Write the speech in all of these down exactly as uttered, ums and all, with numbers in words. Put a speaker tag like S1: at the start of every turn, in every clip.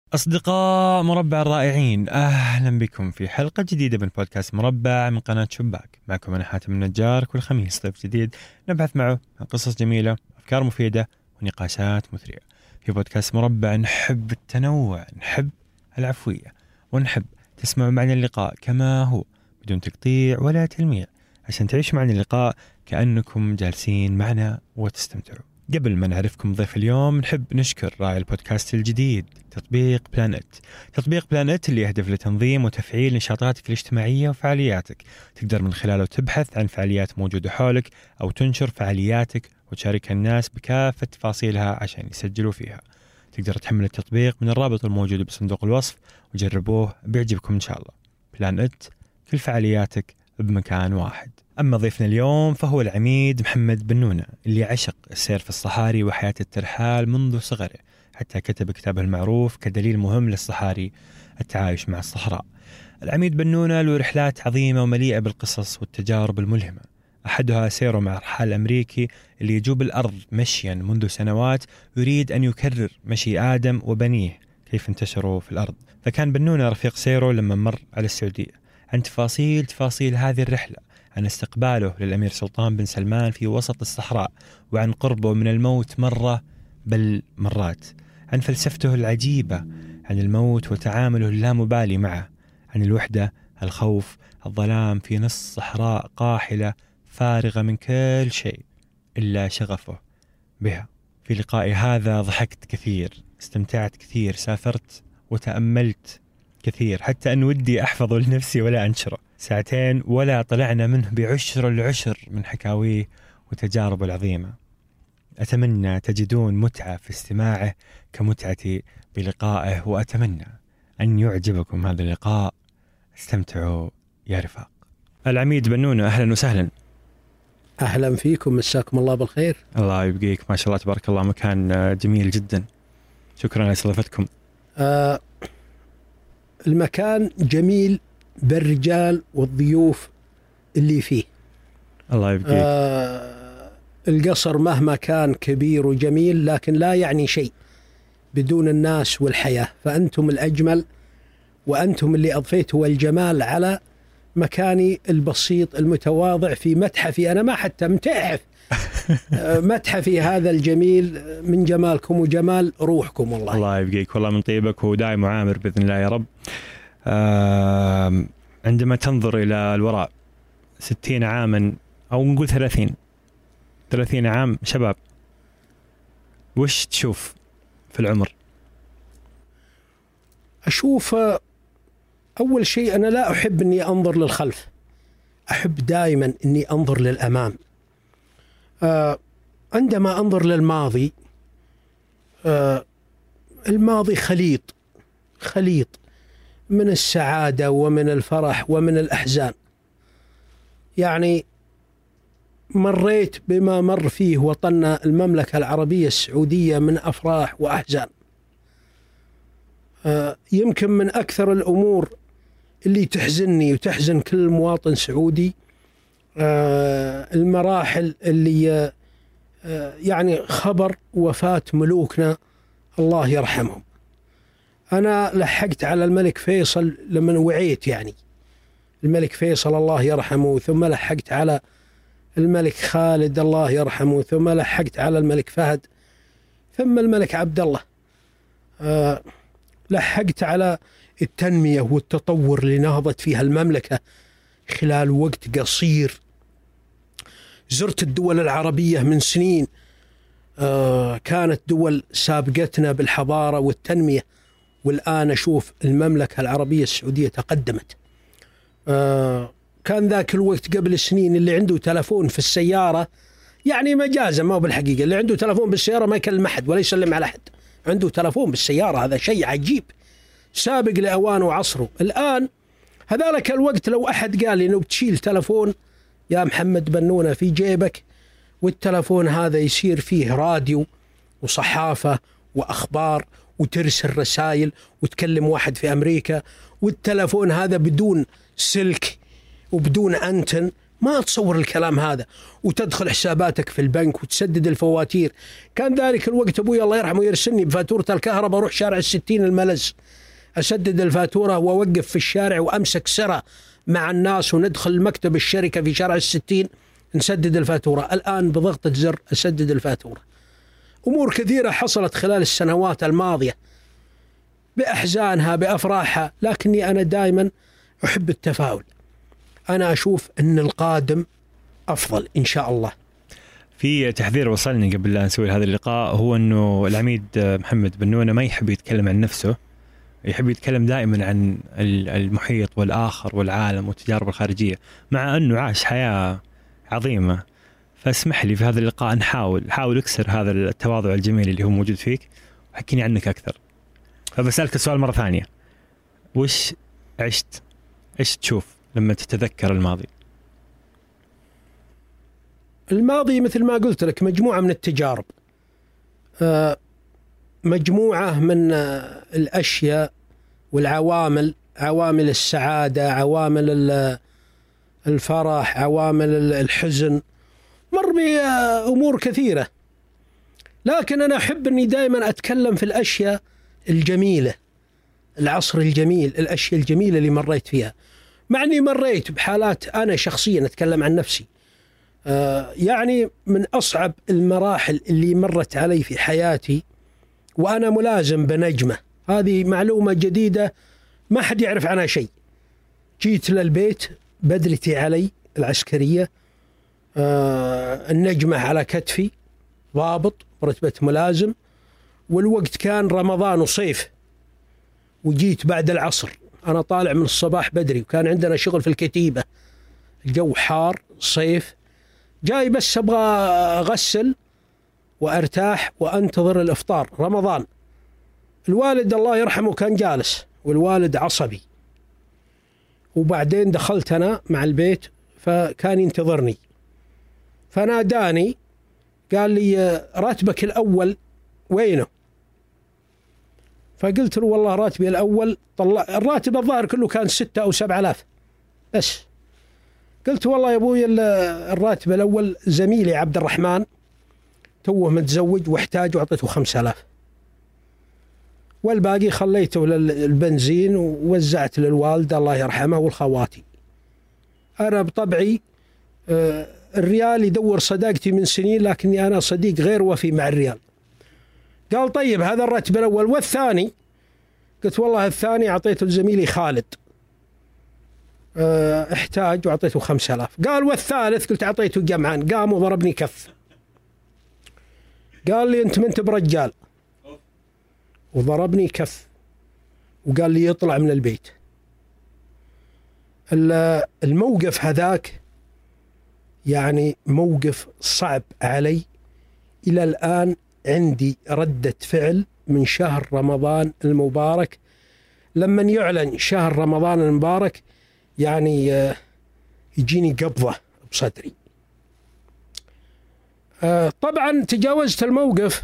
S1: أصدقاء مربع الرائعين، أهلا بكم في حلقة جديدة من بودكاست مربع من قناة شباك. معكم أنا حاتم النجار، كل خميس ضيف جديد نبحث معه عن قصص جميلة، أفكار مفيدة ونقاشات مثرية. في بودكاست مربع نحب التنوع، نحب العفوية، ونحب تسمعوا معنا اللقاء كما هو بدون تقطيع ولا تلميع، عشان تعيشوا معنا اللقاء كأنكم جالسين معنا وتستمتعوا. قبل ما نعرفكم ضيف اليوم، نحب نشكر راعي البودكاست الجديد تطبيق بلانت. تطبيق بلانت اللي يهدف لتنظيم وتفعيل نشاطاتك الاجتماعية وفعالياتك. تقدر من خلاله تبحث عن فعاليات موجودة حولك أو تنشر فعالياتك وتشاركها الناس بكافة تفاصيلها عشان يسجلوا فيها. تقدر تحمل التطبيق من الرابط الموجود بصندوق الوصف وجربوه، بيعجبكم إن شاء الله. بلانت، كل فعالياتك بمكان واحد. أما ضيفنا اليوم فهو العميد محمد بنونة، اللي عشق السير في الصحاري وحياة الترحال منذ صغره، حتى كتب كتابه المعروف كدليل مهم للصحاري، التعايش مع الصحراء. العميد بنونة له رحلات عظيمة ومليئة بالقصص والتجارب الملهمة، أحدها سيره مع الرحال الأمريكي اللي يجوب الأرض مشيا منذ سنوات، يريد أن يكرر مشي آدم وبنيه كيف انتشروا في الأرض. فكان بنونة رفيق سيره لما مر على السعودية. عن تفاصيل تفاصيل هذه الرحلة، عن استقباله للأمير سلطان بن سلمان في وسط الصحراء، وعن قربه من الموت مرة بل مرات، عن فلسفته العجيبة عن الموت وتعامله اللامبالي معه، عن الوحدة، الخوف، الظلام في نص صحراء قاحلة فارغة من كل شيء إلا شغفه بها. في لقائي هذا ضحكت كثير، استمتعت كثير، سافرت وتأملت كثير، حتى أن ودي أحفظه لنفسي ولا أنشره. ساعتين ولا طلعنا منه بعشر العشر من حكاويه وتجاربه العظيمة. أتمنى تجدون متعة في استماعه كمتعتي بلقائه، وأتمنى أن يعجبكم هذا اللقاء. استمتعوا يا رفاق. العميد بنونة، أهلا وسهلا.
S2: أهلا فيكم، مساكم الله بالخير.
S1: الله يبقيك، ما شاء الله تبارك الله، مكان جميل جدا. شكرا على استضافتكم.
S2: آه المكان جميل بالرجال والضيوف اللي فيه.
S1: الله يبقيك.
S2: آه القصر مهما كان كبير وجميل لكن لا يعني شيء بدون الناس والحياة، فأنتم الأجمل، وأنتم اللي أضفيتوا الجمال على مكاني البسيط المتواضع في متحفي. أنا ما حتى متحف متحفي هذا الجميل من جمالكم وجمال روحكم. والله
S1: الله يبقيك، والله من طيبك ودائم وعامر بإذن الله يا رب. آه عندما تنظر إلى الوراء ستين عاما أو نقول ثلاثين ثلاثين عام شباب، وش تشوف في العمر؟
S2: أشوف أول شيء أنا لا أحب أني أنظر للخلف، أحب دائما أني أنظر للأمام. آه عندما أنظر للماضي، آه الماضي خليط خليط من السعادة ومن الفرح ومن الأحزان. يعني مريت بما مر فيه وطننا المملكة العربية السعودية من أفراح وأحزان. آه يمكن من أكثر الأمور اللي تحزنني وتحزن كل مواطن سعودي آه المراحل اللي آه يعني خبر وفاة ملوكنا الله يرحمهم. أنا لحقت على الملك فيصل لما وعيت، يعني الملك فيصل الله يرحمه، ثم لحقت على الملك خالد الله يرحمه، ثم لحقت على الملك فهد، ثم الملك عبد الله. أه لحقت على التنمية والتطور اللي نهضت فيها المملكة خلال وقت قصير. زرت الدول العربية من سنين، أه كانت دول سابقتنا بالحضارة والتنمية، والآن أشوف المملكة العربية السعودية تقدمت. آه كان ذاك الوقت قبل سنين اللي عنده تلفون في السيارة، يعني مجازا ما هو بالحقيقة، اللي عنده تلفون بالسيارة ما يكلم أحد ولا يسلم على أحد، عنده تلفون بالسيارة. هذا شيء عجيب سابق لأوانه وعصره. الآن هذالك الوقت لو أحد قال لي إنه بتشيل تلفون يا محمد بنونة في جيبك، والتلفون هذا يصير فيه راديو وصحافة وأخبار وترسل رسائل وتكلم واحد في أمريكا، والتلفون هذا بدون سلك وبدون أنتن ما أتصور الكلام هذا، وتدخل حساباتك في البنك وتسدد الفواتير. كان ذلك الوقت أبوي الله يرحمه يرسلني بفاتورة الكهرباء، أروح شارع الستين الملز أسدد الفاتورة وأوقف في الشارع وأمسك سرة مع الناس وندخل مكتب الشركة في شارع الستين نسدد الفاتورة. الآن بضغطة زر أسدد الفاتورة. أمور كثيرة حصلت خلال السنوات الماضية بأحزانها بأفراحها، لكني أنا دائما أحب التفاؤل. أنا أشوف أن القادم أفضل إن شاء الله.
S1: في تحذير وصلني قبل لا نسوي هذا اللقاء، هو أنه العميد محمد بنونة ما يحب يتكلم عن نفسه، يحب يتكلم دائما عن المحيط والآخر والعالم والتجارب الخارجية، مع أنه عاش حياة عظيمة. فاسمح لي في هذا اللقاء نحاول حاول اكسر هذا التواضع الجميل اللي هو موجود فيك، وحكيني عنك أكثر. فبسألك السؤال مرة ثانية، وش عشت، إيش تشوف لما تتذكر الماضي؟
S2: الماضي مثل ما قلت لك مجموعة من التجارب، مجموعة من الأشياء والعوامل، عوامل السعادة، عوامل الفرح، عوامل الحزن، مر بأمور كثيرة. لكن أنا أحب أني دائما أتكلم في الأشياء الجميلة، العصر الجميل، الأشياء الجميلة اللي مريت فيها. مع أني مريت بحالات أنا شخصيا أتكلم عن نفسي، آه يعني من أصعب المراحل اللي مرت علي في حياتي وأنا ملازم بنجمة. هذه معلومة جديدة ما حد يعرف عنها شيء. جيت للبيت بدلتي علي العسكرية، آه النجمة على كتفي، ضابط رتبة ملازم، والوقت كان رمضان وصيف، وجيت بعد العصر. أنا طالع من الصباح بدري وكان عندنا شغل في الكتيبة، الجو حار صيف، جاي بس أبغى أغسل وأرتاح وأنتظر الإفطار. رمضان. الوالد الله يرحمه كان جالس، والوالد عصبي، وبعدين دخلت أنا مع البيت فكان ينتظرني، فناداني قال لي راتبك الأول وينه؟ فقلت له والله راتبي الأول طلع الراتب الظاهر كله كان ستة أو سبعة آلاف بس. قلت والله يا أبوي الراتب الأول زميلي عبد الرحمن توه متزوج واحتاج وعطيته خمسة آلاف، والباقي خليته للبنزين ووزعت للوالدة الله يرحمه والخواتي. أنا بطبعي الريال يدور صداقتي من سنين، لكني أنا صديق غير وفي مع الريال. قال طيب هذا الراتب الأول والثاني؟ قلت والله الثاني أعطيته لزميلي خالد اه احتاج وأعطيته خمسة آلاف. قال والثالث؟ قلت أعطيته جمعان. قام وضربني كف، قال لي أنت منت برجال، وضربني كف وقال لي يطلع من البيت. الموقف هذاك يعني موقف صعب علي إلى الآن. عندي ردة فعل من شهر رمضان المبارك، لما يعلن شهر رمضان المبارك يعني يجيني قبضة بصدري. طبعا تجاوزت الموقف،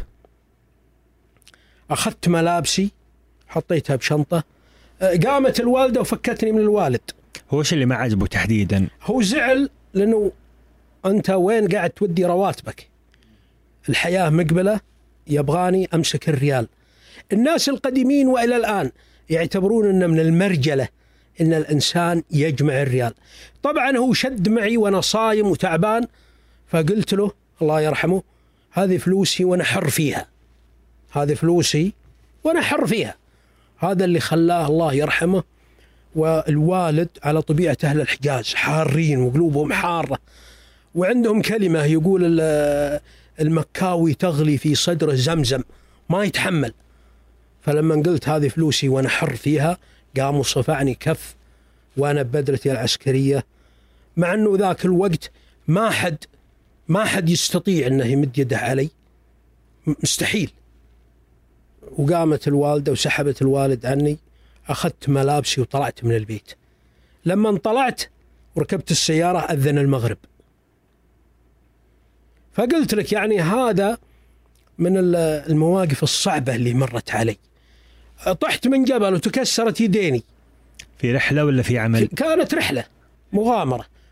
S2: أخذت ملابسي حطيتها بشنطة، قامت الوالدة وفكتني من الوالد.
S1: هو ايش اللي ما عجبه تحديدا؟
S2: هو زعل لأنه أنت وين قاعد تودي رواتبك؟ الحياة مقبلة، يبغاني أمسك الريال. الناس القديمين وإلى الآن يعتبرون أن من المرجلة أن الإنسان يجمع الريال. طبعا هو شد معي وأنا صايم وتعبان، فقلت له الله يرحمه هذه فلوسي وأنا حر فيها، هذه فلوسي وأنا حر فيها. هذا اللي خلاه الله يرحمه. والوالد على طبيعة أهل الحجاز حارين وقلوبهم حارة، وعندهم كلمة يقول المكاوي تغلي في صدر زمزم، ما يتحمل. فلما قلت هذه فلوسي وأنا حر فيها قاموا صفعني كف وأنا ببدلتي العسكرية، مع أنه ذاك الوقت ما حد ما حد يستطيع أنه يمد يده علي، مستحيل. وقامت الوالدة وسحبت الوالد عني، أخذت ملابسي وطلعت من البيت. لما انطلعت وركبت السيارة أذن المغرب. فقلت لك يعني هذا من المواقف الصعبة اللي مرت علي. طحت من جبل وتكسرت يديني.
S1: في رحلة ولا في عمل؟
S2: كانت رحلة مغامرة،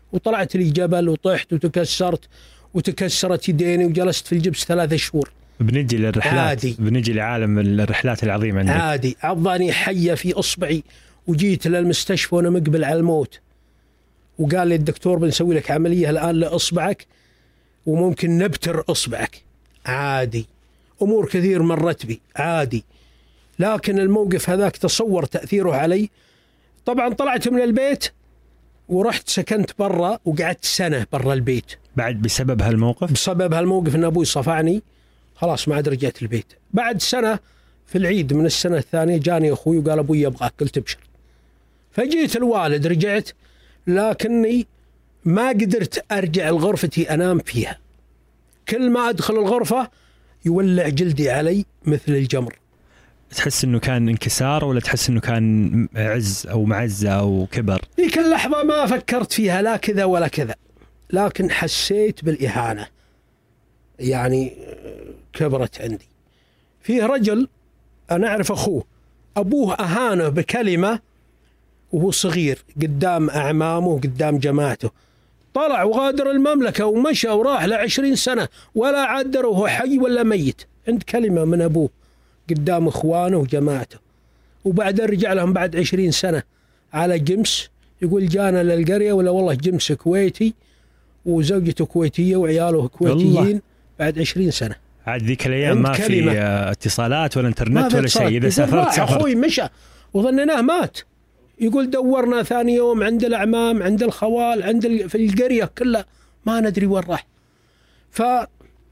S2: وطلعت لي جبل وطحت وتكسرت وتكسرت يديني وجلست في الجبس ثلاثة شهور.
S1: بنجي للرحلات عادي. بنجي لعالم الرحلات العظيمة عندك.
S2: عادي. عضاني حية في إصبعي وجيت للمستشفى وأنا مقبل على الموت، وقال لي الدكتور بنسوي لك عملية الآن لإصبعك وممكن نبتر إصبعك. عادي. أمور كثير مرت بي عادي. لكن الموقف هذاك تصور تأثيره علي. طبعا طلعت من البيت ورحت سكنت برا وقعدت سنة برا البيت
S1: بعد بسبب هالموقف.
S2: بسبب هالموقف إن أبوي صفعني، خلاص ما عاد رجعت البيت. بعد سنة في العيد من السنة الثانية جاني أخوي وقال أبوي يبغاك، قلت ابشر. فجيت الوالد رجعت، لكني ما قدرت أرجع لغرفتي أنام فيها. كل ما أدخل الغرفة يولع جلدي علي مثل الجمر.
S1: تحس إنه كان انكسار ولا تحس إنه كان عز أو معزة أو كبر؟
S2: ذيك اللحظة ما فكرت فيها لا كذا ولا كذا، لكن حسيت بالإهانة، يعني كبرت عندي. فيه رجل أنا أعرف أخوه، أبوه أهانه بكلمة وهو صغير قدام أعمامه وقدام جماعته، طلع وغادر المملكة ومشى وراح لعشرين سنة ولا عدره هو حي ولا ميت عند كلمة من أبوه قدام إخوانه وجماعته. وبعد رجع لهم بعد عشرين سنة على جمس، يقول جانا للقرية ولا والله جمس كويتي وزوجته كويتية وعياله كويتيين بعد عشرين سنة.
S1: عاد ذيك الأيام ما في اتصالات ولا انترنت ولا شيء، إذا سافرت سافرت.
S2: أخوي مشى وظنناه مات. يقول دورنا ثاني يوم عند الأعمام عند الخوال عند في القرية كلها ما ندري وين راح. فهذه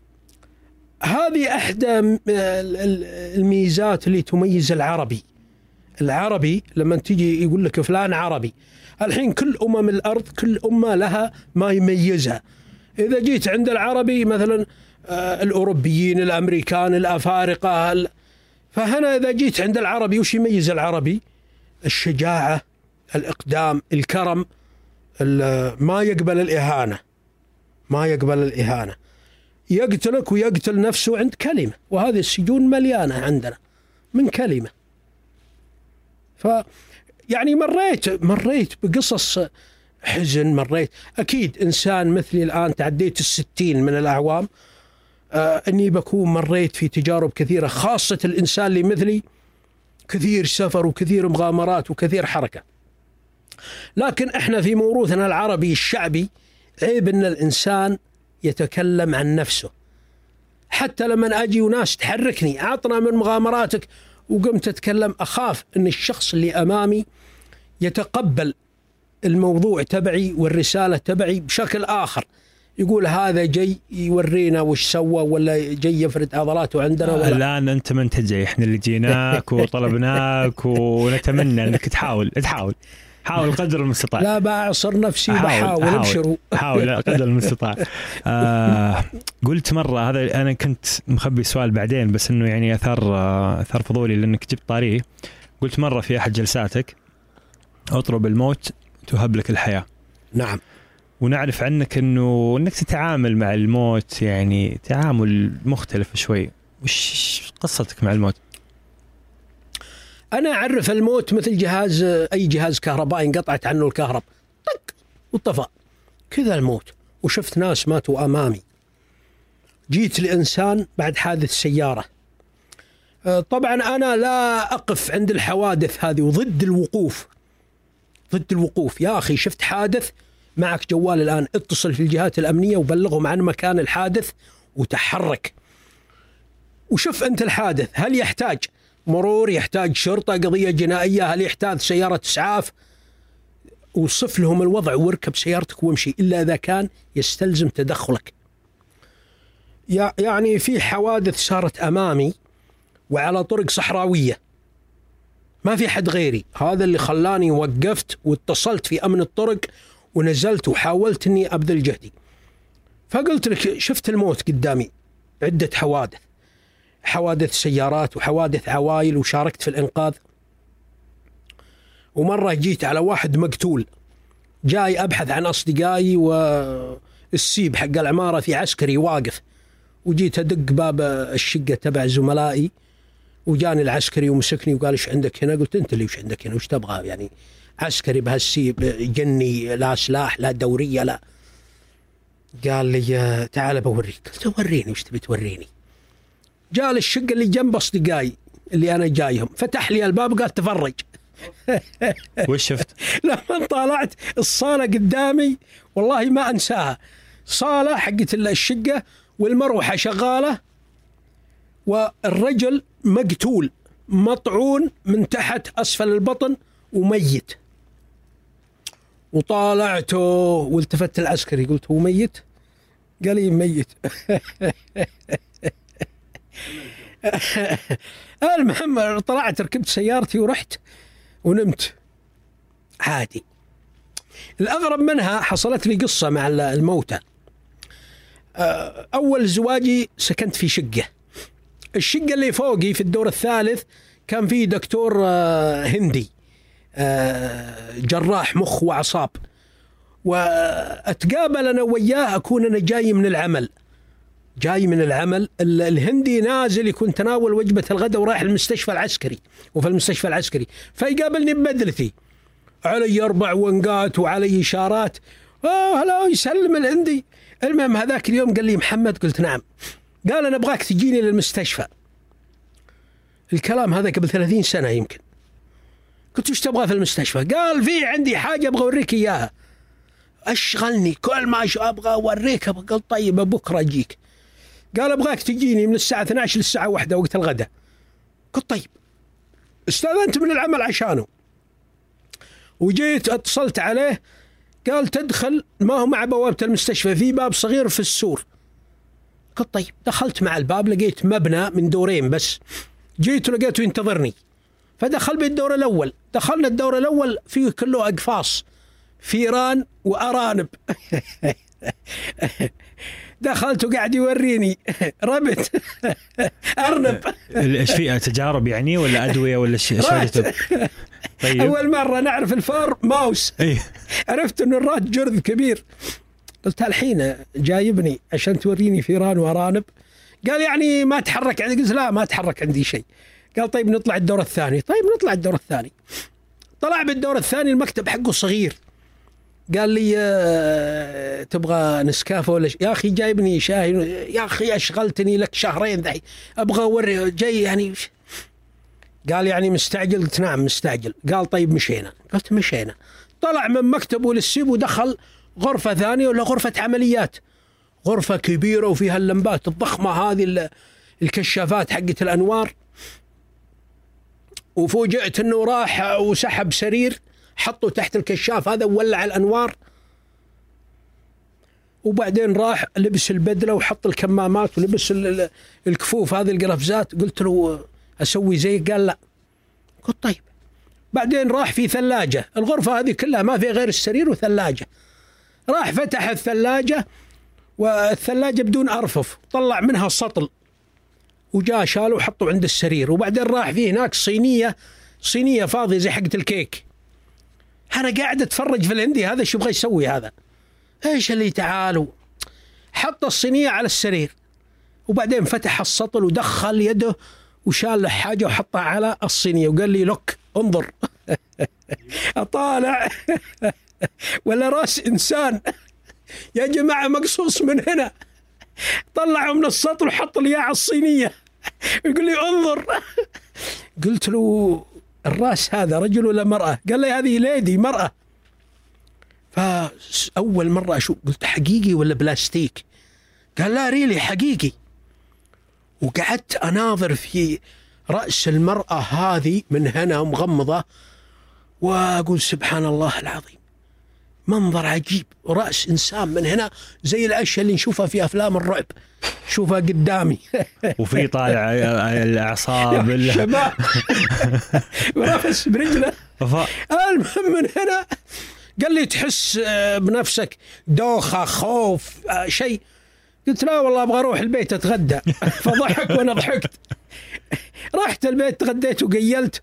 S2: أحدى الميزات اللي تميز العربي. العربي لما تيجي يقول لك فلان عربي، الحين كل أمم الأرض كل أمة لها ما يميزها. إذا جيت عند العربي مثلا الأوروبيين الأمريكان الأفارقة، فهنا إذا جيت عند العربي وش يميز العربي؟ الشجاعة، الإقدام، الكرم، ما يقبل الإهانة، ما يقبل الإهانة، يقتلك ويقتل نفسه عند كلمة. وهذه السجون مليانة عندنا من كلمة. ف يعني مريت مريت بقصص حزن، مريت أكيد إنسان مثلي الآن تعديت الستين من الأعوام، آه أني بكون مريت في تجارب كثيرة، خاصة الإنسان اللي مثلي كثير سفر وكثير مغامرات وكثير حركة. لكن إحنا في موروثنا العربي الشعبي عيب أن الإنسان يتكلم عن نفسه. حتى لما أجي وناس تحركني عطنا من مغامراتك وقمت أتكلم، أخاف أن الشخص اللي أمامي يتقبل الموضوع تبعي والرسالة تبعي بشكل آخر، يقول هذا جاي يورينا وش سوى ولا جاي يفرد عضلاته عندنا. ولا
S1: الآن أنت من تجي، إحنا اللي جيناك وطلبناك ونتمنى أنك تحاول تحاول حاول قدر المستطاع.
S2: لا بعصر نفسي بحاول ابشروا
S1: حاول قدر المستطاع. آه قلت مرة، هذا أنا كنت مخبي سؤال بعدين بس إنه يعني أثار أثار فضولي لأنك جبت طاريه. قلت مرة في أحد جلساتك أطلب الموت تهب لك الحياة.
S2: نعم.
S1: ونعرف عنك إنه إنك تتعامل مع الموت يعني تعامل مختلف شوي. وش قصتك مع الموت؟
S2: أنا أعرف الموت مثل جهاز، أي جهاز كهربائي انقطعت عنه الكهرب طق وطفى كذا الموت. وشفت ناس ماتوا أمامي. جيت لإنسان بعد حادث سيارة. طبعا أنا لا أقف عند الحوادث هذه وضد الوقوف، ضد الوقوف. يا أخي شفت حادث، معك جوال الآن اتصل في الجهات الأمنية وبلغهم عن مكان الحادث وتحرك وشوف أنت الحادث هل يحتاج مرور، يحتاج شرطة، قضية جنائية، هل يحتاج سيارة إسعاف، وصف لهم الوضع واركب سيارتك وامشي، إلا إذا كان يستلزم تدخلك. يعني في حوادث صارت أمامي وعلى طرق صحراوية ما في حد غيري، هذا اللي خلاني وقفت واتصلت في أمن الطرق ونزلت وحاولت أني أبذل جهدي. فقلت لك شفت الموت قدامي، عدة حوادث، حوادث سيارات وحوادث عوائل، وشاركت في الإنقاذ. ومرة جيت على واحد مقتول، جاي أبحث عن أصدقائي والسيب حق العمارة في عسكري واقف، وجيت أدق باب الشقة تبع زملائي وجاني العسكري ومسكني وقال ايش عندك هنا؟ قلت انت اللي ايش عندك هنا؟ وش تبغى يعني؟ عسكري بهالسيب جني، لا سلاح لا دوريه لا. قال لي تعال بوريك. قلت وريني وش تبي توريني؟ جاء الشقه اللي جنب اصدقائي اللي انا جايهم، فتح لي الباب قال تفرج.
S1: وش شفت؟
S2: لما طالعت الصاله قدامي والله ما انساها، صاله حقت الشقه والمروحه شغاله والرجل مقتول مطعون من تحت أسفل البطن وميت. وطالعته والتفت العسكري قلت هو ميت؟ قال لي ميت. المهم طلعت ركبت سيارتي ورحت ونمت عادي. الأغرب منها حصلت لي قصة مع الموتى. أول زواجي سكنت في شقة، الشقة اللي فوقي في الدور الثالث كان فيه دكتور هندي جراح مخ وأعصاب، وأتقابل أنا وياه، أكون أنا جاي من العمل جاي من العمل الهندي نازل يكون تناول وجبة الغداء ورايح المستشفى العسكري، وفي المستشفى العسكري فيقابلني ببدلتي علي أربع ونقات وعلي إشارات، آه هلا يسلم الهندي. المهم هذاك اليوم قال لي محمد، قلت نعم. قال أنا أبغاك تجيني للمستشفى. الكلام هذا قبل ثلاثين سنة يمكن. قلت وش تبغى في المستشفى؟ قال في عندي حاجة أبغى أوريك إياها. أشغلني كل ما أبغى أوريك. قلت طيب بكرة أجيك. قال أبغاك تجيني من الساعة اثنتي عشرة للساعة واحدة وقت الغداء. قلت طيب. استأذنت من العمل عشانه وجيت اتصلت عليه، قال تدخل ما هو مع بوابة المستشفى، في باب صغير في السور. قلت طيب. دخلت مع الباب لقيت مبنى من دورين بس، جيت ولقيته ينتظرني فدخل بالدور الأول. دخلنا الدور الأول فيه كله أقفاص فيران وأرانب. دخلت وقاعد يوريني ربط أرنب.
S1: ايش فيها تجارب يعني ولا أدوية ولا شيء؟
S2: طيب. أول مرة نعرف الفار ماوس. عرفت إنه الرات جرذ كبير. قلت الحين جايبني عشان توريني فيران وأرانب؟ قال يعني ما تحرك عندي؟ قلت لا ما تحرك عندي شيء. قال طيب نطلع الدور الثاني. طيب نطلع الدور الثاني. طلع بالدور الثاني المكتب حقه صغير. قال لي آه تبغى نسكافة ولا ش... يا أخي جايبني شاي، يا أخي أشغلتني لك شهرين ذحي أبغى أوري جاي يعني. قال يعني مستعجل؟ قلت نعم مستعجل. قال طيب مشينا. قلت مشينا. طلع من مكتبه للسيب ودخل غرفة ثانية ولا غرفة عمليات، غرفة كبيرة وفيها اللمبات الضخمة هذه الكشافات حقت الأنوار. وفوجئت أنه راح وسحب سرير حطه تحت الكشاف هذا وولع الأنوار، وبعدين راح لبس البدلة وحط الكمامات ولبس الكفوف هذه القرفزات. قلت له أسوي زي؟ قال لا. قلت طيب. بعدين راح في ثلاجة، الغرفة هذه كلها ما في غير السرير وثلاجة. راح فتح الثلاجة والثلاجة بدون أرفف، طلع منها سطل وجاء شاله وحطه عند السرير. وبعدين راح فيه هناك صينية صينية فاضية زي حقة الكيك. أنا قاعد أتفرج في الهندي هذا شو بغى يسوي هذا؟ إيش اللي تعالوا؟ حط الصينية على السرير وبعدين فتح السطل ودخل يده وشال له حاجة وحطها على الصينية وقال لي لك انظر. أطالع ولا رأس إنسان يا جماعة مقصوص من هنا. طلعه من السطل وحط لي على الصينية يقول لي انظر. قلت له الرأس هذا رجل ولا مرأة؟ قال لي هذه ليدي مرأة. فأول مرة أشوف قلت حقيقي ولا بلاستيك؟ قال لا ريلي حقيقي. وقعدت أناظر في رأس المرأة هذه من هنا مغمضة وأقول سبحان الله العظيم، منظر عجيب. رأس إنسان من هنا زي الأشياء اللي نشوفها في أفلام الرعب، شوفها قدامي.
S1: وفي طالع الأعصاب
S2: شباب ورافس برجله. المهم من هنا قال لي تحس بنفسك دوخة خوف شيء؟ قلت لا والله أبغى أروح البيت أتغدى. فضحك وأنا ضحكت. رحت البيت تغديت وقيلت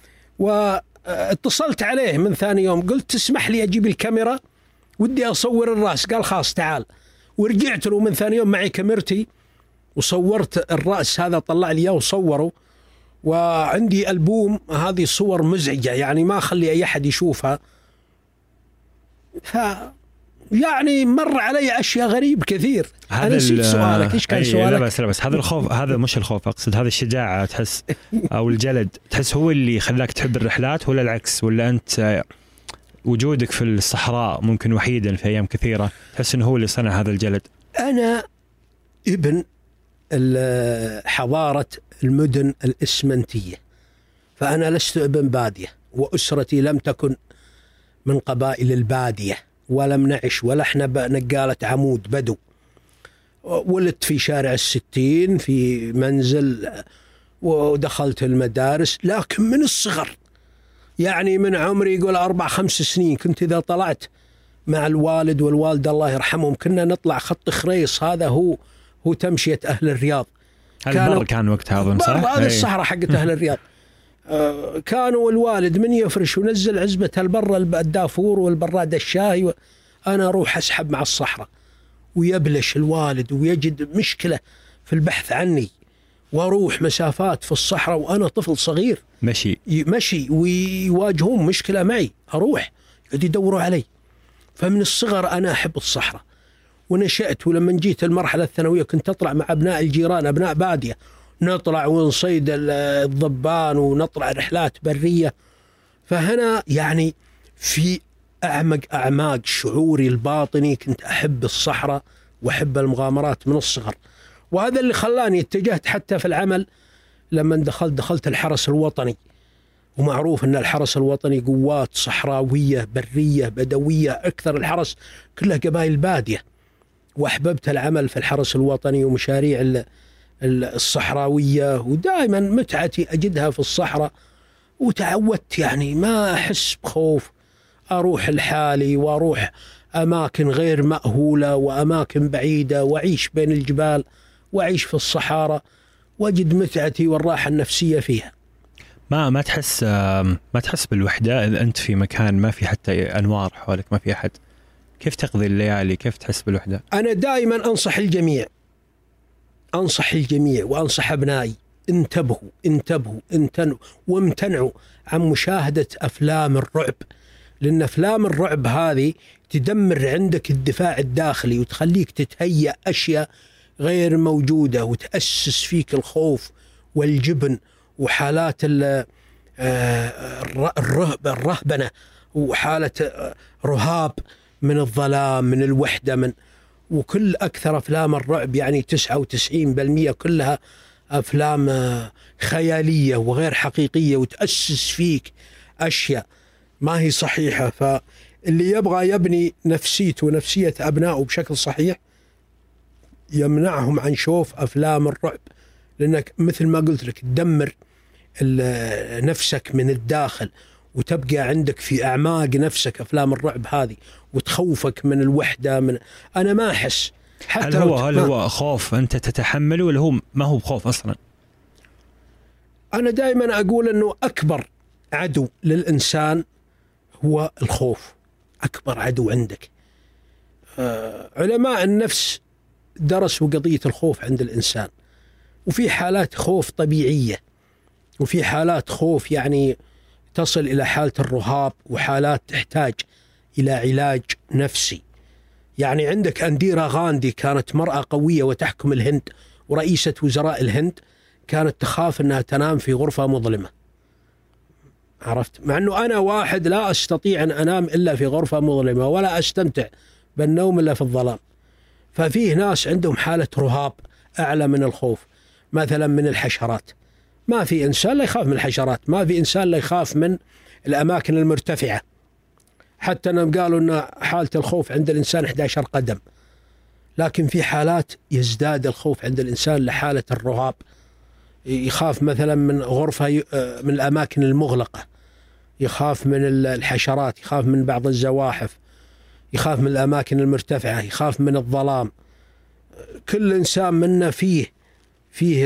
S2: واتصلت عليه من ثاني يوم قلت تسمح لي أجيب الكاميرا ودي أصور الرأس؟ قال خلاص تعال. ورجعت له من ثاني يوم معي كاميرتي وصورت الرأس هذا، طلع لي إياه وصوره وعندي ألبوم هذه صور مزعجة يعني ما أخلي أي أحد يشوفها. ف يعني مر علي أشياء غريب كثير. أنا نسيت سؤالك، إيش كان سؤالك؟
S1: لا بس لا بس هذا الخوف، هذا مش الخوف، أقصد هذا الشجاعة تحس أو الجلد تحس هو اللي خلاك تحب الرحلات ولا العكس؟ ولا أنت وجودك في الصحراء ممكن وحيدا في أيام كثيرة تحس إنه هو اللي صنع هذا الجلد؟
S2: أنا ابن حضارة المدن الإسمنتية، فأنا لست ابن بادية، وأسرتي لم تكن من قبائل البادية، ولم نعش ولا احنا نقالة عمود بدو. ولدت في شارع الستين في منزل ودخلت المدارس، لكن من الصغر يعني من عمري يقول أربع خمس سنين كنت إذا طلعت مع الوالد والوالدة الله يرحمهم كنا نطلع خط خريص، هذا هو هو تمشية أهل الرياض.
S1: كان كان وقتها أظن صح؟
S2: هذا الصحراء حقت أهل الرياض. كانوا الوالد من يفرش ونزل عزبة البر الدافور والبراد الشاي و... أنا أروح أسحب مع الصحراء، ويبلش الوالد ويجد مشكلة في البحث عني، وأروح مسافات في الصحراء وأنا طفل صغير
S1: مشي
S2: مشي ويواجهون مشكلة معي، أروح يدوروا علي. فمن الصغر أنا أحب الصحراء ونشأت. ولما جيت المرحلة الثانوية كنت أطلع مع أبناء الجيران أبناء بادية، نطلع ونصيد الضبان ونطلع رحلات برية. فهنا يعني في أعمق أعماق شعوري الباطني كنت أحب الصحراء وأحب المغامرات من الصغر، وهذا اللي خلاني اتجهت حتى في العمل. لما دخلت دخلت الحرس الوطني، ومعروف أن الحرس الوطني قوات صحراوية برية بدوية، أكثر الحرس كلها قبائل بادية، وأحببت العمل في الحرس الوطني ومشاريع الصحراوية، ودائما متعتي أجدها في الصحراء. وتعودت يعني ما أحس بخوف، أروح لحالي وأروح أماكن غير مأهولة وأماكن بعيدة، وأعيش بين الجبال وأعيش في الصحراء، وأجد متعتي والراحة النفسية فيها.
S1: ما ما تحس ما تحس بالوحدة إذا أنت في مكان ما في حتى أنوار حولك، ما في أحد؟ كيف تقضي الليالي؟ كيف تحس بالوحدة؟
S2: أنا دائما أنصح الجميع أنصح الجميع وأنصح أبنائي انتبهوا انتبهوا انتبهوا وامتنعوا عن مشاهدة أفلام الرعب، لأن أفلام الرعب هذه تدمر عندك الدفاع الداخلي وتخليك تتهيأ أشياء غير موجودة، وتأسس فيك الخوف والجبن وحالات الرهبنة وحالة رهاب من الظلام من الوحدة من وكل أكثر أفلام الرعب يعني تسعة وتسعين بالمئة كلها أفلام خيالية وغير حقيقية، وتأسس فيك أشياء ما هي صحيحة. فاللي يبغى يبني نفسيته ونفسية أبنائه بشكل صحيح يمنعهم عن شوف أفلام الرعب، لأنك مثل ما قلت لك تدمر نفسك من الداخل، وتبقى عندك في أعماق نفسك أفلام الرعب هذه وتخوفك من الوحدة. من أنا ما أحس
S1: حتى هل هو هل هو خوف أنت تتحمله ولا هو ما هو بخوف أصلا؟
S2: أنا دائما أقول أنه أكبر عدو للإنسان هو الخوف، أكبر عدو عندك. آه علماء النفس درسوا قضية الخوف عند الإنسان، وفي حالات خوف طبيعية، وفي حالات خوف يعني تصل إلى حالة الرهاب، وحالات تحتاج إلى علاج نفسي. يعني عندك أنديرا غاندي كانت مرأة قوية وتحكم الهند ورئيسة وزراء الهند، كانت تخاف أنها تنام في غرفة مظلمة، عرفت؟ مع أنه أنا واحد لا أستطيع أن أنام إلا في غرفة مظلمة ولا أستمتع بالنوم إلا في الظلام. ففيه ناس عندهم حالة رهاب أعلى من الخوف، مثلا من الحشرات. ما في إنسان لا يخاف من الحشرات، ما في إنسان لا يخاف من الأماكن المرتفعة، حتى أنهم قالوا أن حالة الخوف عند الإنسان إحدى عشر قدم. لكن في حالات يزداد الخوف عند الإنسان لحالة الرهاب، يخاف مثلا من غرفة من الأماكن المغلقة، يخاف من الحشرات، يخاف من بعض الزواحف، يخاف من الأماكن المرتفعة، يخاف من الظلام. كل إنسان منا فيه فيه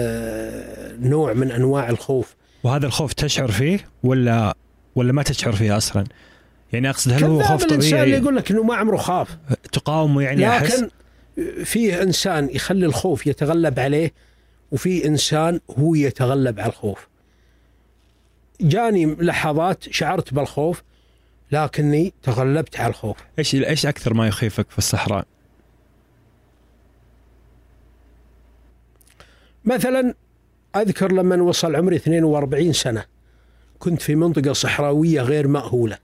S2: نوع من أنواع الخوف.
S1: وهذا الخوف تشعر فيه ولا ولا ما تشعر فيه أصلا؟ يعني أقصد هل هو خوف طبيعي؟
S2: الإنسان اللي يقول لك إنه ما عمره خاف
S1: تقاومه يعني.
S2: لكن أحس فيه إنسان يخلي الخوف يتغلب عليه وفي إنسان هو يتغلب على الخوف. جاني لحظات شعرت بالخوف لكني تغلبت على الخوف.
S1: إيش إيش أكثر ما يخيفك في الصحراء؟
S2: مثلا أذكر لما وصل عمري اثنين وأربعين سنة كنت في منطقة صحراوية غير مأهولة،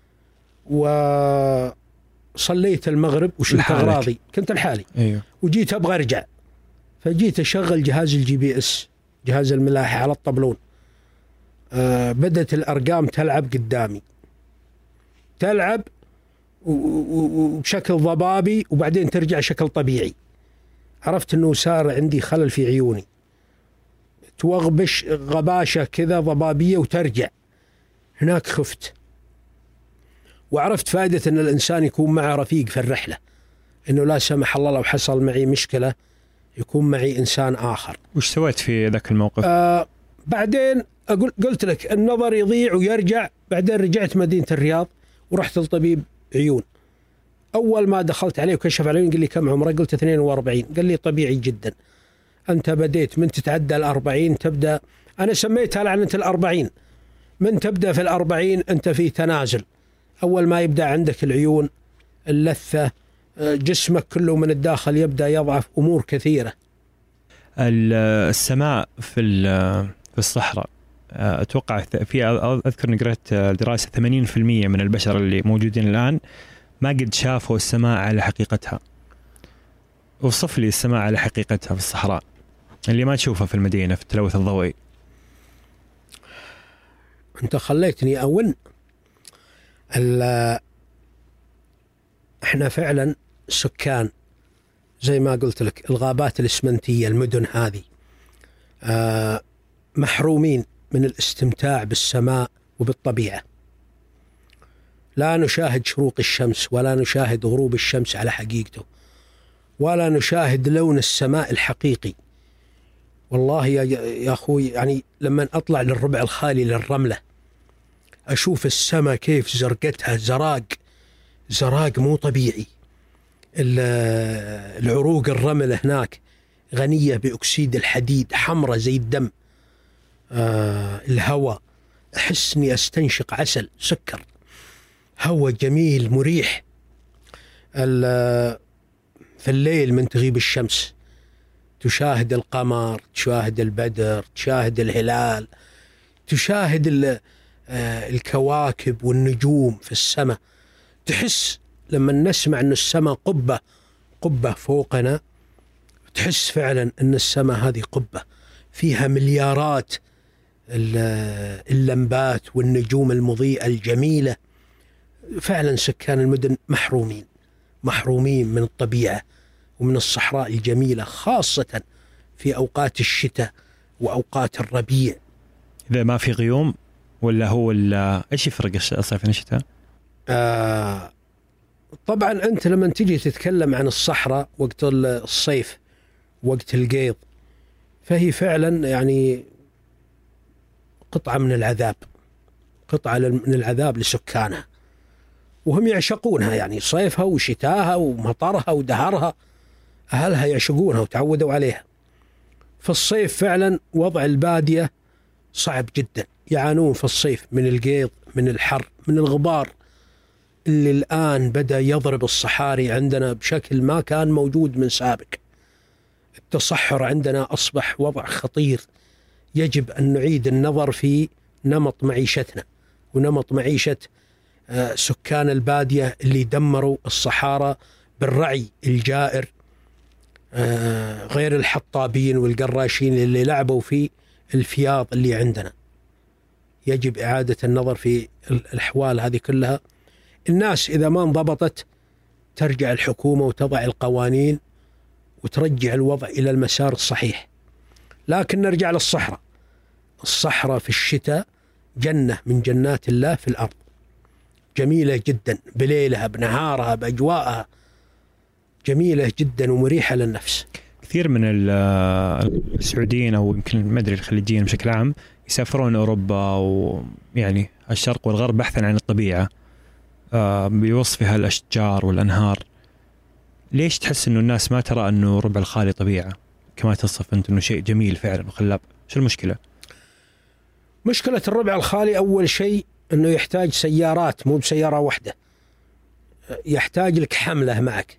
S2: وصليت المغرب وشلت أغراضي، كنت لحالي.
S1: أيوه.
S2: وجيت أبغى أرجع، فجيت أشغل جهاز الجي بي اس، جهاز الملاحة على الطبلون. آه بدت الأرقام تلعب قدامي، تلعب وبشكل ضبابي وبعدين ترجع شكل طبيعي. عرفت أنه صار عندي خلل في عيوني، توغبش غباشة كذا ضبابية وترجع. هناك خفت، وعرفت فائدة أن الإنسان يكون معه رفيق في الرحلة، أنه لا سمح الله لو حصل معي مشكلة يكون معي إنسان آخر.
S1: وش سويت في ذاك الموقف؟
S2: آه بعدين أقول قلت لك النظر يضيع ويرجع. بعدين رجعت مدينة الرياض ورحت للطبيب عيون. أول ما دخلت عليه وكشف علي قال لي كم عمرك؟ قلت اثنين وأربعين. قال لي طبيعي جدا، أنت بديت من تتعدى الأربعين تبدأ، أنا سميتها لعنة الأربعين، من تبدأ في الأربعين أنت في تنازل. أول ما يبدأ عندك العيون، اللثة، جسمك كله من الداخل يبدأ يضعف، أمور كثيرة.
S1: السماء في في الصحراء، أتوقع في أذكر أني قرأت دراسة ثمانين بالمئة من البشر اللي موجودين الآن ما قد شافوا السماء على حقيقتها. وصف لي السماء على حقيقتها في الصحراء اللي ما تشوفها في المدينة في التلوث الضوئي.
S2: أنت خليتني أون. احنا فعلا سكان زي ما قلت لك الغابات الإسمنتية، المدن هذه آه محرومين من الاستمتاع بالسماء وبالطبيعة. لا نشاهد شروق الشمس ولا نشاهد غروب الشمس على حقيقته، ولا نشاهد لون السماء الحقيقي. والله يا, يا أخوي، يعني لما أطلع للربع الخالي للرملة أشوف السماء كيف زرقتها زراق زراق مو طبيعي. العروق الرمل هناك غنية بأكسيد الحديد، حمرة زي الدم. آه الهواء أحس أني أستنشق عسل سكر، هواء جميل مريح. في الليل من تغيب الشمس تشاهد القمر، تشاهد البدر، تشاهد الهلال، تشاهد الكواكب والنجوم في السماء. تحس لما نسمع أن السماء قبة قبة فوقنا، تحس فعلا أن السماء هذه قبة فيها مليارات اللمبات والنجوم المضيئة الجميلة. فعلا سكان المدن محرومين محرومين من الطبيعة ومن الصحراء الجميلة، خاصة في أوقات الشتاء وأوقات الربيع.
S1: إذا ما في غيوم ولا هو إيش يفرق الصيف والشتاء؟
S2: آه طبعا أنت لما تيجي تتكلم عن الصحراء وقت الصيف وقت القيض فهي فعلا يعني قطعة من العذاب، قطعة من العذاب لسكانها، وهم يعشقونها. يعني صيفها وشتاها ومطرها ودهرها أهلها يعشقونها وتعودوا عليها. في الصيف فعلا وضع البادية صعب جدا، يعانون في الصيف من القيض، من الحر، من الغبار اللي الآن بدأ يضرب الصحاري عندنا بشكل ما كان موجود من سابق. التصحر عندنا أصبح وضع خطير، يجب أن نعيد النظر في نمط معيشتنا ونمط معيشة سكان البادية اللي دمروا الصحارى بالرعي الجائر، غير الحطابين والقراشين اللي لعبوا في الفياض اللي عندنا. يجب إعادة النظر في الأحوال هذه كلها. الناس إذا ما انضبطت ترجع الحكومة وتضع القوانين وترجع الوضع إلى المسار الصحيح. لكن نرجع للصحراء. الصحراء في الشتاء جنة من جنات الله في الأرض، جميلة جدا بليلها بنهارها بأجواءها، جميلة جدا ومريحة للنفس.
S1: كثير من السعوديين أو يمكن ما أدري الخليجيين بشكل عام يسافرون أوروبا ويعني الشرق والغرب بحثا عن الطبيعة بوصفها الأشجار والأنهار. ليش تحس إنه الناس ما ترى إنه ربع الخالي طبيعة؟ كما تصف أنت أنه شيء جميل فعلا وخلاب، شو المشكلة؟
S2: مشكلة الربع الخالي أول شيء أنه يحتاج سيارات، مو بسيارة واحدة، يحتاج لك حملة معك.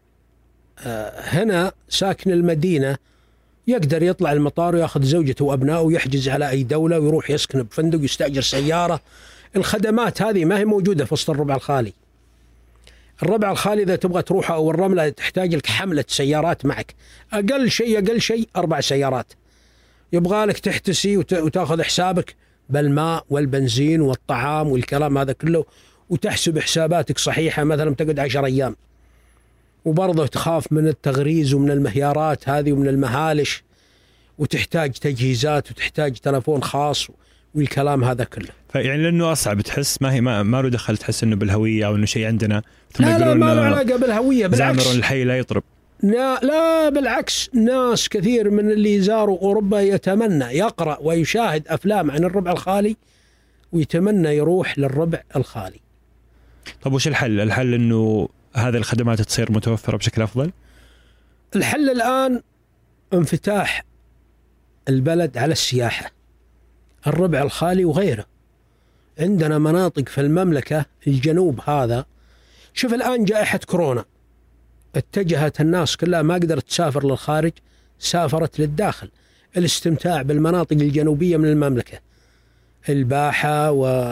S2: هنا ساكن المدينة يقدر يطلع المطار ويأخذ زوجته وأبنائه ويحجز على أي دولة ويروح يسكن بفندق ويستأجر سيارة. الخدمات هذه ما هي موجودة في وسط الربع الخالي. الربع الخالي إذا تبغى تروح أو الرملة تحتاج لك حملة سيارات معك، أقل شيء أقل شيء أربع سيارات. يبغى لك تحتسي وتأخذ حسابك بالماء والبنزين والطعام والكلام هذا كله، وتحسب حساباتك صحيحة، مثلا تقعد عشر أيام، وبرضه تخاف من التغريز ومن المهيارات هذه ومن المهالش، وتحتاج تجهيزات وتحتاج تلفون خاص والكلام هذا كله.
S1: فيعني لأنه أصعب تحس ما هي ما, ما له دخل تحس إنه بالهوية أو إنه شيء عندنا.
S2: لا لا ما له علاقة بالهوية، بالعكس.
S1: زامر الحي لا يطرب.
S2: لا لا بالعكس، ناس كثير من اللي زاروا أوروبا يتمنى يقرأ ويشاهد أفلام عن الربع الخالي ويتمنى يروح للربع الخالي.
S1: طب وش الحل؟ الحل إنه هذه الخدمات تصير متوفرة بشكل أفضل؟
S2: الحل الآن انفتاح البلد على السياحة، الربع الخالي وغيره. عندنا مناطق في المملكة الجنوب هذا، شوف الآن جائحة كورونا اتجهت الناس كلها ما قدرت تسافر للخارج، سافرت للداخل، الاستمتاع بالمناطق الجنوبية من المملكة، الباحة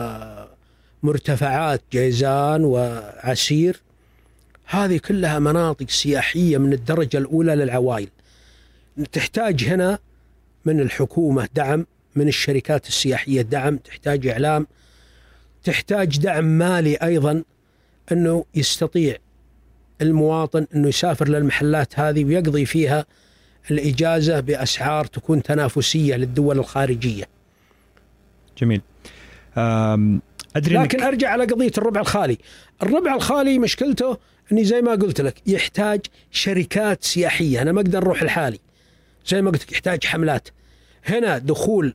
S2: ومرتفعات جيزان وعسير، هذه كلها مناطق سياحية من الدرجة الأولى للعوائل. تحتاج هنا من الحكومة دعم، من الشركات السياحية دعم، تحتاج إعلام، تحتاج دعم مالي أيضا، أنه يستطيع المواطن أنه يسافر للمحلات هذه ويقضي فيها الإجازة بأسعار تكون تنافسية للدول الخارجية.
S1: جميل. أدري
S2: لكن أرجع على قضية الربع الخالي. الربع الخالي مشكلته أني زي ما قلت لك يحتاج شركات سياحية، أنا ما أقدر أروح لحالي، زي ما قلت لك يحتاج حملات. هنا دخول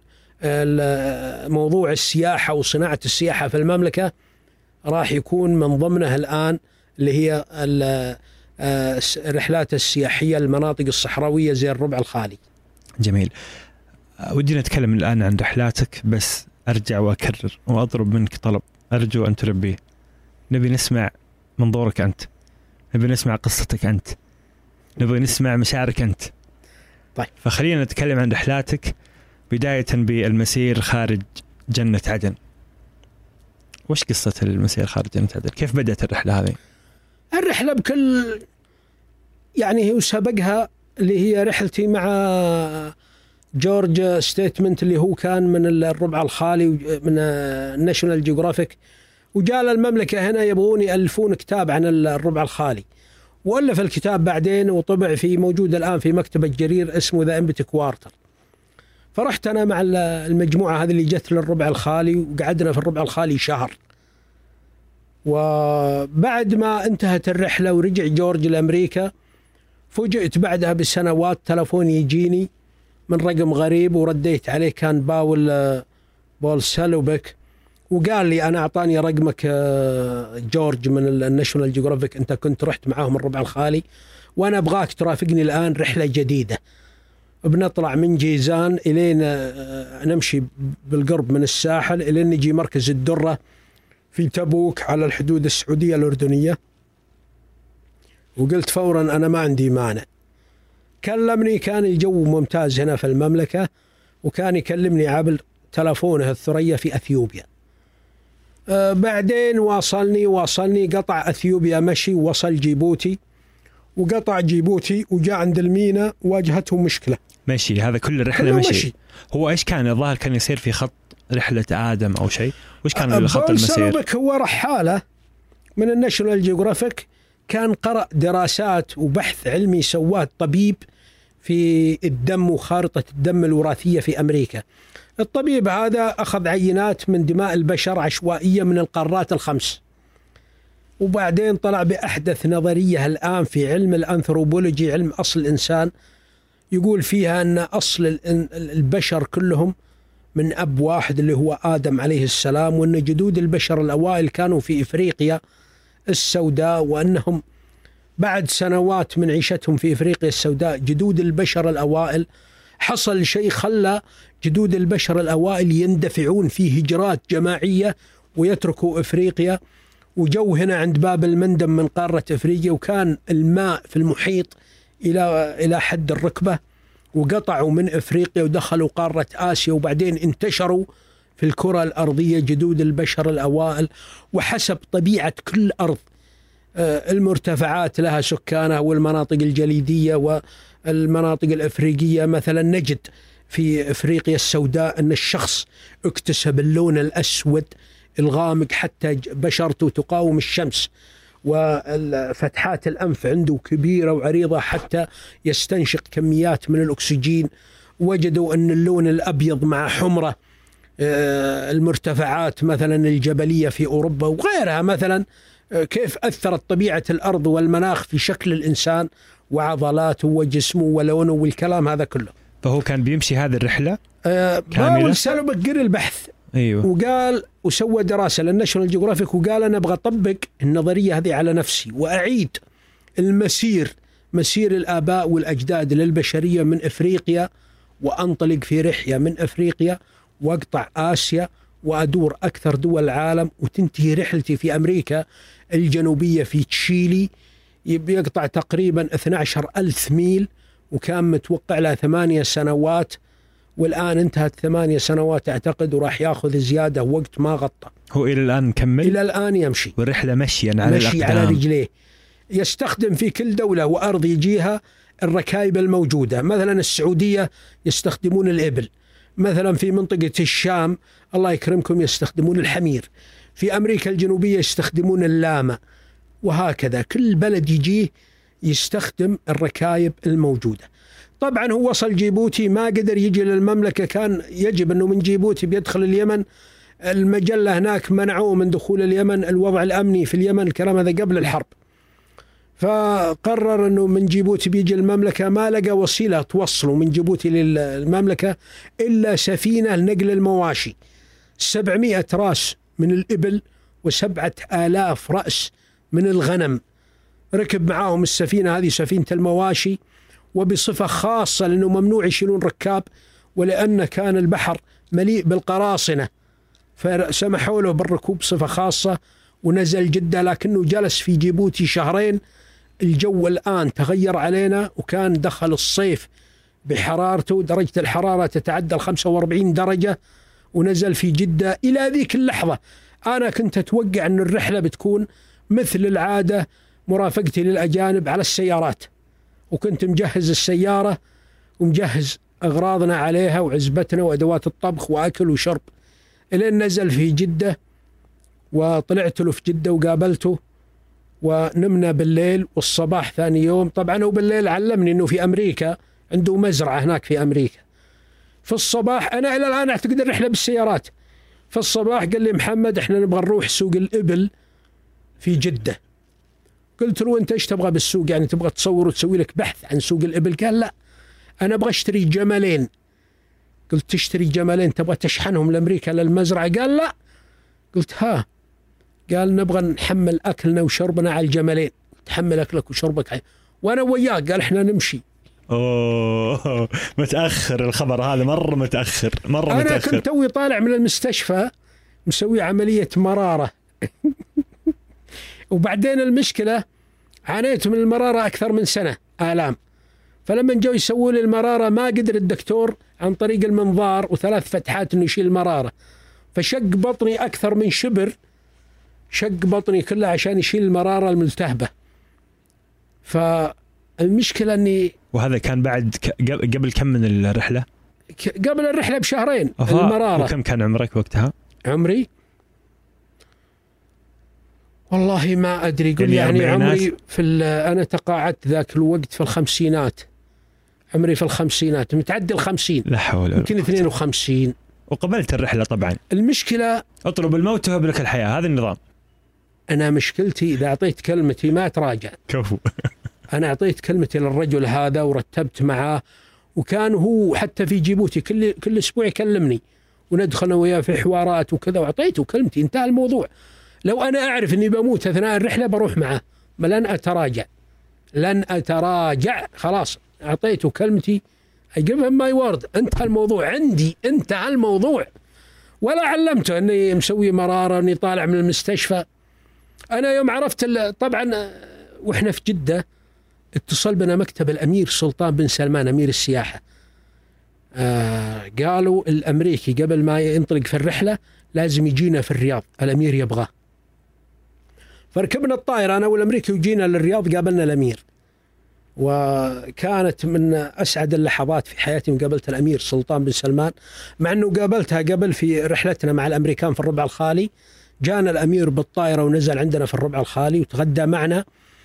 S2: موضوع السياحة وصناعة السياحة في المملكة راح يكون من ضمنها الآن اللي هي الرحلات السياحية المناطق الصحراوية زي الربع الخالي.
S1: جميل. ودي نتكلم الآن عن رحلاتك، بس أرجع وأكرر وأضرب منك طلب أرجو أن تلبيه. نبي نسمع منظورك أنت، نبي نسمع قصتك أنت، نبي نسمع مشاعرك أنت.
S2: طيب
S1: فخلينا نتكلم عن رحلاتك، بداية بالمسير خارج جنة عدن. وش قصة المسير خارج جنة عدن؟ كيف بدأت الرحلة هذه؟
S2: الرحلة بكل يعني هي وسبقها اللي هي رحلتي مع جورج ستيتمنت اللي هو كان من الربع الخالي من الناشونال جيوغرافيك، وجاء للمملكة هنا يبغون يألفون كتاب عن الربع الخالي، وألف الكتاب بعدين وطبع في موجود الآن في مكتبة جرير اسمه ذا إمبت كوارتر. فرحت أنا مع المجموعة هذه اللي جت للربع الخالي وقعدنا في الربع الخالي شهر. وبعد ما انتهت الرحلة ورجع جورج لأمريكا، فوجئت بعدها بسنوات تلفون يجيني من رقم غريب، ورديت عليه كان باول بول سالوبك، وقال لي أنا أعطاني رقمك جورج من الناشونال جيوغرافيك، أنت كنت رحت معاهم الربع الخالي وأنا أبغاك ترافقني الآن رحلة جديدة، بنطلع من جيزان إلين نمشي بالقرب من الساحل إلين نجي مركز الدرة في تبوك على الحدود السعودية الأردنية. وقلت فورا أنا ما عندي مانع. كلمني، كان الجو ممتاز هنا في المملكة، وكان يكلمني عبر تلفونه الثريا في أثيوبيا. أه بعدين واصلني واصلني قطع أثيوبيا مشي، ووصل جيبوتي، وقطع جيبوتي وجاء عند المينا واجهته مشكلة.
S1: مشي هذا كل الرحلة مشي. مشي. هو إيش كان الظاهر كان يصير في خط رحلة آدم أو شيء؟ وإيش كان الخط المسير؟
S2: هو رحالة من الناشونال جيوغرافيك، كان قرأ دراسات وبحث علمي سواه طبيب في الدم وخارطة الدم الوراثية في أمريكا. الطبيب هذا أخذ عينات من دماء البشر عشوائية من القارات الخمس، وبعدين طلع بأحدث نظرية الآن في علم الأنثروبولوجي، علم أصل الإنسان، يقول فيها أن أصل البشر كلهم من أب واحد اللي هو آدم عليه السلام، وأن جدود البشر الأوائل كانوا في إفريقيا السوداء، وأنهم بعد سنوات من عيشتهم في إفريقيا السوداء جدود البشر الأوائل حصل شيء خلى جدود البشر الأوائل يندفعون في هجرات جماعية ويتركوا إفريقيا، وجو هنا عند باب المندب من قارة إفريقيا، وكان الماء في المحيط إلى إلى حد الركبة، وقطعوا من إفريقيا ودخلوا قارة آسيا، وبعدين انتشروا في الكرة الأرضية جدود البشر الأوائل. وحسب طبيعة كل أرض، المرتفعات لها سكانها والمناطق الجليدية والمناطق الإفريقية. مثلا نجد في إفريقيا السوداء أن الشخص اكتسب اللون الأسود الغامق حتى بشرته تقاوم الشمس، وفتحات الأنف عنده كبيرة وعريضة حتى يستنشق كميات من الأكسجين. وجدوا أن اللون الأبيض مع حمرة المرتفعات مثلا الجبلية في أوروبا وغيرها، مثلا كيف أثرت طبيعة الأرض والمناخ في شكل الإنسان وعضلاته وجسمه ولونه والكلام هذا كله.
S1: فهو كان بيمشي هذه الرحلة
S2: أه باول سنة بقر البحث.
S1: أيوه.
S2: وقال وسوى دراسة للناشونال جيوغرافيك، وقال أنا أبغى أطبق النظرية هذه على نفسي وأعيد المسير مسير الآباء والأجداد للبشرية من إفريقيا، وأنطلق في رحلة من إفريقيا وأقطع آسيا وأدور أكثر دول العالم، وتنتهي رحلتي في أمريكا الجنوبية في تشيلي، يقطع تقريبا اثني عشر ألف ميل، وكان متوقع له ثمانية سنوات، والآن انتهت ثمانية سنوات أعتقد، وراح يأخذ زيادة وقت ما غطى.
S1: هو إلى الآن مكمل؟
S2: إلى الآن يمشي،
S1: والرحلة مشيا على
S2: مشي
S1: الأقدام،
S2: على رجليه. يستخدم في كل دولة وأرض يجيها الركائب الموجودة. مثلا السعودية يستخدمون الإبل، مثلا في منطقة الشام الله يكرمكم يستخدمون الحمير، في أمريكا الجنوبية يستخدمون اللاما، وهكذا كل بلد يجيه يستخدم الركائب الموجودة. طبعا هو وصل جيبوتي ما قدر يجي للمملكة، كان يجب أنه من جيبوتي بيدخل اليمن، المجلة هناك منعوه من دخول اليمن، الوضع الأمني في اليمن الكلام هذا قبل الحرب، فقرر أنه من جيبوتي بيجي المملكة، ما لقى وسيلة توصله من جيبوتي للمملكة إلا سفينة لنقل المواشي، سبعمائة راس من الإبل وسبعة آلاف رأس من الغنم، ركب معاهم السفينة هذه سفينة المواشي، وبصفة خاصة لأنه ممنوع يشيلون ركاب، ولأن كان البحر مليء بالقراصنة فسمحوا له بالركوب بصفة خاصة، ونزل جدة، لكنه جلس في جيبوتي شهرين. الجو الآن تغير علينا، وكان دخل الصيف بحرارته، درجة الحرارة تتعدى خمسة وأربعين درجة، ونزل في جدة. إلى ذيك اللحظة أنا كنت أتوقع أن الرحلة بتكون مثل العادة، مرافقتي للأجانب على السيارات، وكنت مجهز السيارة ومجهز أغراضنا عليها وعزبتنا وأدوات الطبخ وأكل وشرب، إلين نزل في جدة، وطلعت له في جدة وقابلته، ونمنا بالليل، والصباح ثاني يوم طبعا هو بالليل علمني أنه في أمريكا عنده مزرعة هناك في أمريكا. في الصباح أنا إلى الآن أعتقد الرحلة بالسيارات، في الصباح قال لي محمد إحنا نبغى نروح سوق الإبل في جدة. قلت له أنت إيش تبغى بالسوق، يعني تبغى تصور وتسوي لك بحث عن سوق الإبل؟ قال لا أنا أبغى أشتري جملين. قلت تشتري جملين تبغى تشحنهم لأمريكا للمزرعة؟ قال لا. قلت ها؟ قال نبغى نحمل أكلنا وشربنا على الجملين. تحمل أكلك وشربك على... وأنا وياك. قال إحنا نمشي.
S1: أوه متأخر الخبر هذا، مرة متأخر مرة
S2: أنا
S1: متأخر.
S2: كنت توي طالع من المستشفى مسوي عملية مرارة وبعدين المشكلة عانيت من المرارة أكثر من سنة آلام، فلما جو يسووا لي المرارة ما قدر الدكتور عن طريق المنظار وثلاث فتحات إنه يشيل المرارة، فشق بطني أكثر من شبر، شق بطني كلها عشان يشيل المرارة الملتهبة. فالمشكلة أني
S1: وهذا كان بعد ك... قبل كم من الرحلة؟
S2: قبل الرحلة بشهرين. المرارة.
S1: وكم كان عمرك وقتها؟
S2: عمري والله ما أدري، قل يعني عمري في أنا تقاعدت ذاك الوقت في الخمسينات، عمري في الخمسينات متعدي الخمسين،
S1: لا حول،
S2: يمكن اثنين وخمسين.
S1: وقبلت الرحلة طبعا.
S2: المشكلة
S1: اطلب الموت وهب لك الحياة، هذا النظام.
S2: أنا مشكلتي إذا أعطيت كلمتي ما تراجع.
S1: كفو.
S2: أنا أعطيت كلمتي للرجل هذا ورتبت معاه، وكان هو حتى في جيبوتي كل كل أسبوع يكلمني وندخل وياه في حوارات وكذا، وأعطيته كلمتي انتهى الموضوع. لو أنا أعرف أني بموت أثناء الرحلة بروح معه، ما لن أتراجع. لن أتراجع، خلاص أعطيته كلمتي I give him my word، انتهى الموضوع عندي، انتهى الموضوع. ولا علمته أني مسوي مرارة أني طالع من المستشفى. أنا يوم عرفت طبعا وإحنا في جدة اتصل بنا مكتب الأمير سلطان بن سلمان أمير السياحة، آه قالوا الأمريكي قبل ما ينطلق في الرحلة لازم يجينا في الرياض، الأمير يبغاه. فركبنا الطائرة أنا والأمريكي وجينا للرياض، قابلنا الأمير، وكانت من أسعد اللحظات في حياتي مقابلة الأمير سلطان بن سلمان، مع أنه قابلتها قبل في رحلتنا مع الأمريكان في الربع الخالي. جانا الأمير بالطائرة ونزل عندنا في الربع الخالي وتغدى معنا.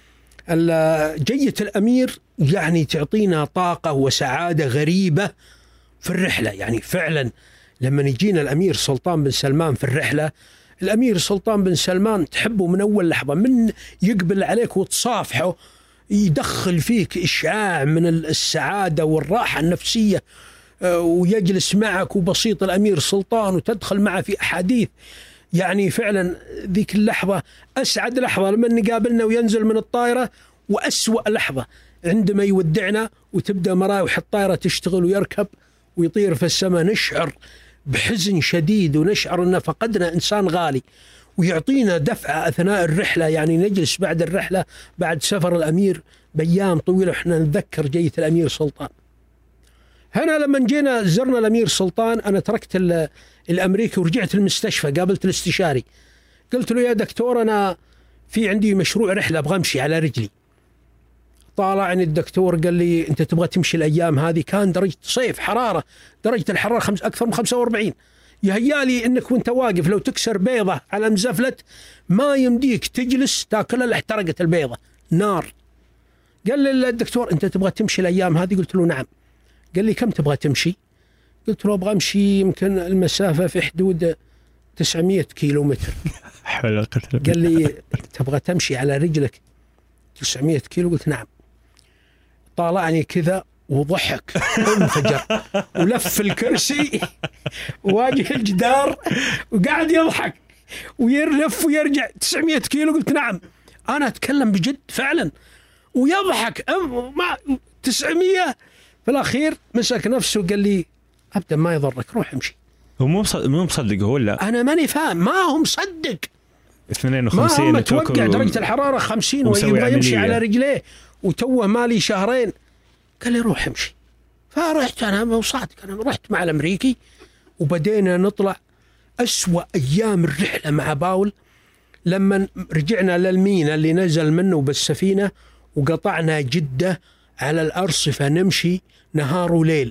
S2: جية الأمير يعني تعطينا طاقة وسعادة غريبة في الرحلة. يعني فعلا لما يجينا الأمير سلطان بن سلمان في الرحلة، الأمير سلطان بن سلمان تحبه من أول لحظة، من يقبل عليك وتصافحه يدخل فيك إشعاع من السعادة والراحة النفسية، ويجلس معك وبسيط الأمير سلطان وتدخل معه في أحاديث. يعني فعلا ذيك اللحظة أسعد لحظة لما نقابلنا وينزل من الطائرة، وأسوأ لحظة عندما يودعنا وتبدأ مراوح الطائرة تشتغل ويركب ويطير في السماء. نشعر بحزن شديد ونشعر أن فقدنا إنسان غالي، ويعطينا دفعة أثناء الرحلة. يعني نجلس بعد الرحلة بعد سفر الأمير بأيام طويلة وإحنا نتذكر جية الأمير سلطان. هنا لما جينا زرنا الأمير سلطان، أنا تركت الأمريكي ورجعت المستشفى، قابلت الاستشاري قلت له يا دكتور أنا في عندي مشروع رحلة أبغى أمشي على رجلي. طالعني الدكتور قال لي أنت تبغى تمشي الأيام هذه، كان درجة صيف حرارة، درجة الحرارة خمس أكثر من خمسة وأربعين، يهيالي إنك وانت واقف لو تكسر بيضة على مزفلت ما يمديك تجلس تاكلها لاحترقت البيضة نار. قال لي الدكتور أنت تبغى تمشي الأيام هذه؟ قلت له نعم. قال لي كم تبغى تمشي؟ قلت له أبغى أمشي يمكن المسافة في حدود تسعمية كيلو متر. قال لي تبغى تمشي على رجلك تسعمية كيلو؟ قلت نعم. طالعني كذا وضحك انفجر ولف الكرسي واجه الجدار وقاعد يضحك ويرلف ويرجع. تسعمية كيلو؟ قلت نعم أنا أتكلم بجد فعلا. ويضحك مع تسعمية. في الأخير مسك نفسه وقال لي أبدا ما يضرك روح امشي.
S1: هو مو مو مصدق هو لا
S2: أنا ماني فاهم، ما هو مصدق.
S1: اثنين وخمسين
S2: ما هم متوقع درجة الحرارة خمسين ويبغى يمشي على رجليه وتوه مالي شهرين. قال لي روح امشي. فرحت أنا وصادق أنا رحت مع الأمريكي وبدينا نطلع. أسوأ أيام الرحلة مع باول لما رجعنا للمينا اللي نزل منه بالسفينة وقطعنا جدة على الأرصفة نمشي نهار وليل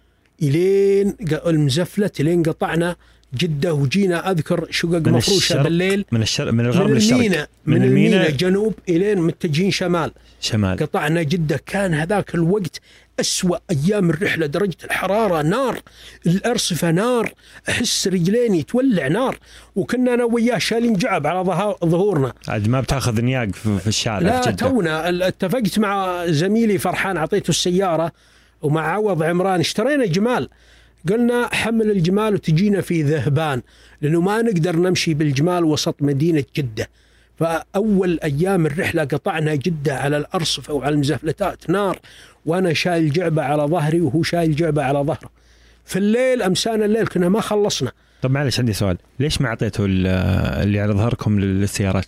S2: إلين المزفلت إلين قطعنا جدة وجينا أذكر شقق مفروشة بالليل
S1: من الشرق من الغرب
S2: للشرق من, من, من المينا, المينا جنوب إلين متجهين شمال
S1: شمال
S2: قطعنا جدة. كان هذاك الوقت أسوأ أيام الرحلة، درجة الحرارة نار، الأرصفة نار، أحس رجليني تولع نار. وكنا أنا وياه شالين جعب على ظهورنا.
S1: عاد ما بتاخذ نياق في الشارع؟
S2: لا تونا اتفقت مع زميلي فرحان عطيته السيارة ومع عوض عمران اشترينا جمال، قلنا حمل الجمال وتجينا في ذهبان لأنه ما نقدر نمشي بالجمال وسط مدينة جدة. فأول أيام الرحلة قطعنا جدة على الأرصفة وعلى المزفلتات نار، وأنا شايل جعبة على ظهري وهو شايل جعبة على ظهره. في الليل أمسان الليل كنا ما خلصنا.
S1: طب معلش عندي سؤال، ليش ما أعطيته اللي على ظهركم للسيارات؟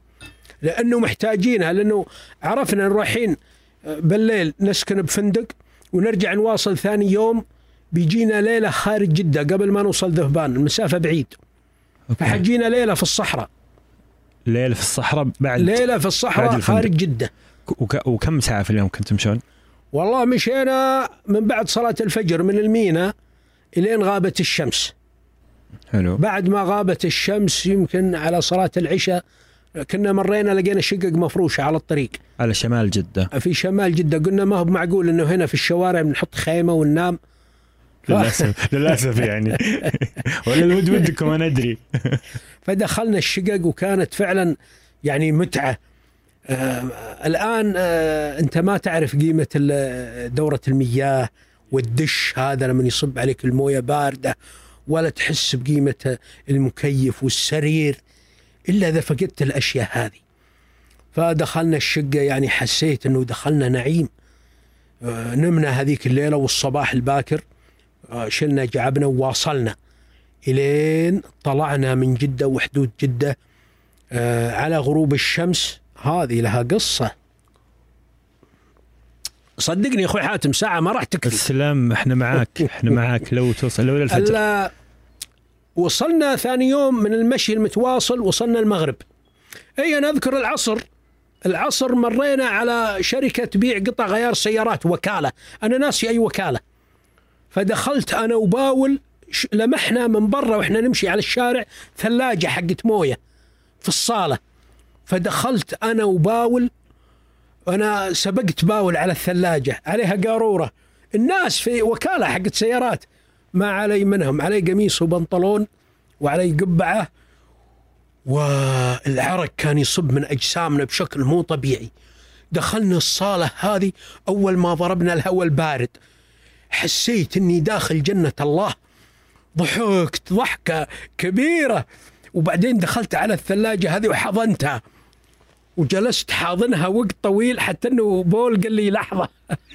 S2: لأنه محتاجينها، لأنه عرفنا رايحين بالليل نسكن بفندق ونرجع نواصل ثاني يوم، بيجينا ليلة خارج جدة قبل ما نوصل ذهبان، المسافة بعيد. أوكي. فحجينا ليلة في الصحراء.
S1: ليلة في الصحراء بعد
S2: ليلة في الصحراء خارج جدة.
S1: وك... وكم ساعة في اليوم كنتم تمشون؟
S2: والله مشينا من بعد صلاة الفجر من المينا إلين غابت الشمس.
S1: حلو.
S2: بعد ما غابت الشمس يمكن على صلاة العشاء كنا مرينا لقينا شقق مفروشة على الطريق
S1: على شمال جدة.
S2: في شمال جدة. قلنا ما هو معقول إنه هنا في الشوارع بنحط خيمة وننام.
S1: للأسف للأسف يعني ولا الود ودكم أنا أدري.
S2: فدخلنا الشقق وكانت فعلا يعني متعة. آه الآن آه أنت ما تعرف قيمة دورة المياه والدش هذا لما يصب عليك الموية باردة، ولا تحس بقيمة المكيف والسرير إلا إذا فقدت الأشياء هذه. فدخلنا الشقة، يعني حسيت أنه دخلنا نعيم. نمنا هذيك الليلة والصباح الباكر شلنا جعبنا وواصلنا إلين طلعنا من جدة وحدود جدة على غروب الشمس. هذه لها قصة صدقني يا أخوي حاتم، ساعة ما راح تكفي.
S1: السلام، احنا معاك احنا معاك لو توصل لو الفجر.
S2: وصلنا ثاني يوم من المشي المتواصل، وصلنا المغرب. اي انا اذكر العصر العصر مرينا على شركة تبيع قطع غيار سيارات، وكالة، انا ناسي اي وكالة. فدخلت انا وباول، لمحنا من برا واحنا نمشي على الشارع ثلاجة حقت موية في الصالة. فدخلت انا وباول، أنا سبقت باول على الثلاجة، عليها قارورة. الناس في وكالة حقت سيارات ما علي منهم، علي قميص وبنطلون وعلي قبعة، والعرق كان يصب من أجسامنا بشكل مو طبيعي. دخلنا الصالة هذه، أول ما ضربنا الهواء البارد حسيت أني داخل جنة الله. ضحكت ضحكة كبيرة، وبعدين دخلت على الثلاجة هذه وحضنتها، وجلست حاضنها وقت طويل، حتى انه بول قال لي لحظة.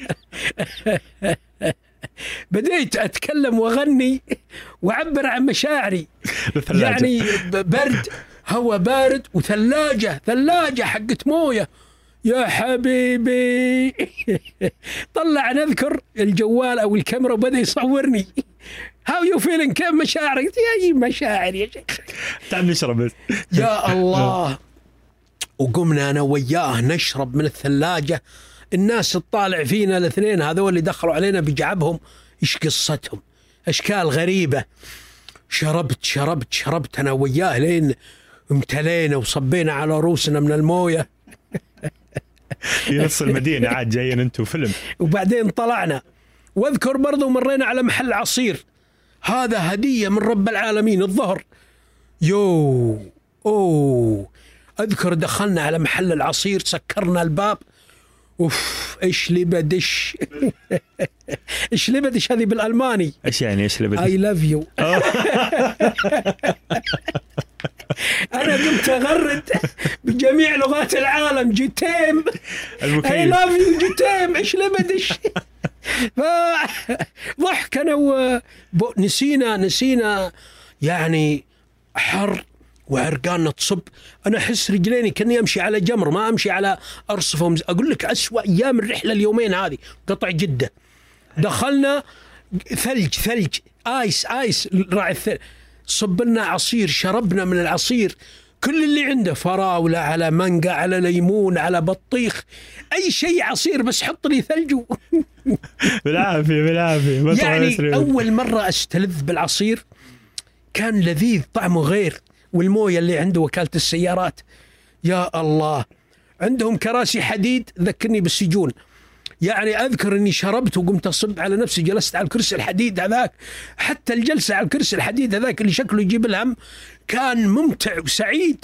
S2: بديت اتكلم واغني واعبر عن مشاعري. يعني برد، هواء بارد، وثلاجة ثلاجة حقت موية يا حبيبي. طلع نذكر الجوال او الكاميرا وبدأ يصورني. هاو يو فيلينج، كيف مشاعرك؟ يا مشاعر يا شيخ،
S1: تعال نشرب.
S2: يا الله. وقمنا أنا وياه نشرب من الثلاجة. الناس تطالع فينا الاثنين هذول اللي دخلوا علينا بجعبهم، إيش قصتهم، أشكال غريبة. شربت شربت شربت أنا وياه لين امتلينا وصبينا على روسنا من الموية.
S1: ينص المدينة عاد جايين أنتوا فيلم.
S2: وبعدين طلعنا، واذكر برضو مرينا على محل عصير، هذا هدية من رب العالمين الظهر. يو أوه أذكر دخلنا على محل العصير، سكرنا الباب. أوف إيش لي بدش. إيش لي بدش هذه بالألماني.
S1: إيش يعني إيش لي بدش؟
S2: I love you. أنا قمت أغرد بجميع لغات العالم، جتيم I love you جتيم إيش لي بدش. ضحك أنا ونسينا نسينا يعني حر وعرقاننا تصب. أنا أحس رجليني كأني أمشي على جمر، ما أمشي على أرصفة. أقول لك أسوأ أيام الرحلة اليومين هذه، قطع جدة. دخلنا ثلج ثلج آيس آيس راعي الثلج، صب لنا عصير، شربنا من العصير كل اللي عنده، فراولة على مانجا على ليمون على بطيخ، أي شيء عصير بس حط لي ثلج.
S1: بالعافية بالعافية.
S2: يعني أول مرة أستلذ بالعصير، كان لذيذ طعمه غير. والموية اللي عنده وكالة السيارات، يا الله، عندهم كراسي حديد ذكرني بالسجون. يعني أذكر أني شربت وقمت أصب على نفسي، جلست على الكرسي الحديد هذاك. حتى الجلسة على الكرسي الحديد هذاك اللي شكله يجيب الهم كان ممتع وسعيد.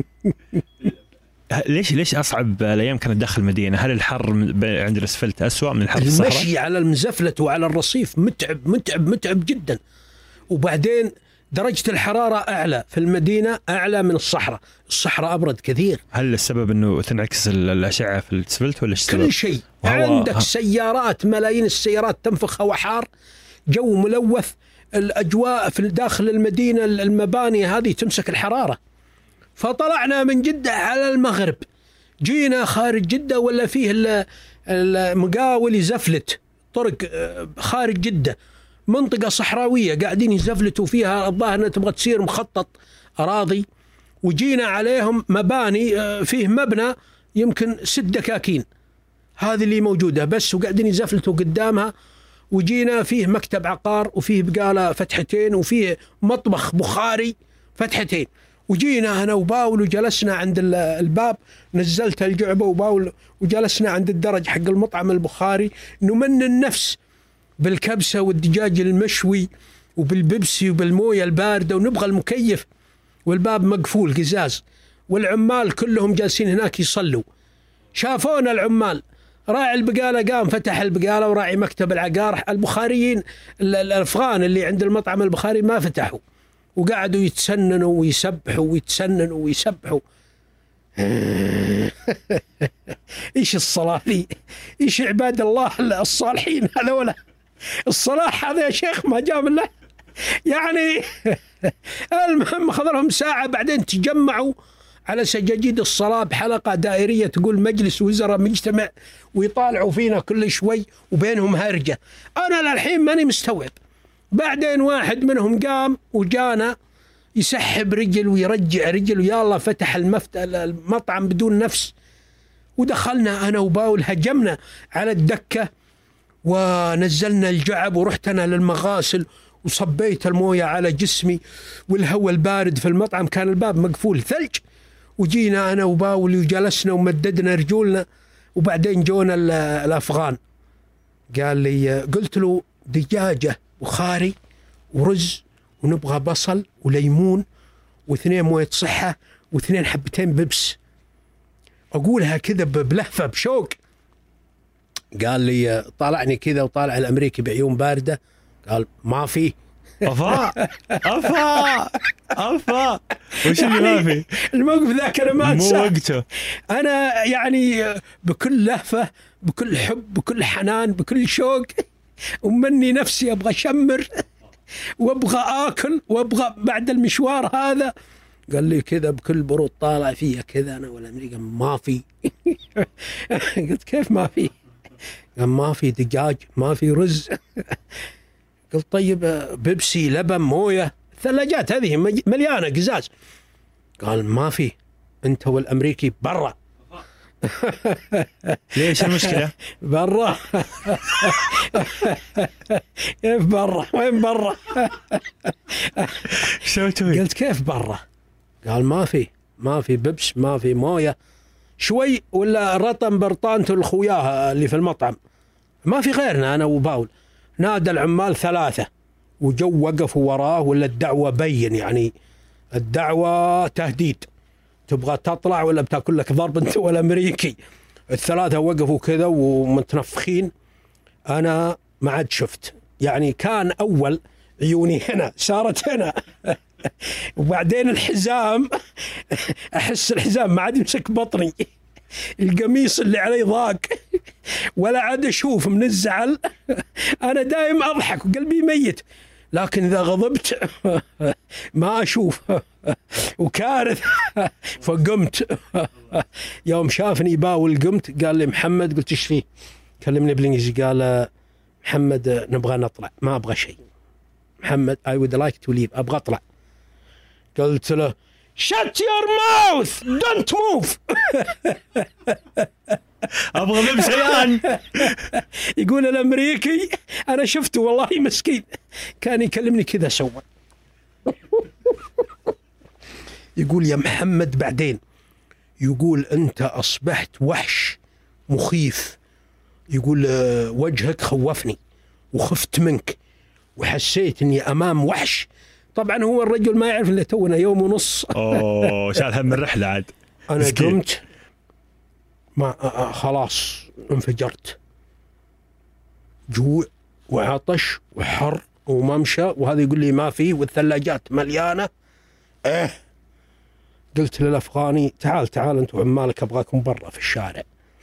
S1: ليش ليش أصعب الأيام كانت داخل المدينة؟ هل الحر عند الأسفلت أسوأ من الحر في الصحراء؟
S2: المشي على المزفلة وعلى الرصيف متعب متعب متعب جدا. وبعدين درجة الحرارة أعلى في المدينة، أعلى من الصحراء. الصحراء أبرد كثير.
S1: هل السبب أنه تنعكس الأشعة في الأسفلت ولا السبب؟
S2: كل شيء. عندك سيارات، ملايين السيارات تنفخ هواء حار، جو ملوث، الأجواء في داخل المدينة، المباني هذه تمسك الحرارة. فطلعنا من جدة على المغرب، جينا خارج جدة ولا فيه المقاول يزفلت طرق خارج جدة، منطقة صحراوية قاعدين يزفلتوا فيها، الظاهر أنها تبغى تصير مخطط أراضي. وجينا عليهم مباني، فيه مبنى يمكن ست دكاكين، هذه اللي موجودة بس، وقاعدين يزفلتوا قدامها. وجينا فيه مكتب عقار، وفيه بقالة فتحتين، وفيه مطبخ بخاري فتحتين. وجينا أنا وباول وجلسنا عند الباب، نزلت الجعبة وباول وجلسنا عند الدرج حق المطعم البخاري، نمن النفس بالكبسة والدجاج المشوي وبالبيبسي وبالموية الباردة، ونبغى المكيف، والباب مقفول قزاز، والعمال كلهم جالسين هناك يصلوا. شافونا العمال، راعي البقالة قام فتح البقالة، وراعي مكتب العقار. البخاريين الأفغان اللي عند المطعم البخاري ما فتحوا، وقعدوا يتسننوا ويسبحوا ويتسننوا ويسبحوا. إيش الصلاة لي؟ إيش عباد الله الصالحين هذا؟ ولا الصلاح هذا يا شيخ ما جاء من الله يعني. المهم خذ لهم ساعة، بعدين تجمعوا على سجاجيد الصلاة بحلقة دائرية تقول مجلس وزراء مجتمع، ويطالعوا فينا كل شوي وبينهم هرجة. أنا للحين ماني مستوعب. بعدين واحد منهم قام وجانا يسحب رجل ويرجع رجل، ويا الله فتح المفت... المطعم بدون نفس. ودخلنا أنا وباول، هجمنا على الدكة ونزلنا الجعب، ورحت أنا للمغاسل وصبيت الموية على جسمي، والهواء البارد في المطعم كان الباب مقفول ثلج. وجينا أنا وباول وجلسنا ومددنا رجولنا. وبعدين جونا الأفغان، قال لي، قلت له دجاجة بخاري ورز، ونبغى بصل وليمون واثنين موية صحة واثنين حبتين بيبس. أقولها كذا بلهفة بشوق. قال لي، طالعني كذا وطالع الأمريكي بعيون باردة، قال ما في.
S1: أفا أفا أفا وش اللي ما في؟
S2: الموقف ذاك أنا ما أنساه.
S1: مو وقته.
S2: أنا يعني بكل لهفة، بكل حب، بكل حنان، بكل شوق، ومني نفسي أبغى شمر وأبغى آكل وأبغى بعد المشوار هذا. قال لي كذا بكل برود طالع فيها كذا أنا والأمريكا، ما في. قلت كيف ما في؟ قال ما في دجاج، ما في رز. قلت طيب بيبسي، لبن، موية، الثلاجات هذه مليانة قزاز. قال ما في، أنت والأمريكي برا.
S1: ليش المشكلة؟
S2: برا. كيف برا؟ وين برا؟
S1: شو تسوي؟
S2: قلت كيف برا؟ قال ما في، ما في بيبس، ما في موية. شوي ولا رطن برطانته الخوياه اللي في المطعم، ما في غيرنا أنا وباول. نادى العمال ثلاثة وجو وقفوا وراه، ولا الدعوة بين يعني الدعوة تهديد، تبغى تطلع ولا بتاكل لك ضرب انت والأمريكي. الثلاثة وقفوا كذا ومتنفخين. أنا ما عاد شفت يعني، كان أول عيوني هنا صارت هنا. وبعدين الحزام، أحس الحزام ما عاد يمسك بطني، القميص اللي علي ضاق، ولا عاد أشوف من الزعل. أنا دايم أضحك وقلبي ميت، لكن إذا غضبت ما أشوف، وكارث. فقمت. يوم شافني باول قمت، قال لي محمد. قلت إيش فيه؟ كلمني بالإنجليزي. قال محمد نبغى نطلع، ما أبغى شيء. محمد I would like to leave، أبغى أطلع. قلت له shut your mouth don't move.
S1: أبغى بيبسي الآن.
S2: يقول الأمريكي، أنا شفته والله مسكين، كان يكلمني كذا سوى. يقول يا محمد بعدين، يقول أنت أصبحت وحش مخيف. يقول وجهك خوفني وخفت منك وحسيت أني أمام وحش. طبعا هو الرجل ما يعرف إلا تونا يوم ونص.
S1: أوه شال هم الرحلة عاد.
S2: أنا قمت ما خلاص انفجرت، جوع وعطش وحر وممشى، وهذا يقول لي ما فيه، والثلاجات مليانة. إيه قلت للأفغاني تعال تعال أنت وعمالك أبغاكم برا في الشارع.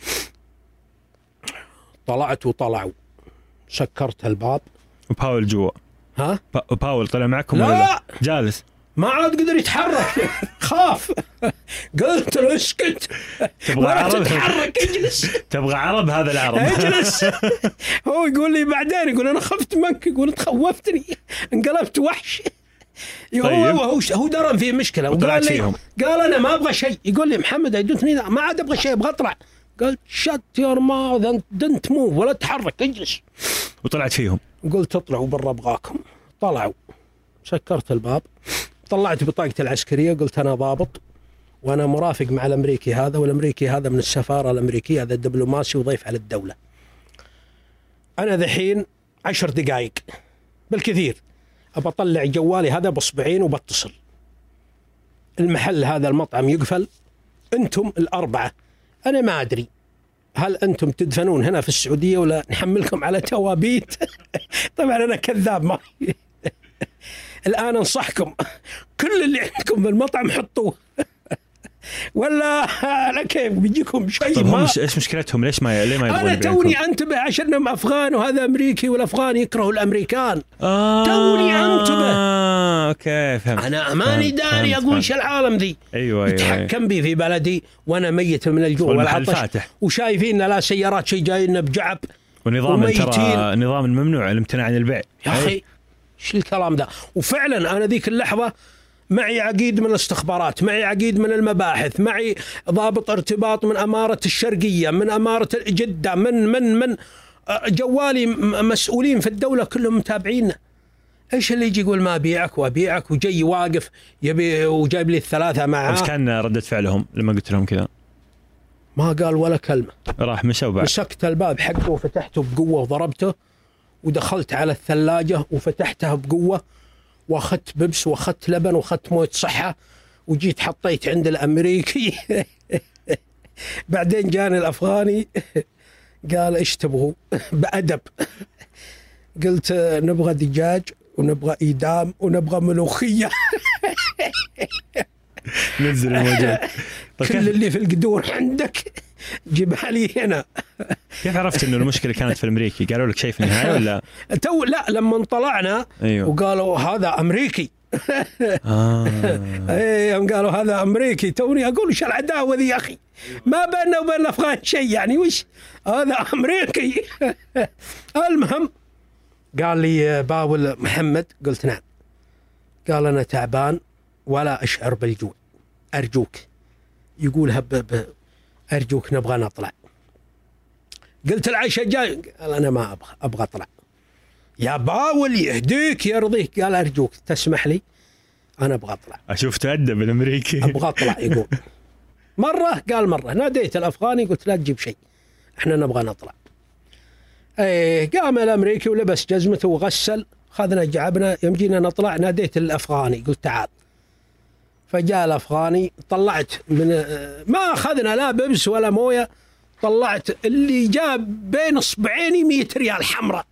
S2: طلعت وطلعوا، سكرت الباب.
S1: وباول جوا.
S2: ها؟
S1: باول طلع معكم
S2: لا.
S1: ولا لا؟ جالس
S2: ما عاد قدر يتحرك. خاف. قلت له اسكت،
S1: تبغى عرب؟
S2: تتحرك اجلس.
S1: تبغى عرب هذا العرب.
S2: اجلس. هو يقول لي بعدين، يقول انا خفت منك، يقول تخوفتني، انقلبت وحش.
S1: طيب.
S2: هو هو هو درى فيه مشكله
S1: وقال لي
S2: قال انا ما ابغى شيء. يقول لي محمد ايدوني ما عاد ابغى شيء، ابغى اطلع. قلت شت يور ماوث دنت موف، ولا تحرك اجلس.
S1: وطلعت فيهم
S2: وقلت اطلعوا برا ابغاكم. طلعوا، سكرت الباب، طلعت بطاقتي العسكريه، قلت انا ضابط وانا مرافق مع الامريكي هذا، والامريكي هذا من السفاره الامريكيه، هذا دبلوماسي وضيف على الدوله. انا ذحين عشر دقائق بالكثير ابى اطلع جوالي هذا باصبعين وبتصل. المحل هذا المطعم يقفل، انتم الاربعه انا ما ادري هل أنتم تدفنون هنا في السعودية ولا نحملكم على توابيت. طبعا أنا كذاب ما. الآن أنصحكم كل اللي عندكم بالمطعم حطوه. ولا على كيف بيجيكم شيء؟
S1: طيب
S2: ما
S1: هم ايش مشكلتهم؟ ليش ما ليه ما يبغون
S2: انا
S1: يبيعونكم؟
S2: توني انتبه عشانهم افغان وهذا امريكي، والافغان يكرهوا الامريكان.
S1: آه
S2: توني انتبه.
S1: آه اوكي فهمت.
S2: انا ماني داري اقول ايش العالم ذي.
S1: ايوه ايوه
S2: يتحكم بي في بلدي وانا ميت من الجوع والعطش، وشايفين لا سيارات شيء جايين بجعب،
S1: ونظام ترى نظام الممنوع الامتناع عن البيع
S2: يا اخي. ايش الكلام ده؟ وفعلا انا ذيك اللحظه معي عقيد من الاستخبارات، معي عقيد من المباحث، معي ضابط ارتباط من اماره الشرقيه، من اماره جده، من من من جوالي مسؤولين في الدوله كلهم متابعينا. ايش اللي يجي يقول ما ابيعك وابيعك وجاي واقف يبي وجايب لي الثلاثه معاه؟
S1: بس كان ردة فعلهم لما قلت لهم كذا؟
S2: ما قال ولا كلمه،
S1: راح مشى وبعد.
S2: مسكت الباب حقه وفتحته بقوه وضربته، ودخلت على الثلاجه وفتحتها بقوه، واخذت بيبس واخذت لبن واخذت مويه صحه، وجيت حطيت عند الامريكي. بعدين جاني الافغاني قال ايش تبغوا؟ بأدب قلت نبغى دجاج ونبغى إيدام ونبغى ملوخية.
S1: نزل الموجود.
S2: كل اللي في القدور عندك جيبها لي هنا.
S1: كيف عرفت انه المشكلة كانت في الامريكي؟ قالوا لك شيء في النهاية ولا؟
S2: تو لا لما طلعنا
S1: أيوه.
S2: وقالوا هذا امريكي.
S1: آه.
S2: ايه يوم قالوا هذا امريكي توني اقول ايش العداوة ذي يا اخي؟ ما بيننا وبين الافغان شيء يعني، وش هذا امريكي. المهم قال لي باول محمد، قلت نعم. قال أنا تعبان ولا أشعر بالجوع، أرجوك. يقول هب أرجوك نبغى نطلع. قلت العشاء جاي. قال أنا ما أبغى أبغى أطلع. يا باول يهديك يرضيك. قال أرجوك تسمح لي أنا أبغى أطلع.
S1: أشوف تأدب الأمريكي.
S2: أبغى أطلع. يقول مرة قال مرة ناديت الأفغاني قلت لا تجيب شيء إحنا نبغى نطلع. ايه قام الامريكي ولبس جزمته وغسل، خذنا جعبنا يمجينا نطلع. ناديت الافغاني قلت تعال، فجاء الافغاني. طلعت من ما اخذنا لا ببس ولا مويه، طلعت اللي جاب بين اصبعيني مية ريال حمراء.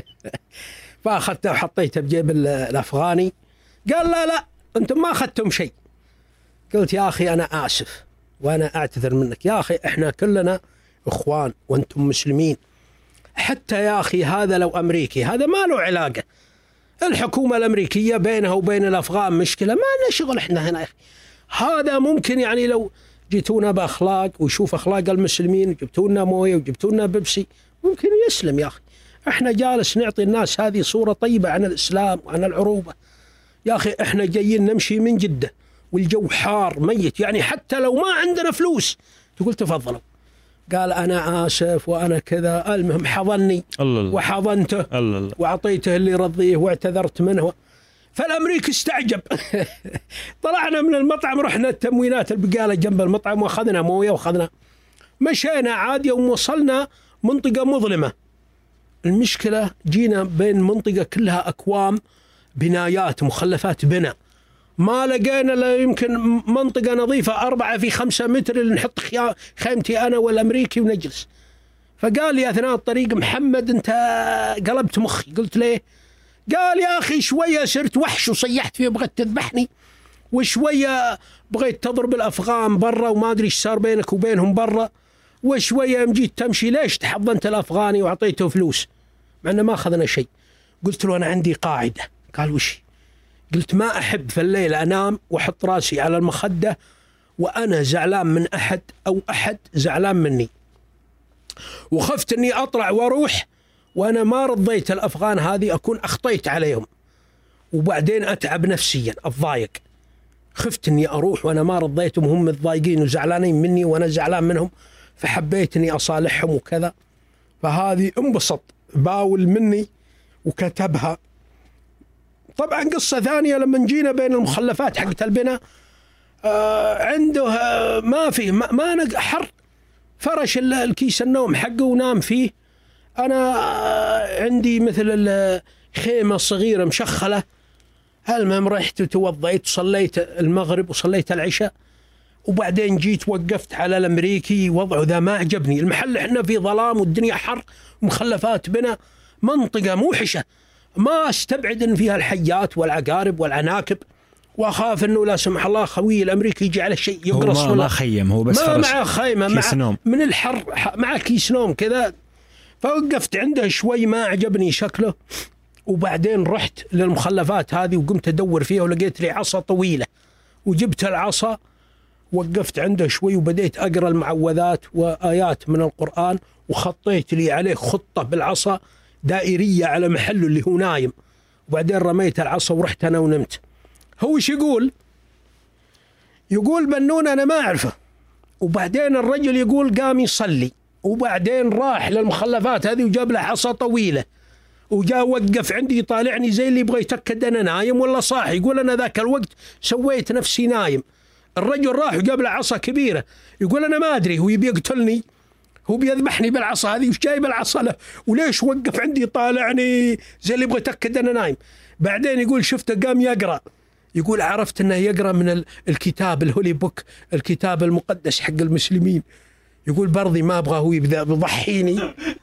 S2: فاخذته وحطيته بجيب الافغاني. قال لا لا انتم ما اخذتم شيء. قلت يا اخي انا اسف وانا اعتذر منك يا اخي، احنا كلنا اخوان وانتم مسلمين. حتى يا أخي هذا لو أمريكي هذا ما له علاقة، الحكومة الأمريكية بينها وبين الأفغان مشكلة، ما لنا شغل إحنا هنا. هذا ممكن يعني لو جيتونا بأخلاق ويشوف أخلاق المسلمين وجبتونا موية وجبتونا بيبسي ممكن يسلم يا أخي. إحنا جالس نعطي الناس هذه صورة طيبة عن الإسلام وعن العروبة. يا أخي إحنا جايين نمشي من جدة والجو حار ميت، يعني حتى لو ما عندنا فلوس تقول تفضلوا. قال أنا آسف وأنا كذا. المهم حضني وحضنته وعطيته اللي رضيه واعتذرت منه. فالأمريكي استعجب. طلعنا من المطعم رحنا التموينات البقالة جنب المطعم وأخذنا موية وأخذنا مشينا عادي ووصلنا منطقة مظلمة. المشكلة جينا بين منطقة كلها أكوام بنايات مخلفات بناء، ما لقينا لا يمكن منطقة نظيفة أربعة في خمسة متر اللي نحط خيمتي أنا والأمريكي ونجلس. فقال لي أثناء الطريق محمد أنت قلبت مخي. قلت ليه؟ قال يا أخي شوية صرت وحش وصيحت فيه بغيت تذبحني، وشوية بغيت تضرب الأفغان برا وما أدري إيش صار بينك وبينهم برا، وشوية مجيت تمشي ليش تحضنت الأفغاني وعطيته فلوس مع أنه ما أخذنا شيء. قلت له أنا عندي قاعدة. قال وش؟ قلت ما أحب في الليل أنام وأحط راسي على المخدة وأنا زعلان من أحد أو أحد زعلان مني، وخفت أني أطلع وأروح وأنا ما رضيت الأفغان هذه أكون أخطيت عليهم وبعدين أتعب نفسيا أتضايق. خفت أني أروح وأنا ما رضيتهم هم متضايقين وزعلانين مني وأنا زعلان منهم، فحبيت أني أصالحهم وكذا. فهذه انبسط باول مني وكتبها. طبعا قصة ثانية لما جينا بين المخلفات حقت البناء آه عنده آه ما في ما, ما نق حر، فرش الكيس النوم حقه ونام فيه. أنا آه عندي مثل الخيمة الصغيرة مشخلة. المهم رحت وتوضيت وصليت المغرب وصليت العشاء، وبعدين جيت وقفت على الأمريكي. وضعه ذا ما عجبني. المحل احنا في ظلام والدنيا حر ومخلفات بناء، منطقة موحشة ما استبعد ان فيها الحيات والعقارب والعناكب واخاف انه لا سمح الله خوي الامريكي يجي على شيء يقرص.
S1: هو ما, ما خيم، هو بس
S2: ما مع خيمه، مع
S1: نوم.
S2: من الحر مع كيس نوم كذا. فوقفت عنده شوي، ما عجبني شكله، وبعدين رحت للمخلفات هذه وقمت ادور فيها ولقيت لي عصا طويله، وجبت العصا وقفت عنده شوي وبديت اقرا المعوذات وايات من القرآن، وخطيت لي عليه خطه بالعصا دائريه على محله اللي هو نايم، وبعدين رميت العصا ورحت انا ونمت. هو ايش يقول؟ يقول بنون انا ما اعرفه. وبعدين الرجل يقول قام يصلي، وبعدين راح للمخلفات هذه وجاب له عصا طويله، وجاء وقف عندي يطالعني زي اللي يبغى يتأكد أنا نايم ولا صاحي. يقول أنا ذاك الوقت سويت نفسي نايم. الرجل راح وجاب له عصا كبيرة، يقول أنا ما أدري هو يبي يقتلني، هو بيذبحني بالعصا هذه، وش جايب العصا له وليش وقف عندي يطالعني زي اللي يبغى يتأكد أنا نايم. بعدين يقول شفته قام يقرأ، يقول عرفت أنه يقرأ من الكتاب الهولي بوك، الكتاب المقدس حق المسلمين. يقول برضي ما أبغى هو يبدأ بضحيني.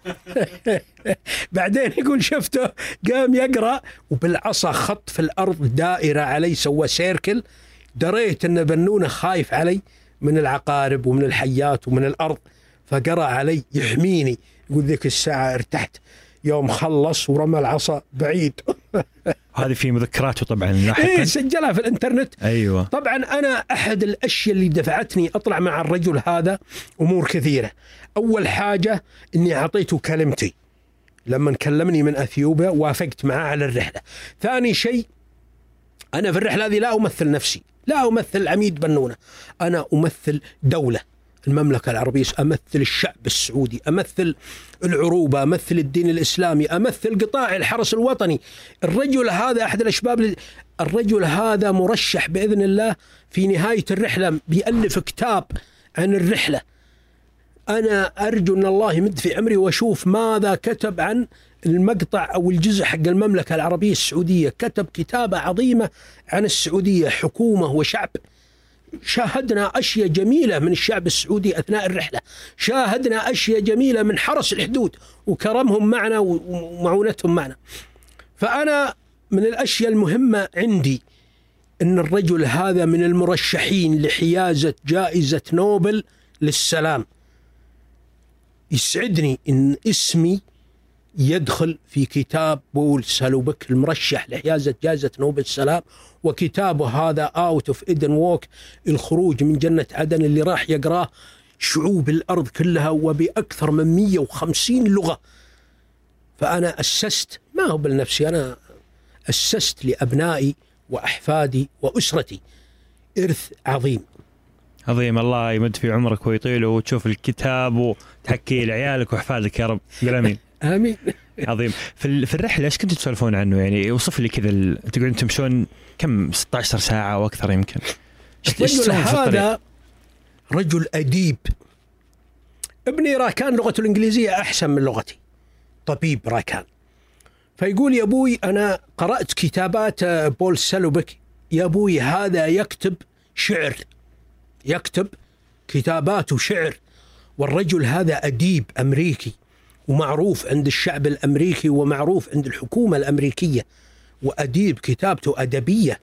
S2: بعدين يقول شفته قام يقرأ وبالعصا خط في الأرض دائرة علي، سوى سيركل. دريت أن بنونه خايف علي من العقارب ومن الحيات ومن الأرض، فقرأ علي يحميني. يقول ذيك الساعة ارتحت يوم خلص ورمى العصا بعيد.
S1: هذه في مذكراته طبعا لاحقا.
S2: إيه سجلها في الانترنت.
S1: أيوة.
S2: طبعا أنا أحد الأشياء اللي دفعتني أطلع مع الرجل هذا أمور كثيرة. أول حاجة إني أعطيته كلمتي لما كلمني من أثيوبيا، وافقت معاه على الرحلة. ثاني شيء أنا في الرحلة هذه لا أمثل نفسي، لا أمثل عميد بنونة، أنا أمثل دولة المملكة العربية، أمثل الشعب السعودي، أمثل العروبة، أمثل الدين الإسلامي، أمثل قطاع الحرس الوطني. الرجل هذا أحد الأشباب، الرجل هذا مرشح بإذن الله في نهاية الرحلة بيألف كتاب عن الرحلة. أنا أرجو أن الله يمد في عمري وأشوف ماذا كتب عن المقطع أو الجزء حق المملكة العربية السعودية. كتب كتابة عظيمة عن السعودية حكومة وشعب. شاهدنا أشياء جميلة من الشعب السعودي أثناء الرحلة، شاهدنا أشياء جميلة من حرس الحدود وكرمهم معنا ومعونتهم معنا. فأنا من الأشياء المهمة عندي أن الرجل هذا من المرشحين لحيازة جائزة نوبل للسلام. يسعدني أن اسمي يدخل في كتاب بول سالوبك المرشح لحيازة جائزة نوبل السلام. وكتابه هذا Out of Eden Walk، الخروج من جنة عدن، اللي راح يقراه شعوب الأرض كلها وبأكثر من مئة وخمسين لغة. فأنا أسست، ما هو بالنفسي، أنا أسست لأبنائي وأحفادي وأسرتي إرث عظيم
S1: عظيم. الله يمد في عمرك ويطيله وتشوف الكتاب وتحكي لعيالك وأحفادك يا رب. قل آمين.
S2: آمين.
S1: عظيم. في في الرحلة إيش كنتوا تسولفون عنه؟ يعني وصف لي كذا، تقعدون تمشون كم ستة عشر ساعة أو أكثر يمكن.
S2: الرجل هذا رجل أديب. ابني راكان لغته الإنجليزية أحسن من لغتي، طبيب راكان. فيقول يا أبوي أنا قرأت كتابات بول سالوبك، يا أبوي هذا يكتب شعر، يكتب كتابات وشعر. والرجل هذا أديب أمريكي ومعروف عند الشعب الأمريكي ومعروف عند الحكومة الأمريكية، وأديب كتابته أدبية.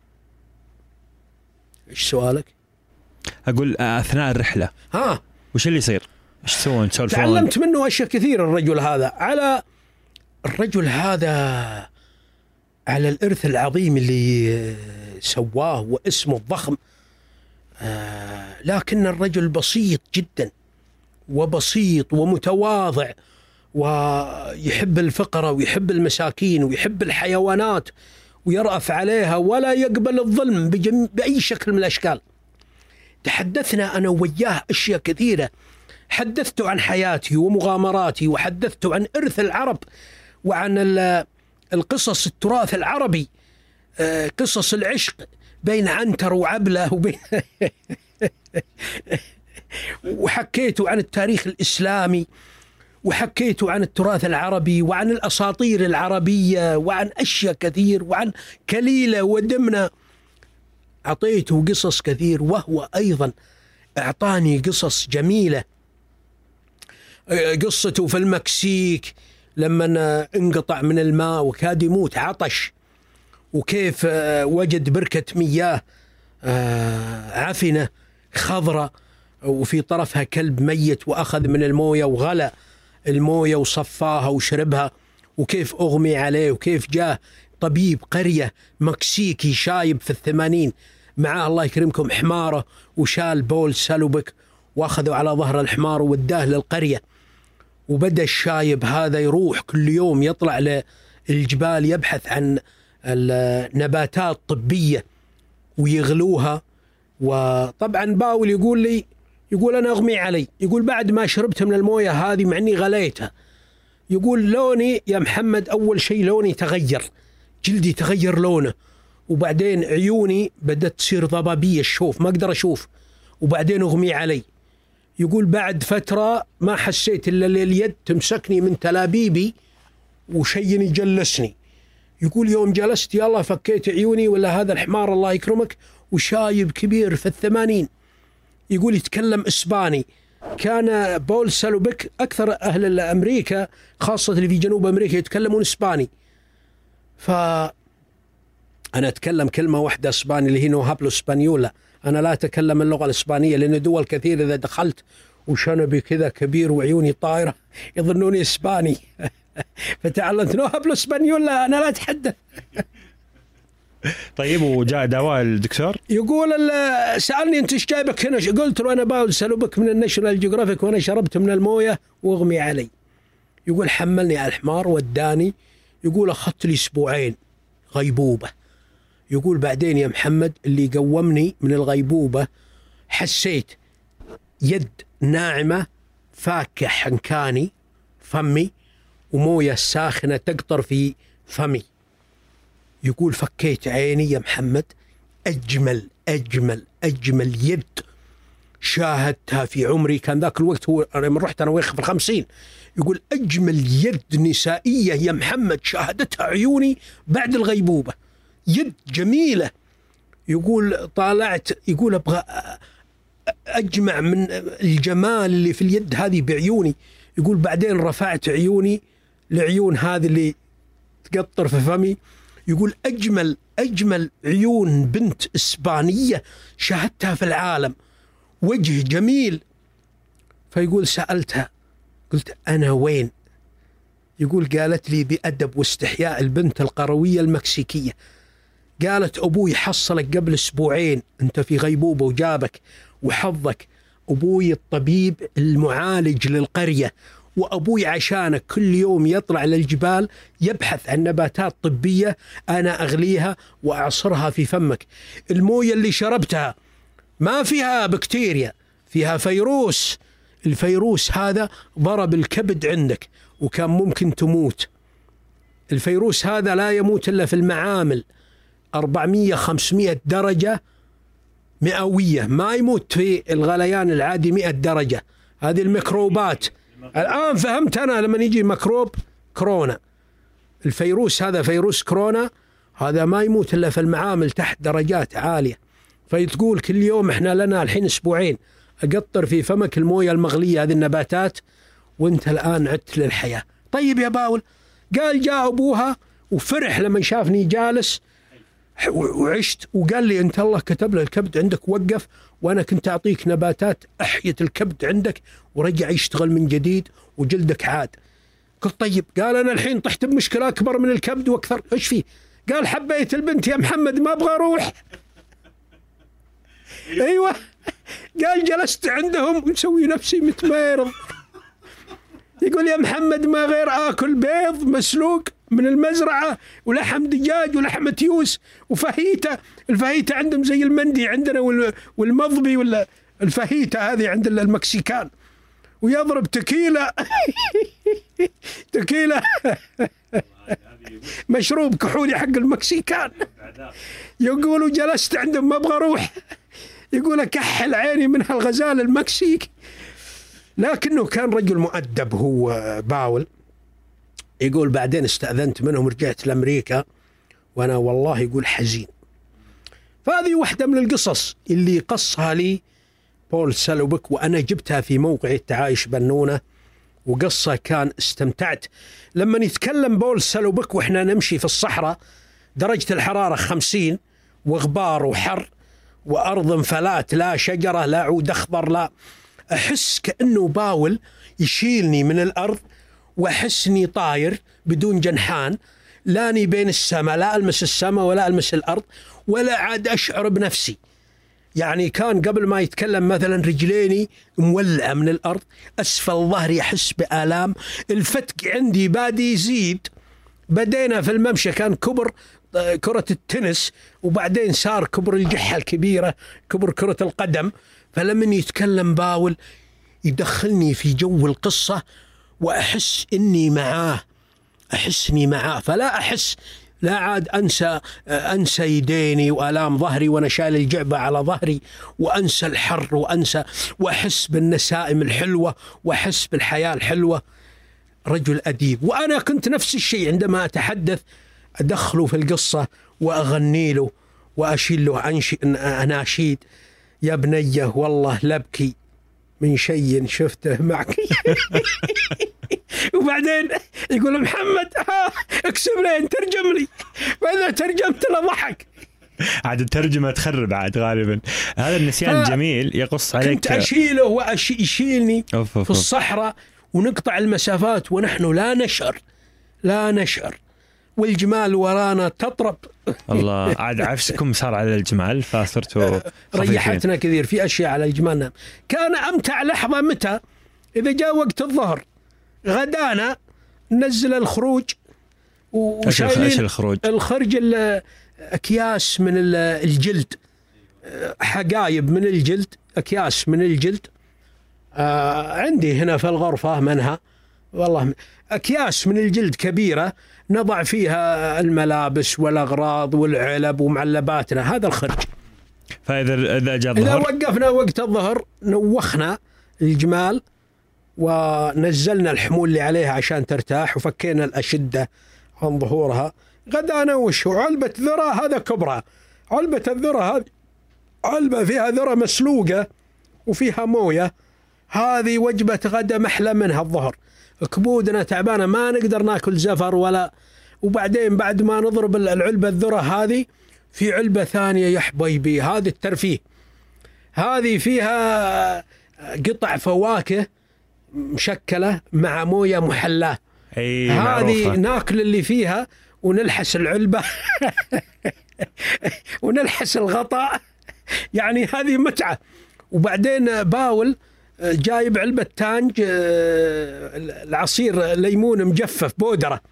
S2: إيش سؤالك؟
S1: أقول أثناء الرحلة
S2: ها
S1: وش اللي يصير؟ إيش تسوون؟ تسولفون؟
S2: تعلمت منه أشياء كثير الرجل هذا، على الرجل هذا على الإرث العظيم اللي سواه واسمه الضخم. آه لكن الرجل بسيط جدا وبسيط ومتواضع، ويحب الفقراء ويحب المساكين ويحب الحيوانات ويرأف عليها ولا يقبل الظلم بأي شكل من الأشكال. تحدثنا أنا وياه أشياء كثيرة، حدثته عن حياتي ومغامراتي، وحدثته عن إرث العرب وعن القصص التراث العربي، قصص العشق بين عنتر وعبلة وبين وحكيته عن التاريخ الإسلامي، وحكيته عن التراث العربي وعن الأساطير العربية وعن أشياء كثير وعن كليلة ودمنة. أعطيته قصص كثير، وهو أيضا أعطاني قصص جميلة. قصته في المكسيك لما انقطع من الماء وكاد يموت عطش، وكيف وجد بركة مياه عفنة خضراء وفي طرفها كلب ميت، وأخذ من الموية وغلى الموية وصفاها وشربها، وكيف أغمي عليه، وكيف جاه طبيب قرية مكسيكي شايب في الثمانين معاه الله يكرمكم حماره، وشال بول سالوبك واخذوا على ظهر الحمار ووداه للقرية. وبدأ الشايب هذا يروح كل يوم يطلع للجبال يبحث عن النباتات طبية ويغلوها. وطبعا باول يقول لي يقول أنا أغمي علي، يقول بعد ما شربت من الموية هذه مع أني غليتها، يقول لوني يا محمد أول شيء لوني تغير، جلدي تغير لونه، وبعدين عيوني بدأت تصير ضبابية الشوف ما أقدر أشوف، وبعدين أغمي علي. يقول بعد فترة ما حسيت إلا اليد تمسكني من تلابيبي وشيء يجلسني. يقول يوم جلست يا الله فكيت عيوني ولا هذا الحمار الله يكرمك وشايب كبير في الثمانين يقول يتكلم إسباني. كان بول سالوبك أكثر أهل أمريكا خاصة اللي في جنوب أمريكا يتكلمون إسباني، فأنا أتكلم كلمة واحدة إسباني اللي هي نو هابلو إسبانيولا. أنا لا أتكلم اللغة الإسبانية لأن دول كثير إذا دخلت وشنبي كذا كبير وعيوني طائرة يظنوني إسباني فتعلمت نو هابلو إسبانيولا أنا لا أتحدث.
S1: طيب وجاء دواء الدكتور؟
S2: يقول سألني أنت إيش جايبك هنا؟ قلت له أنا باول سالوبك من الناشونال جيوغرافيك وأنا شربت من الموية واغمي علي. يقول حملني على الحمار وداني، يقول أخذت لي أسبوعين غيبوبة. يقول بعدين يا محمد اللي قومني من الغيبوبة حسيت يد ناعمة فاكة حنكاني فمي وموية ساخنة تقطر في فمي. يقول فكيت عيني يا محمد، أجمل أجمل أجمل يد شاهدتها في عمري. كان ذاك الوقت هو من رحت أنا ويخ في الخمسين. يقول أجمل يد نسائية يا محمد شاهدتها عيوني بعد الغيبوبة، يد جميلة. يقول طالعت يقول أبغى أجمع من الجمال اللي في اليد هذه بعيوني. يقول بعدين رفعت عيوني لعيون هذه اللي تقطر في فمي. يقول أجمل أجمل عيون بنت إسبانية شاهدتها في العالم، وجه جميل. فيقول سألتها قلت أنا وين؟ يقول قالت لي بأدب واستحياء البنت القروية المكسيكية، قالت أبوي حصلك قبل أسبوعين أنت في غيبوبة وجابك وحظك، أبوي الطبيب المعالج للقرية، وأبوي عشانك كل يوم يطلع للجبال يبحث عن نباتات طبية أنا أغليها وأعصرها في فمك. الموية اللي شربتها ما فيها بكتيريا، فيها فيروس. الفيروس هذا ضرب الكبد عندك وكان ممكن تموت. الفيروس هذا لا يموت إلا في المعامل أربعمية خمسمية درجة مئوية، ما يموت في الغليان العادي مئة درجة. هذه الميكروبات. الآن فهمت أنا لما يجي ميكروب كورونا، الفيروس هذا فيروس كورونا هذا ما يموت إلا في المعامل تحت درجات عالية. فيتقول كل يوم إحنا لنا الحين أسبوعين أقطر في فمك الموية المغلية هذه النباتات وانت الآن عدت للحياة. طيب يا باول، قال جاء أبوها وفرح لما شافني جالس وعشت، وقال لي أنت الله كتب له الكبد عندك وقف، وأنا كنت أعطيك نباتات أحيت الكبد عندك ورجع يشتغل من جديد وجلدك عاد. قلت طيب. قال أنا الحين طحت بمشكلة أكبر من الكبد وأكثر. إيش فيه؟ قال حبيت البنت يا محمد ما أبغى أروح. أيوة. قال جلست عندهم ومسوي نفسي متميرض. يقول يا محمد ما غير آكل بيض مسلوق من المزرعة ولحم دجاج ولحم تيوس وفهيتة. الفهيتة عندهم زي المندي عندنا والمضبي ولا الفهيتة هذه عند المكسيكان، ويضرب تكيلة تكيلة مشروب كحولي حق المكسيكان. يقولوا جلست عندهم ما أبغى أروح. يقول كحل عيني من هالغزال المكسيكي. لكنه كان رجل مؤدب هو باول. يقول بعدين استأذنت منهم رجعت لأمريكا وأنا والله يقول حزين. فهذه واحدة من القصص اللي قصها لي بول سالوبك، وأنا جبتها في موقع التعايش بنونة، وقصة كان استمتعت لما نتكلم بول سالوبك وإحنا نمشي في الصحراء درجة الحرارة خمسين وغبار وحر وأرض انفلات، لا شجرة لا عود أخضر، لا أحس كأنه باول يشيلني من الأرض وأحسني طاير بدون جنحان، لاني بين السماء، لا ألمس السماء ولا ألمس الأرض ولا عاد أشعر بنفسي. يعني كان قبل ما يتكلم مثلا رجليني مولعة من الأرض، أسفل ظهري أحس بآلام، الفتق عندي بادي يزيد. بدينا في الممشى كان كبر كرة التنس، وبعدين صار كبر الجحة الكبيرة، كبر كرة القدم. فلما يتكلم باول يدخلني في جو القصة وأحس إني معاه، أحس إني معاه، فلا أحس، لا عاد أنسى أنسى يديني وآلام ظهري وأنا شايل الجعبة على ظهري، وأنسى الحر وأنسى، وأحس بالنسائم الحلوة وأحس بالحياة الحلوة. رجل أديب. وأنا كنت نفس الشيء عندما أتحدث أدخله في القصة وأغني له وأشيل له أناشيد، يا بنية والله لبكي من شيء شفته معك. وبعدين يقول محمد ها اكسب لين ترجم لي، وإذا ترجمت له ضحك.
S1: عاد الترجمة تخرب عاد غالبا. هذا النسيان الجميل يقص عليك.
S2: كنت أشيله ويشيلني في الصحراء ونقطع المسافات ونحن لا نشعر لا نشعر والجمال ورانا تطرب.
S1: الله، عاد عفسكم صار على الجمال فصرتوا
S2: ريحتنا كثير في أشياء على الجمال. كان أمتع لحظة متى؟ إذا جاء وقت الظهر غدانا ننزل الخروج وشايلين
S1: الخروج
S2: الخرج أكياس من الجلد، حقايب من الجلد، أكياس من الجلد. آه عندي هنا في الغرفة منها والله أكياس من الجلد كبيرة نضع فيها الملابس والأغراض والعلب ومعلباتنا. هذا الخرج.
S1: فإذا إذا جاء
S2: الظهر، إذا وقفنا وقت الظهر نوخنا الجمال ونزلنا الحمول اللي عليها عشان ترتاح وفكينا الأشدة عن ظهورها. غدانا وش علبة ذرة، هذا كبرى علبة الذرة، هذه علبة فيها ذرة مسلوقة وفيها موية، هذه وجبة غدا محلى منها الظهر. كبودنا تعبانة ما نقدر ناكل زفر ولا. وبعدين بعد ما نضرب العلبة الذرة هذه في علبة ثانية يا حبيبي، هذه الترفيه، هذه فيها قطع فواكه مشكلة مع موية محلاة، هذه ناكل اللي فيها ونلحس العلبة ونلحس الغطاء، يعني هذه متعة. وبعدين باول جايب علبة تانج العصير ليمون مجفف بودرة،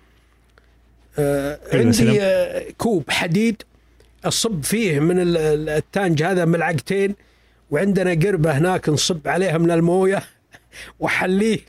S2: عندي كوب حديد أصب فيه من التانج هذا ملعقتين، وعندنا قربة هناك نصب عليها من الموية وحليه.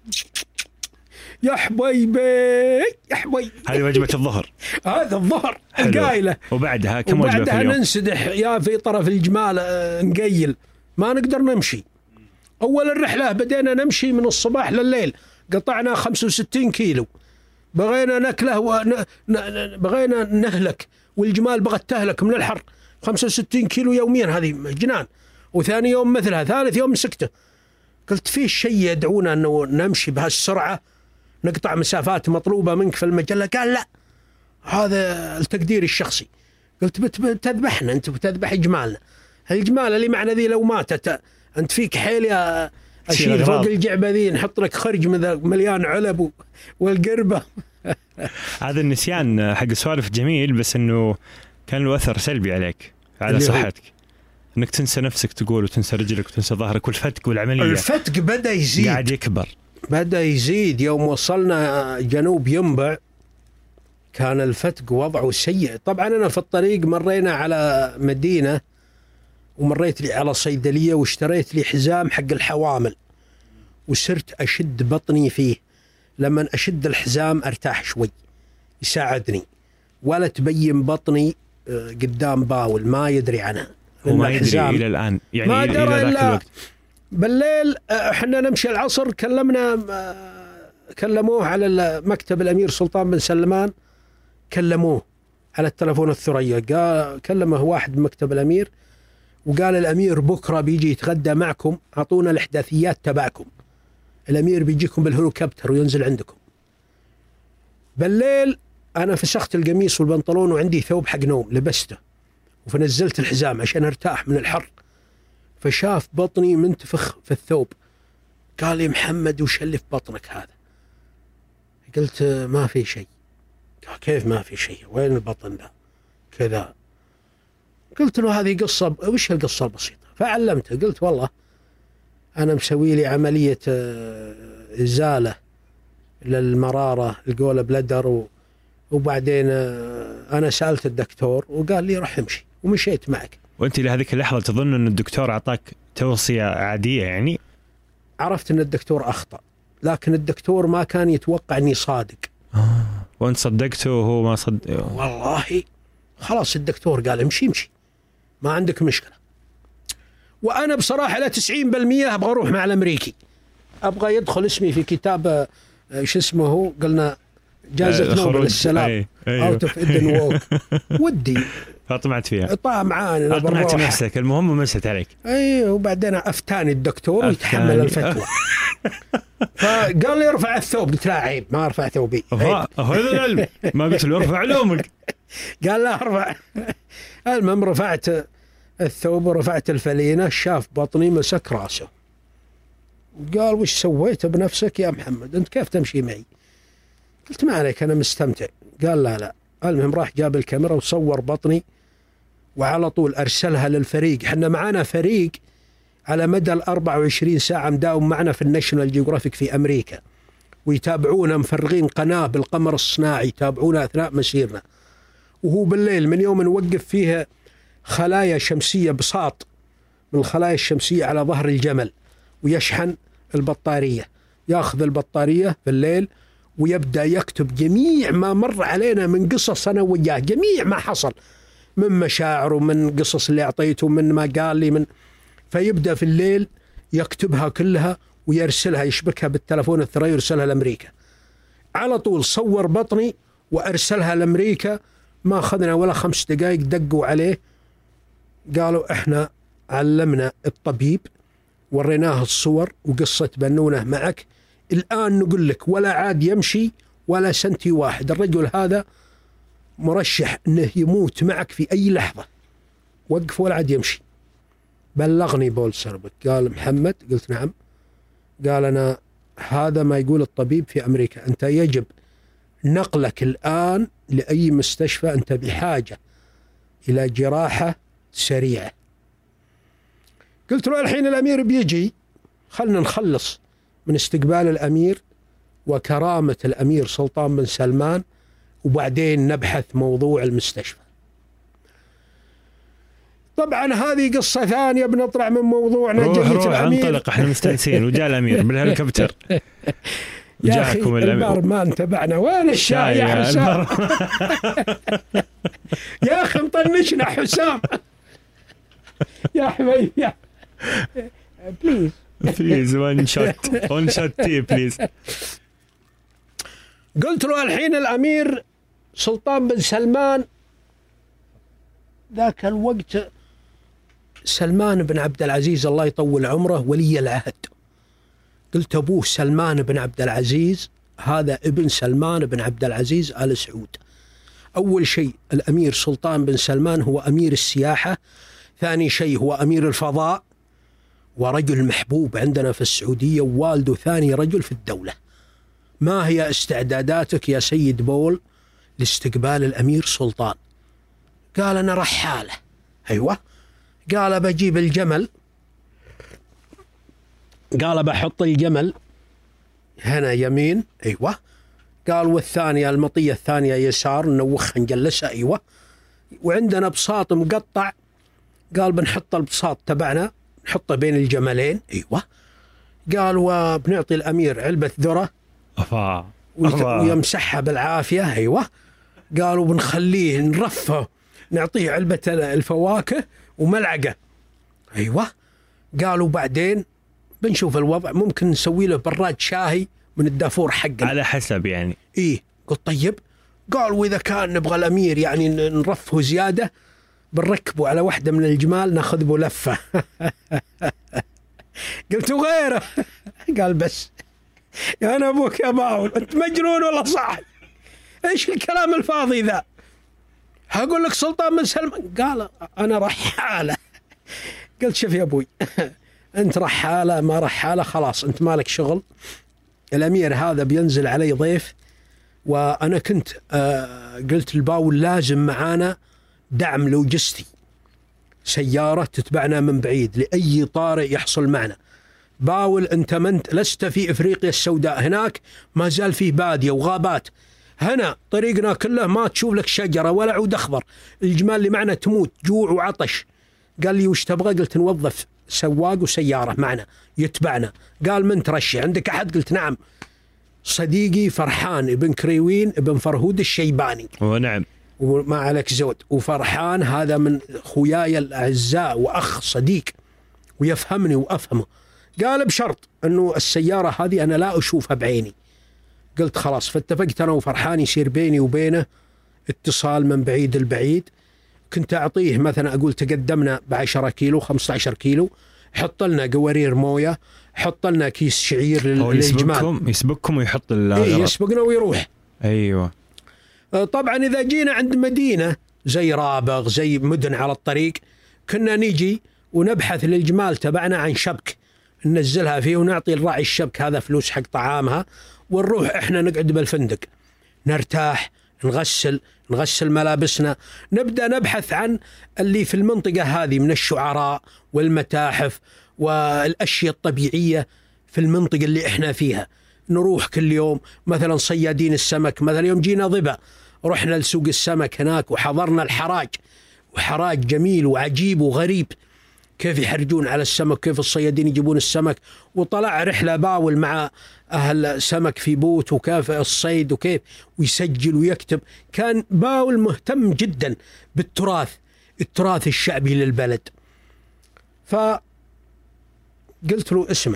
S2: يا حبيبي يا حبيبي،
S1: هذه وجبة الظهر.
S2: هذا الظهر القايلة.
S1: وبعدها كم وجبة في اليوم؟
S2: وبعدها ننسدح يا في طرف الجمال نقيل، ما نقدر نمشي. أول الرحلة بدينا نمشي من الصباح لليل، قطعنا خمسة وستين كيلو، بغينا نكله ون... بغينا نهلك، والجمال بغت تهلك من الحر. خمسة وستين كيلو يوميا هذه جنان. وثاني يوم مثلها، ثالث يوم مسكته. قلت فيه شيء يدعونا أنه نمشي بهالسرعة نقطع مسافات مطلوبة منك في المجلة؟ قال لا، هذا التقدير الشخصي. قلت بتذبحنا أنت، بتذبح جمالنا. الجمال اللي معنا ذي لو ماتت أنت فيك حيل يا أشيل فوق الجعبة ذي، نحط لك خرج من مليان علب والقربة.
S1: هذا النسيان حق السوالف جميل، بس إنه كان له أثر سلبي عليك على صحتك، إنك تنسى نفسك تقول، وتنسى رجلك وتنسى ظهرك، والفتق والعملية.
S2: الفتق بدأ يزيد،
S1: قاعد يكبر،
S2: بدأ يزيد. يوم وصلنا جنوب ينبع كان الفتق وضعه سيء. طبعا أنا في الطريق مرينا على مدينة، ومريت لي على صيدلية واشتريت لي حزام حق الحوامل، وصرت أشد بطني فيه. لما أشد الحزام أرتاح شوي، يساعدني، ولا تبين بطني قدام باول ما يدري عنها.
S1: وما يدري إلى الآن، يعني
S2: ما
S1: إلى ذاك الوقت.
S2: بالليل احنا نمشي العصر، كلمنا كلموه على مكتب الأمير سلطان بن سلمان، كلموه على التلفون الثريا، قال كلمه واحد بمكتب الأمير وقال الأمير بكرة بيجي يتغدى معكم، أعطونا الإحداثيات تبعكم، الأمير بيجيكم بالهليكوبتر وينزل عندكم. بالليل أنا فسخت القميص والبنطلون وعندي ثوب حق نوم لبسته، وفنزلت الحزام عشان ارتاح من الحر، فشاف بطني منتفخ في الثوب، قال لي محمد وش اللي في بطنك هذا؟ قلت ما في شيء. قال كيف ما في شيء؟ وين البطن ذا كذا؟ قلت له هذه قصة، وش القصة البسيطة؟ فعلمته، قلت والله أنا مسوي لي عملية إزالة للمرارة الجول بلدر، وبعدين أنا سألت الدكتور وقال لي رح امشي، ومشيت معك.
S1: وأنت لهذيك اللحظة تظن أن الدكتور أعطاك توصية عادية يعني؟
S2: عرفت أن الدكتور أخطأ، لكن الدكتور ما كان يتوقع أني صادق.
S1: آه. وأنت صدقته وهو ما صدق؟
S2: والله خلاص الدكتور قال امشي امشي ما عندك مشكلة. وأنا بصراحة لا تسعين بالمئة أبغى أروح مع الأمريكي، أبغى يدخل اسمي في كتاب شو اسمه هو، قلنا جائزة نوبل السلام Out of Eden Walk. ودي
S1: فطمعت فيها،
S2: طمعان
S1: أقنعت نفسك، المهم ومست عليك.
S2: أيوه، وبعدين أفتاني الدكتور ويتحمل الفتوى. فقال لي ارفع الثوب، قلت لا عيب ما أرفع ثوبي.
S1: هذا العلم، ما قلت له ارفع علومك.
S2: قال لا ارفع. المهم رفعت الثوب ورفعت الفلينة، شاف بطني مسك راسه قال وش سويت بنفسك يا محمد؟ أنت كيف تمشي معي؟ قلت ما عليك أنا مستمتع. قال لا لا. المهم راح جاب الكاميرا وصور بطني، وعلى طول أرسلها للفريق. حنا معنا فريق على مدى الأربع وعشرين ساعة مداوم معنا في الناشونال جيوغرافيك في أمريكا، ويتابعونا، مفرغين قناة بالقمر الصناعي يتابعونا أثناء مسيرنا. وهو بالليل من يوم نوقف فيها خلايا شمسية، بساط من الخلايا الشمسية على ظهر الجمل، ويشحن البطارية، ياخذ البطارية في الليل ويبدأ يكتب جميع ما مر علينا من قصص أنا وياه، جميع ما حصل من مشاعر ومن قصص اللي أعطيته من ما قال لي من، فيبدأ في الليل يكتبها كلها ويرسلها، يشبكها بالتلفون الثري ويرسلها لأمريكا. على طول صور بطني وأرسلها لأمريكا، ما أخذنا ولا خمس دقائق دقوا عليه قالوا إحنا علمنا الطبيب، وريناه الصور وقصة بنونه معك، الآن نقول لك ولا عاد يمشي ولا سنتي واحد، الرجل هذا مرشح أنه يموت معك في أي لحظة، وقف ولا عاد يمشي. بلغني بول سربك، قال محمد، قلت نعم. قال أنا هذا ما يقول الطبيب في أمريكا، أنت يجب نقلك الآن لأي مستشفى، أنت بحاجة إلى جراحة سريعة. قلت له الحين الأمير بيجي، خلنا نخلص من استقبال الأمير وكرامة الأمير سلطان بن سلمان، وبعدين نبحث موضوع المستشفى. طبعا هذه قصة ثانية، بنطلع من موضوعنا.
S1: روح روح الأمير انطلق، احنا مستنسين. وجاء الأمير بالهليكوبتر.
S2: يا أخي البارمان تبعنا وين الشاي يا حسام؟ يا أخي مطنشنا حسام يا حبيبي يا بليز
S1: بليز وان شوت وان شوت تي بليز.
S2: قلت له الحين الأمير سلطان بن سلمان، ذاك الوقت سلمان بن عبد العزيز الله يطول عمره ولي العهد. قلت أبوه سلمان بن عبد العزيز، هذا ابن سلمان بن عبد العزيز آل سعود. أول شيء الأمير سلطان بن سلمان هو أمير السياحة، ثاني شيء هو أمير الفضاء، ورجل محبوب عندنا في السعودية، ووالده ثاني رجل في الدولة. ما هي استعداداتك يا سيد بول لاستقبال الأمير سلطان؟ قال أنا رحالة. أيوة. قال بجيب الجمل، قال بحط الجمل هنا يمين. أيوة. قال والثانية المطية الثانية يسار، نوخها نجلسها. أيوة. وعندنا بساط مقطع، قال بنحط البساط تبعنا نحطه بين الجملين. أيوة. قال وبنعطي الأمير علبة ذرة
S1: أفا.
S2: ويمسحها بالعافية. أيوة. قالوا بنخليه نرفه، نعطيه علبة الفواكه وملعقة. أيوة. قالوا بعدين بنشوف الوضع، ممكن نسوي له براد شاهي من الدافور حقنا
S1: على حسب يعني.
S2: إيه. قلت طيب. قال وإذا كان نبغى الأمير يعني نرفه زيادة، بنركبه على واحدة من الجمال ناخذ به لفة. قلت غيره. قال بس يا أنا أبوك يا باول، أنت مجنون ولا صاحي؟ إيش الكلام الفاضي ذا؟ هقول لك سلطان بن سلمان. قال أنا رحالة. قلت شوف يا أبوي أنت رحالة ما رحالة خلاص أنت مالك شغل. الأمير هذا بينزل علي ضيف، وأنا كنت آه قلت الباول لازم معانا دعم لوجستي، سيارة تتبعنا من بعيد لأي طارئ يحصل معنا. باول أنت منت لست في إفريقيا السوداء، هناك ما زال فيه بادية وغابات، هنا طريقنا كله ما تشوف لك شجرة ولا عود أخضر، الجمال اللي معنا تموت جوع وعطش. قال لي وش تبغى؟ قلت نوظف سواق وسيارة معنا يتبعنا. قال من ترشح عندك أحد؟ قلت نعم، صديقي فرحان ابن كريوين ابن فرهود الشيباني.
S1: ونعم
S2: وما عليك زود. وفرحان هذا من خوياي الأعزاء وأخ صديق ويفهمني وأفهمه. قال بشرط أنه السيارة هذه أنا لا أشوفها بعيني. قلت خلاص. فاتفقت أنا وفرحان يصير بيني وبينه اتصال من بعيد البعيد. كنت أعطيه مثلا أقول تقدمنا بعشرة كيلو خمسة عشر كيلو، حط لنا قوارير موية، حط لنا كيس شعير للجمال.
S1: يسبقكم يسبقكم ويحط الغرض.
S2: إيه يسبقنا ويروح.
S1: أيوة.
S2: طبعا إذا جينا عند مدينة زي رابغ زي مدن على الطريق كنا نيجي ونبحث للجمال تبعنا عن شبك ننزلها فيه ونعطي الراعي الشبك هذا فلوس حق طعامها، ونروح إحنا نقعد بالفندق نرتاح نغسل نغسل ملابسنا، نبدأ نبحث عن اللي في المنطقة هذه من الشعراء والمتاحف والأشياء الطبيعية في المنطقة اللي إحنا فيها. نروح كل يوم مثلا صيادين السمك، مثلا يوم جينا ضبا رحنا لسوق السمك هناك وحضرنا الحراج، وحراج جميل وعجيب وغريب كيف يحرجون على السمك، كيف الصيادين يجيبون السمك. وطلع رحلة باول مع أهل سمك في بوت وكيف الصيد وكيف ويسجل ويكتب. كان باول مهتم جدا بالتراث التراث الشعبي للبلد. فقلت له اسمع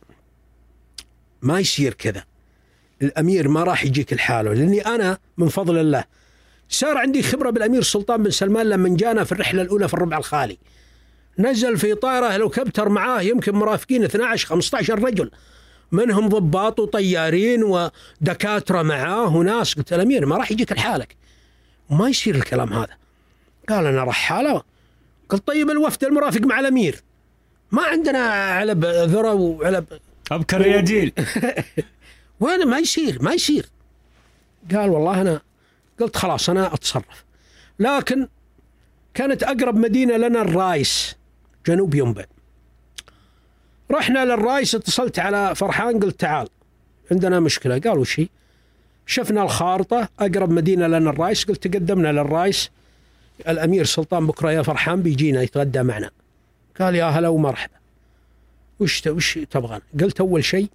S2: ما يصير كذا، الأمير ما راح يجيك الحاله، لأني أنا من فضل الله صار عندي خبرة بالأمير سلطان بن سلمان. لما جانا في الرحلة الأولى في الربع الخالي نزل في طائرة هليكوبتر معاه يمكن مرافقين اثني عشر خمسة عشر رجل، منهم ضباط وطيارين ودكاترة معاه وناس. قلت الأمير ما راح يجيك الحالك، ما يصير الكلام هذا. قال أنا رحالة. قلت طيب الوفد المرافق مع الأمير ما عندنا علب ذرة وعلب
S1: أبكر يا جيل.
S2: وانا ما يصير ما يصير. قال والله أنا. قلت خلاص أنا أتصرف. لكن كانت أقرب مدينة لنا الرايس جنوب ينبع. رحنا للرايس، اتصلت على فرحان قلت تعال عندنا مشكلة. قال وش هي؟ شفنا الخارطة أقرب مدينة لنا الرايس. قلت تقدمنا للرايس، الأمير سلطان بكرة يا فرحان بيجينا يتغدى معنا. قال يا هلا ومرحبا. وش وش تبغى؟ قلت أول شيء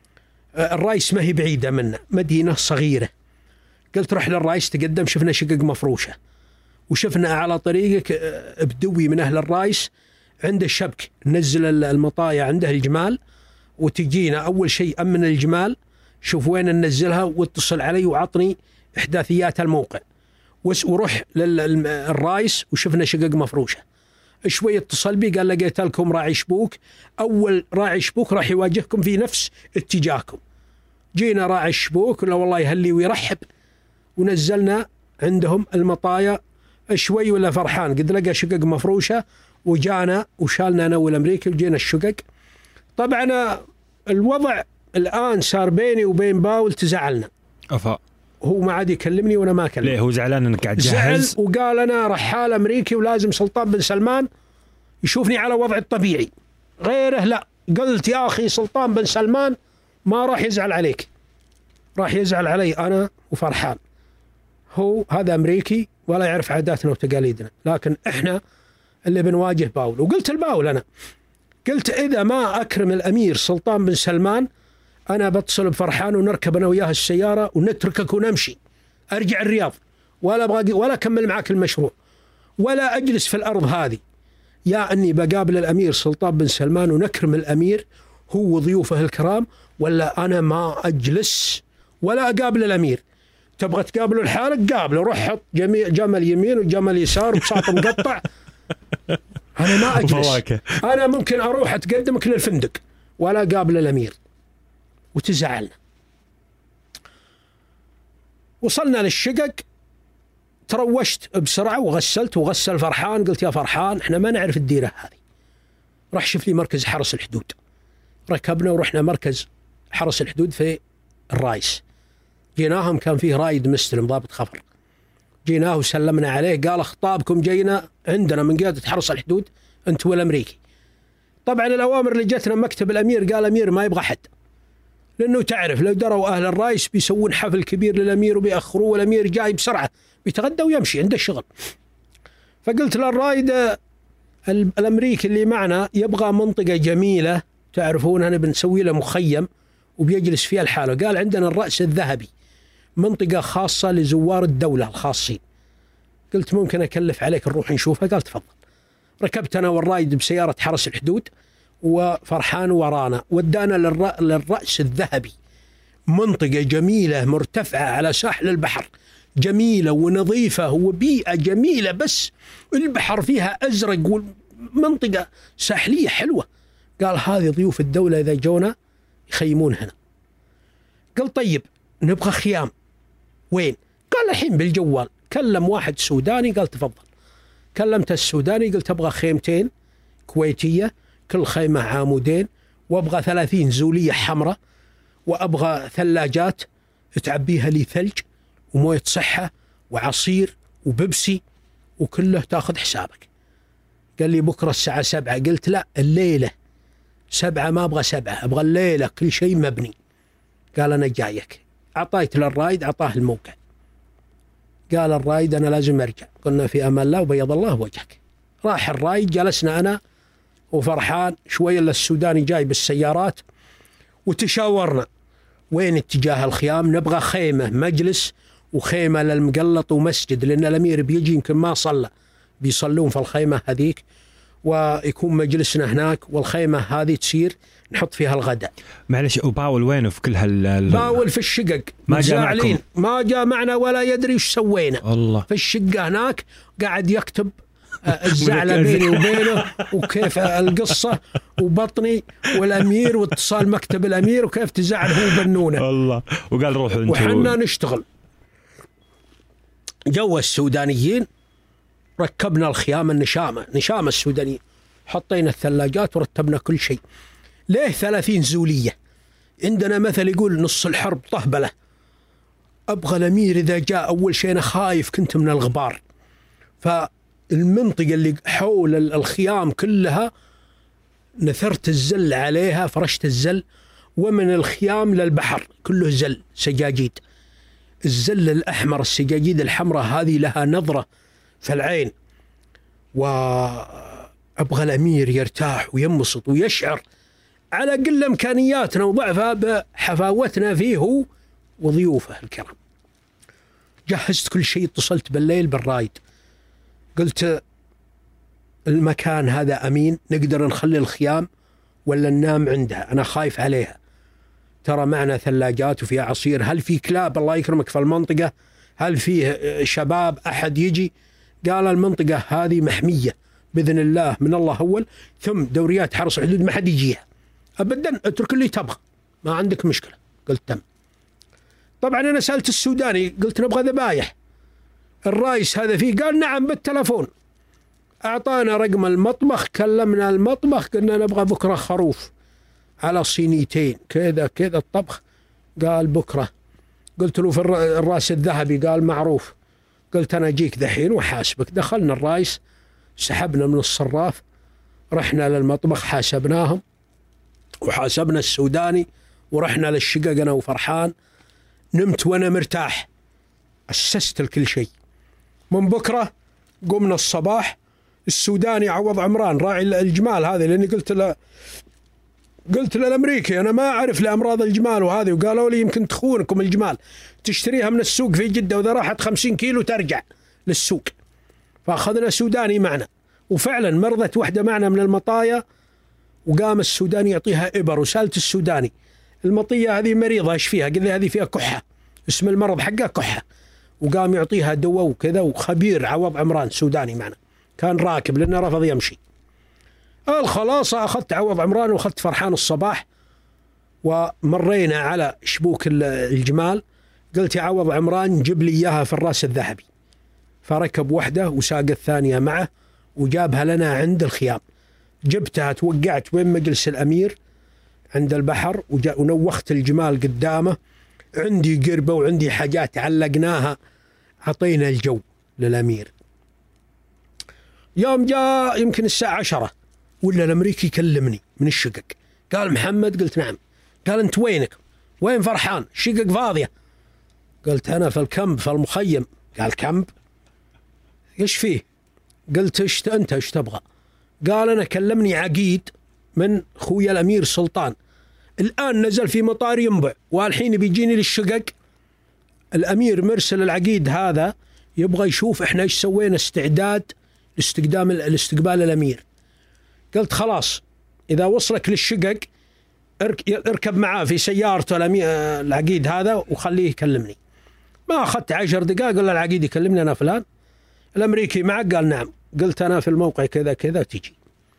S2: الرايس ما هي بعيدة منا، مدينة صغيرة. قلت رح للرايس تقدم، شفنا شقق مفروشة، وشفنا على طريقك بدوي من أهل الرايس عنده الشبك، نزل المطايا عنده الجمال وتجينا. أول شيء أمن الجمال، شوف وين ننزلها واتصل علي وعطني إحداثيات الموقع. وروح للرايس وشفنا شقق مفروشة. شوي اتصل بي قال لقيت لكم راعي شبوك، أول راعي شبوك راح يواجهكم في نفس اتجاهكم. جينا راعي الشبوك ولا والله يهلي ويرحب، ونزلنا عندهم المطايا. شوي ولا فرحان قد لقى شقق مفروشة وجانا وشالنا أنا والأمريكي وجينا الشقق. طبعا الوضع الآن صار بيني وبين باول تزعلنا.
S1: أفا
S2: هو ما عاد يكلمني وأنا ما أكلمه.
S1: ليه هو زعلان أنك قاعد جاهز؟
S2: زعل وقال أنا رحال أمريكي ولازم سلطان بن سلمان يشوفني على وضع الطبيعي، غيره لا. قلت يا أخي سلطان بن سلمان ما راح يزعل عليك، راح يزعل علي أنا وفرحان. هو هذا أمريكي ولا يعرف عاداتنا وتقاليدنا، لكن إحنا اللي بنواجه باول. وقلت الباول أنا قلت إذا ما أكرم الأمير سلطان بن سلمان أنا بتصل بفرحان ونركب أنا وياه السيارة ونتركك ونمشي، أرجع الرياض ولا أبغى ولا أكمل معك المشروع ولا أجلس في الأرض هذه. يا أني بقابل الأمير سلطان بن سلمان ونكرم الأمير هو وضيوفه الكرام، ولا أنا ما أجلس ولا أقابل الأمير. تبغى تقابله لحالك قابله، روح حط جمل يمين وجمل يسار وبساط مقطع. أنا ما أجلس، أنا ممكن أروح أتقدمك للفندق ولا قابل الأمير. وتزعلنا. وصلنا للشقق، تروشت بسرعة وغسلت وغسل فرحان. قلت يا فرحان احنا ما نعرف الديرة هذه، راح شوف لي مركز حرس الحدود. ركبنا ورحنا مركز حرس الحدود في الرايس. جيناهم كان فيه رايد مستلم ضابط خفر، جيناه وسلمنا عليه، قال خطابكم جينا عندنا من قيادة حرس الحدود انت والامريكي. طبعا الاوامر اللي جتنا مكتب الامير، قال الامير ما يبغى حد، لانه تعرف لو دروا اهل الرايس بيسوون حفل كبير للامير وبيأخروه، والامير جاي بسرعة بيتغدى ويمشي عنده الشغل. فقلت للرايد الامريكي اللي معنا يبغى منطقة جميلة تعرفون انا بنسوي له مخيم وبيجلس فيها لحاله. قال عندنا الرأس الذهبي، منطقة خاصة لزوار الدولة الخاصين. قلت ممكن أكلف عليك نروح نشوفها؟ قال تفضل. ركبت أنا والرايد بسيارة حرس الحدود وفرحان ورانا، ودانا للرأس الذهبي، منطقة جميلة مرتفعة على ساحل البحر، جميلة ونظيفة وبيئة جميلة، بس البحر فيها أزرق ومنطقة ساحلية حلوة. قال هذه ضيوف الدولة إذا جونا يخيمون هنا. قال طيب نبغى خيام وين؟ قال الحين بالجوال. كلم واحد سوداني قال تفضل. كلمت السوداني قلت أبغى خيمتين كويتية كل خيمة عامودين، وأبغى ثلاثين زولية حمراء، وأبغى ثلاجات تعبيها لي ثلج وموية صحة وعصير وبيبسي وكله تاخذ حسابك. قال لي بكرة الساعة سبعة. قلت لا الليلة سبعة، ما أبغى سبعة، أبغى الليلة كل شيء مبني. قال أنا جايك. أعطيت للرايد، أعطاه الموقع. قال الرايد أنا لازم أرجع. قلنا في أمان الله وبيض الله وجهك. راح الرايد، جلسنا أنا وفرحان شوية إلا السوداني جاي بالسيارات، وتشاورنا وين اتجاه الخيام. نبغى خيمة مجلس وخيمة للمقلط ومسجد، لأن الأمير بيجي يمكن ما صلى، بيصلون في الخيمة هذيك ويكون مجلسنا هناك، والخيمة هذه تصير نحط فيها الغداء.
S1: معلش وباول وينه في كل هال
S2: باول في الشقق ما جاء معكم؟ ما جاء معنا ولا يدري ايش سوينا.
S1: الله.
S2: في الشقة هناك قاعد يكتب الزعلة بيني وبينه وكيف القصة وبطني والأمير واتصال مكتب الأمير وكيف تزعل هو بنونه.
S1: الله. وقال روحوا انتوا
S2: وحنا نشتغل. جو السودانيين ركبنا الخيام النشامة، نشامة السودانيين، حطينا الثلاجات ورتبنا كل شيء. ليه ثلاثين زولية؟ عندنا مثل يقول نص الحرب طهبلة. أبغى الأمير إذا جاء أول شيء أنا خايف كنت من الغبار، فالمنطقة اللي حول الخيام كلها نثرت الزل عليها، فرشت الزل، ومن الخيام للبحر كله زل سجاجيد. الزل الأحمر السجاجيد الحمراء هذه لها نظرة في العين، وأبغى الأمير يرتاح وينبسط ويشعر على قل إمكانياتنا وضعفها بحفاوتنا فيه هو وضيوفه الكرام. جهزت كل شيء، اتصلت بالليل بالرايد قلت المكان هذا أمين، نقدر نخلي الخيام ولا ننام عندها؟ أنا خايف عليها، ترى معنا ثلاجات وفيها عصير، هل في كلاب الله يكرمك في المنطقة؟ هل فيه شباب أحد يجي؟ قال المنطقة هذه محمية بإذن الله من الله أول، ثم دوريات حرس الحدود ما حد يجيها أبدا، اترك اللي تبغى ما عندك مشكلة. قلت تم. طبعا أنا سألت السوداني قلت نبغى ذبايح، الرايس هذا فيه؟ قال نعم بالتلفون. أعطانا رقم المطبخ، كلمنا المطبخ قلنا نبغى بكرة خروف على صينيتين كذا كذا الطبخ. قال بكرة. قلت له في الراس الذهبي؟ قال معروف. قلت أنا أجيك ذحين وحاسبك. دخلنا الرايس، سحبنا من الصراف، رحنا للمطبخ، حاسبناهم وحاسبنا السوداني، ورحنا للشقق أنا وفرحان. نمت وأنا مرتاح، أسست الكل شيء. من بكرة قمنا الصباح، السوداني عوض عمران راعي الجمال هذه، لأني قلت له قلت للأمريكي أنا ما أعرف لأمراض الجمال وهذه، وقالوا لي يمكن تخونكم الجمال، تشتريها من السوق في جدة وإذا راحت خمسين كيلو ترجع للسوق. فأخذنا سوداني معنا، وفعلا مرضت واحدة معنا من المطايا، وقام السوداني يعطيها إبر، وسألت السوداني المطية هذه مريضة إيش فيها؟ قال لي هذه فيها كحة، اسم المرض حقها كحة، وقام يعطيها دواء وكذا. وخبير عوض عمران سوداني معنا كان راكب لأنه رفض يمشي. الخلاصة أخذت عوض عمران وأخذت فرحان الصباح، ومرينا على شبوك الجمال، قلت يا عوض عمران جيب لي إياها في الراس الذهبي. فركب وحده وساق الثانية معه وجابها لنا عند الخيام. جبتها توقعت وين مجلس الأمير عند البحر، ونوخت الجمال قدامه. عندي قربة وعندي حاجات علقناها، عطينا الجو للأمير. يوم جاء يمكن الساعة عشرة ولا الأمريكي كلمني من الشقق، قال محمد. قلت نعم. قال أنت وينك؟ وين فرحان؟ الشقق فاضية. قلت أنا في الكامب في المخيم. قال كامب إيش فيه؟ قلت إيش أنت إيش تبغى؟ قال أنا كلمني عقيد من خويا الأمير سلطان، الآن نزل في مطار ينبع والحين بيجيني للشقق. الأمير مرسل العقيد هذا يبغى يشوف إحنا إيش سوينا استعداد لاستقدام الاستقبال الأمير. قلت خلاص إذا وصلك للشقق اركب معاه في سيارته العقيد هذا وخليه يكلمني. ما أخذت عشر دقائق قال العقيد يكلمني أنا فلان الأمريكي معك؟ قال نعم. قلت أنا في الموقع كذا كذا تجي.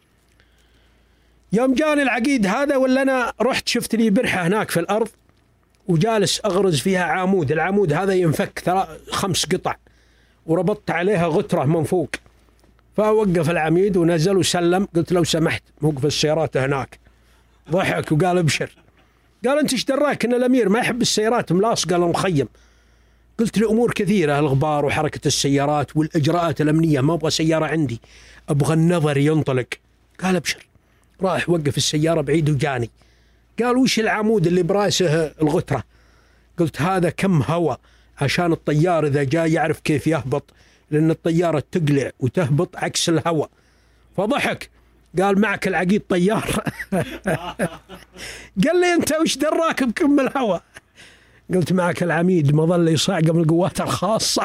S2: يوم جاني العقيد هذا ولا أنا رحت شفت لي برحة هناك في الأرض وجالس أغرز فيها عامود. العامود هذا ينفك خمس قطع وربطت عليها غترة من فوق. فوقف العميد ونزل وسلم. قلت لو سمحت موقف السيارات هناك. ضحك وقال ابشر. قال أنت ايش دراك إن الأمير ما يحب السيارات ملاصقة للمخيم؟ قلت له أمور كثيرة، الغبار وحركة السيارات والإجراءات الأمنية، ما أبغى سيارة عندي، أبغى النظر ينطلق. قال ابشر. راح وقف السيارة بعيد وجاني. قال وش العمود اللي براسه الغترة؟ قلت هذا كم هواء عشان الطيار إذا جاء يعرف كيف يهبط، لأن الطيارة تقلع وتهبط عكس الهواء. فضحك. قال معك العقيد طيار؟ قال لي أنت وش دراك بكم الهواء؟ قلت معك العميد مظل يصعق من القوات الخاصة.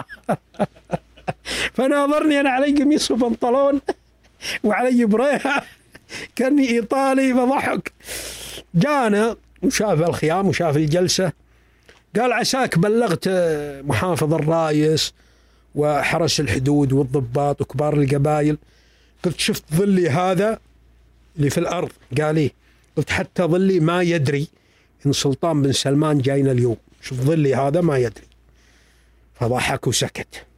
S2: فناظرني أنا علي قميص وبنطلون وعلي بريحة كأني إيطالي. فضحك. جانا وشاف الخيام وشاف الجلسة. قال عساك بلغت محافظ الرئيس وحرس الحدود والضباط وكبار القبائل؟ قلت شفت ظلي هذا اللي في الأرض؟ قال إيه. قلت حتى ظلي ما يدري إن سلطان بن سلمان جاينا اليوم. شوف ظلي هذا ما يدري. فضحك وسكت.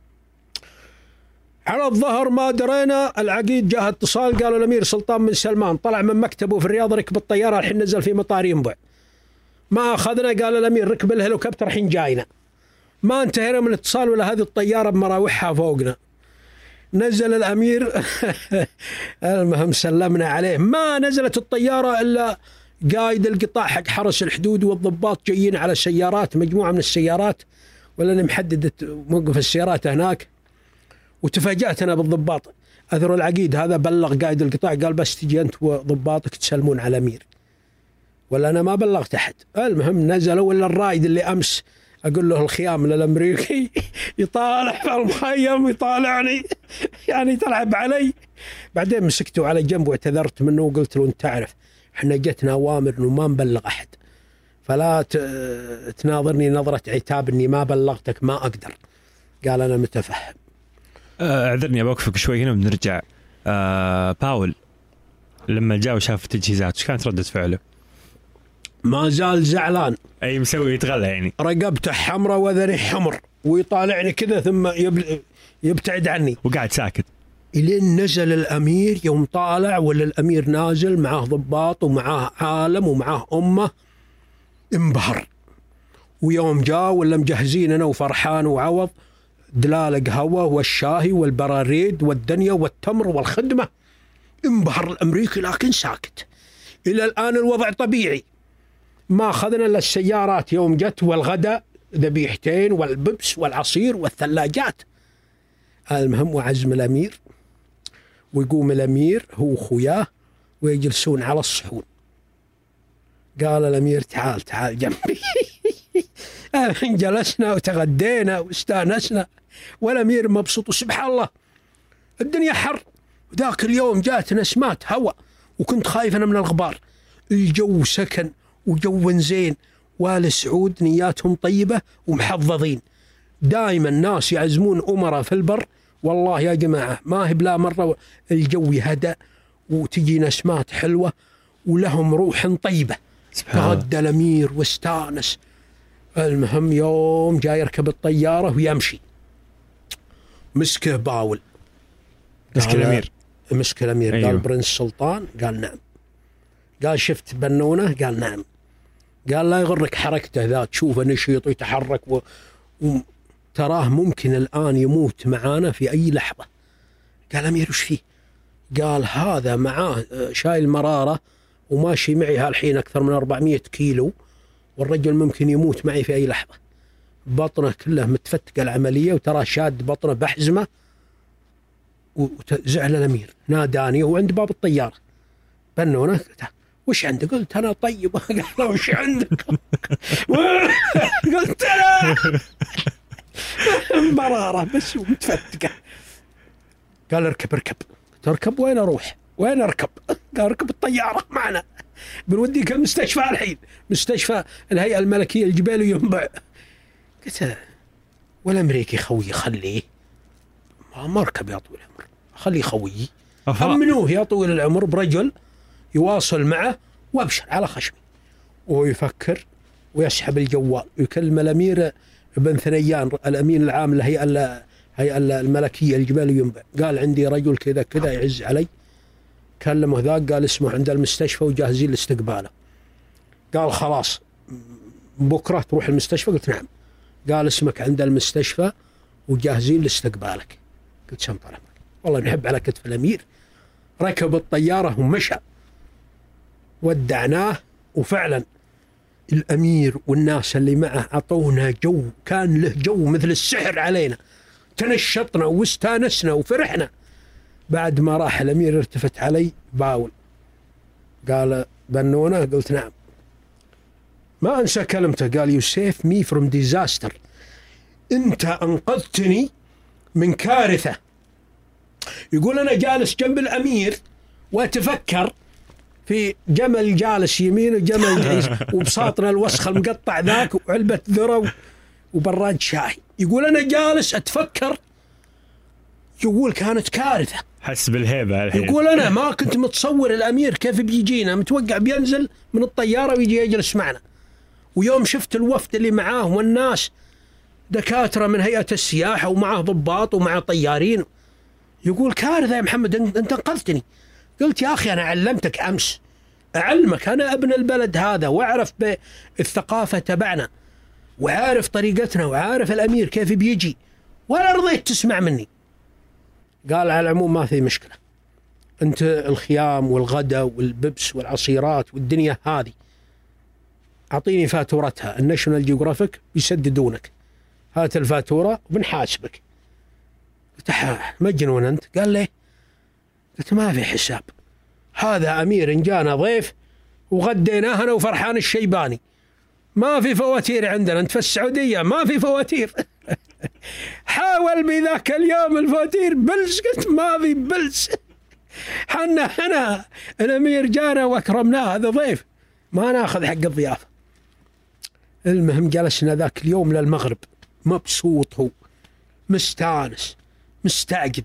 S2: على الظهر ما درينا العقيد جاء اتصال قالوا الأمير سلطان بن سلمان طلع من مكتبه في الرياض ركب الطيارة الحين نزل في مطار ينبع. ما أخذنا قال الأمير ركب الهليكوبتر الحين جاينا. ما انتهينا من الاتصال ولا هذه الطيارة بمراوحها فوقنا. نزل الأمير. المهم سلمنا عليه. ما نزلت الطيارة إلا قائد القطاع حق حرس الحدود والضباط جايين على سيارات، مجموعة من السيارات، ولا محددة موقف السيارات هناك. وتفاجأت أنا بالضباط. أثر العقيد هذا بلغ قائد القطاع قال بس تجي أنت وضباطك تسلمون على الأمير، ولا أنا ما بلغت أحد. المهم نزلوا. ولا الرائد اللي أمس أقول له الخيام الأمريكي يطالع في المخيم يطالعني يعني تلعب علي. بعدين مسكته على جنب واعتذرت منه وقلت له أنت تعرف احنا جتنا أوامر إنه ما نبلغ أحد، فلا تناظرني نظرة عتاب إني ما بلغتك، ما أقدر. قال أنا متفهم.
S1: أعذرني أوقفك شوي هنا وبنرجع. آه باول لما جاء وشاف التجهيزات وش كانت ردة فعله؟
S2: ما زال زعلان.
S1: أي مسوي يتغلى يعني.
S2: رقبته حمرة وذري حمر ويطالعني كذا ثم يبتعد عني
S1: وقاعد ساكت
S2: إلين نزل الأمير. يوم طالع ولا الأمير نازل معاه ضباط ومعاه عالم ومعاه أمة، انبهر. ويوم جاء ولا مجهزين أنا وفرحان وعوض دلال قهوة والشاهي والبراريد والدنيا والتمر والخدمة. انبهر الأمريكي لكن ساكت. إلى الآن الوضع طبيعي. ما أخذنا إلا السيارات يوم جت والغداء ذبيحتين والببس والعصير والثلاجات. المهم وعزم الأمير ويقوم الأمير هو وخوياه ويجلسون على الصحون. قال الأمير تعال تعال جنبي. جلسنا وتغدينا واستانسنا والأمير مبسوط. وسبحان الله الدنيا حر. ذاك اليوم جات نسمات هواء وكنت خايف أنا من الغبار. الجو سكن وجو زين، وآل سعود نياتهم طيبة ومحظظين. دائما الناس يعزمون أمراء في البر والله يا جماعة ما هي بلا مرة الجو هدأ وتجي نسمات حلوة ولهم روح طيبة. تغدى الأمير واستانس المهم يوم جاي يركب الطيارة ويمشي، مسكه باول،
S1: مسك الأمير
S2: مسك الأمير
S1: أيوه.
S2: قال برنس سلطان؟ قال نعم. قال شفت بنونة؟ قال نعم. قال لا يغرك حركته ذا، تشوفه نشيط ويتحرك و... وتراه ممكن الآن يموت معانا في أي لحظة. قال أمير وش فيه؟ قال هذا معاه شايل مرارة وماشي معي هالحين أكثر من أربعمية كيلو، والرجل ممكن يموت معي في أي لحظة، بطنه كله متفتقة العملية، وتراه شاد بطنه بحزمة. وزعل الأمير، ناداني هو عند باب الطيارة، بنونة وش عندك؟ قلت أنا طيب. قال وش عندك؟ قلت أنا مرارة بس ومتفتقة. قال اركب اركب. تركب؟ وين أروح؟ وين أركب؟ قال اركب الطيارة معنا، بنوديك المستشفى الحين، مستشفى الهيئة الملكية الجبال ينبع. قلت والأمريكي خوي خليه، ما أركب يا طويل العمر، خليه خويي، أمنوه يا طويل العمر برجل يواصل معه وابشر على خشمي. وهو يفكر ويسحب الجوال ويكلم الأمير ابن ثنيان الأمين العام للهيئة الهيئة الملكية الجبال ينبع. قال عندي رجل كذا كذا يعز علي. كلمه ذاك قال اسمه عند المستشفى وجاهزين لاستقباله. قال خلاص بكرة تروح المستشفى؟ قلت نعم. قال اسمك عند المستشفى وجاهزين لاستقبالك. قلت شم طلبك، والله نحب على كتف الأمير. ركب الطيارة ومشى، ودعناه. وفعلا الأمير والناس اللي معه عطونا جو، كان له جو مثل السحر علينا، تنشطنا واستانسنا وفرحنا. بعد ما راح الأمير ارتفت علي باول، قال بنونة؟ قلت نعم. ما أنسى كلمته، قال you save me from disaster، أنت أنقذتني من كارثة. يقول أنا جالس جنب الأمير وأتفكر في جمل جالس يمين وجمل جالس وبساطنا الوسخ المقطع ذاك وعلبة ذرة وبراد شاي. يقول أنا جالس أتفكر، يقول كانت كارثة،
S1: حس بالهيبة الحين.
S2: يقول أنا ما كنت متصور الأمير كيف بيجينا، متوقع بينزل من الطيارة ويجي يجلس معنا. ويوم شفت الوفد اللي معاه والناس دكاترة من هيئة السياحة ومعه ضباط ومعه طيارين، يقول كارثة يا محمد، أنت انقذتني. قلت يا أخي أنا علمتك أمس، أعلمك، أنا ابن البلد هذا وأعرف بالثقافة تبعنا وعارف طريقتنا وعارف الأمير كيف بيجي، ولا رضيت تسمع مني. قال على العموم ما في مشكلة، أنت الخيام والغدا والببس والعصيرات والدنيا هذه أعطيني فاتورتها، الناشونال جيوغرافيك يسددونك، هات الفاتورة وبنحاسبك. قلت مجنون أنت؟ قال ليه؟ قلت ما في حساب، هذا أمير جانا ضيف وغديناه أنا وفرحان الشيباني، ما في فواتير عندنا، أنت في السعودية ما في فواتير. حاول بذاك اليوم الفواتير بلس، قلت ما في بلس، حنا هنا الأمير جانا وأكرمناه، هذا ضيف ما ناخذ حق الضيافة. المهم جلسنا ذاك اليوم للمغرب، مبسوط هو، مستانس مستعجب.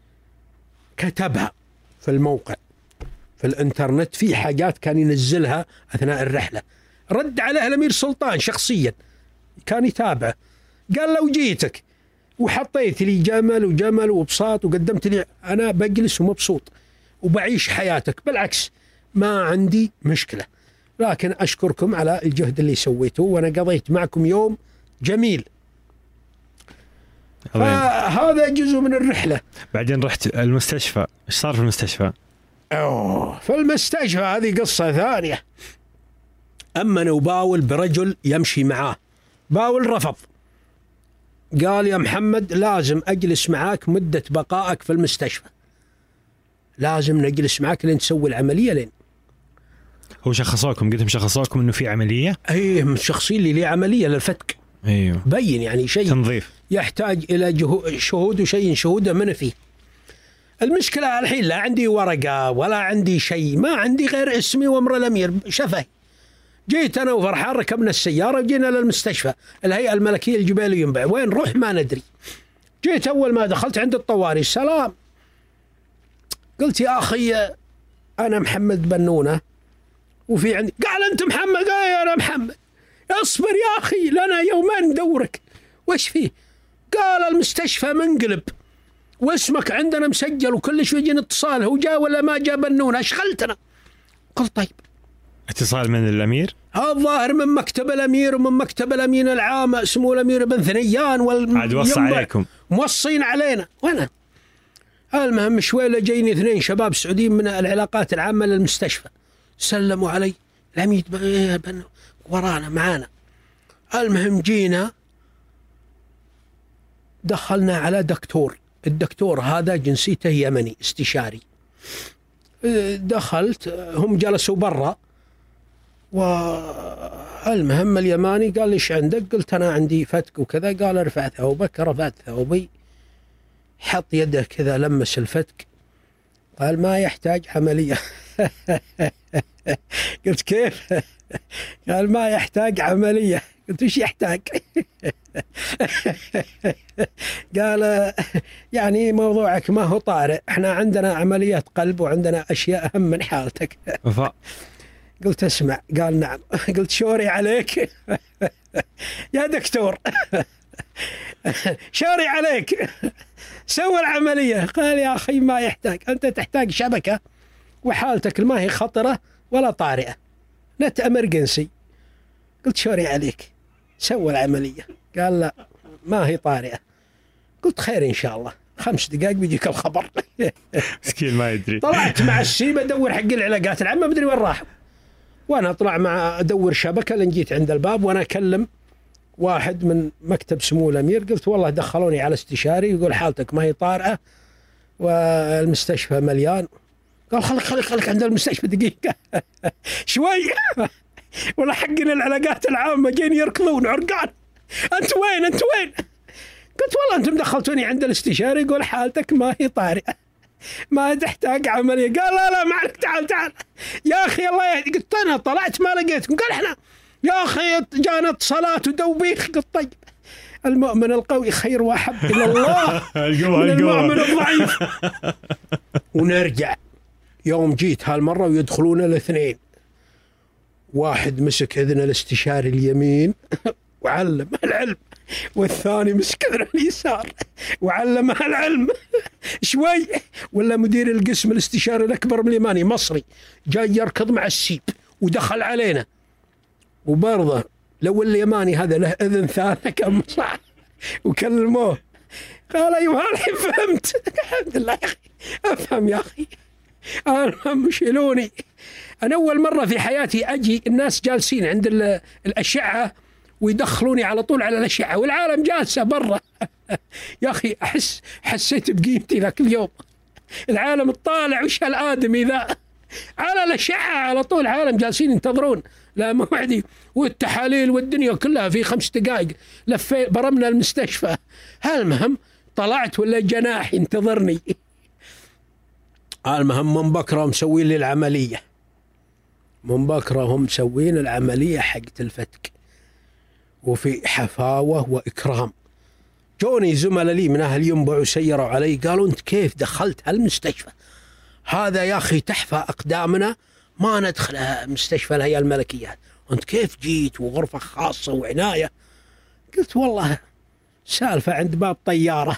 S2: كتبها في الموقع في الانترنت، في حاجات كان ينزلها أثناء الرحلة، رد عليها الأمير سلطان شخصيا، كان يتابعه. قال لو جيتك وحطيت لي جمل وجمل وبساط وقدمت لي، أنا بجلس ومبسوط وبعيش حياتك، بالعكس ما عندي مشكلة، لكن أشكركم على الجهد اللي سويته وأنا قضيت معكم يوم جميل. فهذا جزء من الرحلة.
S1: بعدين رحت المستشفى، إيش صار في المستشفى؟
S2: أوه في المستشفى هذه قصة ثانية. أما أنا وباول برجل يمشي معاه، باول رفض، قال يا محمد لازم أجلس معاك مدة بقائك في المستشفى، لازم نجلس معاك لين تسوي العملية. لين
S1: هو شخصوكم؟ قلتهم شخصوكم إنه في عملية؟
S2: أيه مشخصين لي لي عملية للفتك.
S1: أيوه
S2: بين يعني شيء
S1: تنظيف
S2: يحتاج إلى شهود وشيء شهوده من فيه. المشكلة الحين لا عندي ورقة ولا عندي شيء، ما عندي غير اسمي وامر الأمير شفهي. جيت أنا وفرحان ركبنا السيارة وجينا للمستشفى الهيئة الملكية الجبال ينبع، وين روح ما ندري. جيت أول ما دخلت عند الطوارئ سلام، قلت يا أخي أنا محمد بنونة وفي عندي، قال أنت محمد؟ قال أنا محمد. يا اصبر يا أخي لنا يومين ندورك. وش فيه؟ قال المستشفى منقلب واسمك عندنا مسجل وكل شوي يجينا اتصال، هو جاء ولا ما جاء بنون أشغلتنا. قلت طيب
S1: اتصال من الأمير؟
S2: الظاهر من مكتب الأمير ومن مكتب الأمين العام اسمه الأمير بن ثنيان
S1: عاد وصى عليكم
S2: موصين علينا. وانا المهم شوي لجيني اثنين شباب سعوديين من العلاقات العامة للمستشفى سلموا علي العميد بن ورانا معانا. المهم جينا دخلنا على دكتور، الدكتور هذا جنسيته يمني استشاري. دخلت هم جلسوا برا، والمهم اليماني قال لي ايش عندك؟ قلت انا عندي فتك وكذا. قال ارفع ثوبك. رفعت ثوبي، حط يده كذا لمس الفتك، قال ما يحتاج عملية. قلت كيف؟ قال ما يحتاج عملية. قلت وش يحتاج؟ قال يعني موضوعك ما هو طارئ، احنا عندنا عمليات قلب وعندنا اشياء اهم من حالتك. قلت اسمع. قال نعم. قلت شوري عليك يا دكتور، شوري عليك سوى العملية. قال يا أخي ما يحتاج، أنت تحتاج شبكة وحالتك ما هي خطرة ولا طارئة، نت أمرجنسي. قلت شوري عليك سوى العملية. قال لا ما هي طارئة. قلت خير إن شاء الله، خمس دقائق بيجيك الخبر.
S1: مسكين ما يدري.
S2: طلعت مع السيب أدور حق العلاقات العامة، ما أدري وين راح، وأنا أطلع مع أدور شبكة لين جيت عند الباب وأنا أكلم واحد من مكتب سمو الأمير. قلت والله دخلوني على استشاري يقول حالتك ما هي طارئة والمستشفى مليان. قال خليك خليك خليك عند المستشفى دقيقة. شوي ولا حقنا العلاقات العامة جين يركضون عرقان، أنت وين أنت وين؟ قلت والله أنتم دخلتوني عند الاستشاري يقول حالتك ما هي طارئة ما تحتاج عملية. قال لا لا ما عليك، تعال تعال يا أخي الله يهديك. قلت أنا طلعت ما لقيتكم. قال إحنا يا أخي جانا اتصالات ودوبيخ. قلت طيب المؤمن القوي خير وأحب إلى الله من المؤمن الضعيف. ونرجع يوم جيت هالمرة ويدخلون الاثنين، واحد مسك إذن الاستشاري اليمين وعلم العلم، والثاني مسك إذن اليسار وعلم العلم. شوي ولا مدير القسم الاستشاري الأكبر من اليماني مصري جاي يركض مع السيب ودخل علينا، وبرضه لو اليماني هذا له إذن ثالثة كم صح وكلموه. قال أيوة الحين فهمت. الحمد لله يا أخي أفهم يا أخي. أنا مشيلوني. أنا أول مرة في حياتي أجي الناس جالسين عند الأشعة ويدخلوني على طول على الأشعة والعالم جالسة برا. يا أخي أحس حسيت بقيمتي ذاك اليوم. العالم الطالع وش هالآدمي ذا على الأشعة على طول، عالم جالسين ينتظرون لا موعدي، والتحاليل والدنيا كلها في خمس دقائق لفي برمنا المستشفى. هالمهم طلعت ولا جناح ينتظرني. المهم من بكرة مسوين لي العملية، من بكرة هم مسوين العملية حقت الفتك وفي حفاوة وإكرام. جوني زملاء لي من أهل ينبع وسيروا علي قالوا أنت كيف دخلت هالمستشفى هذا يا أخي تحفى أقدامنا ما ندخل مستشفى الهيئة الملكية، أنت كيف جيت وغرفة خاصة وعناية؟ قلت والله سالفة عند باب طيارة.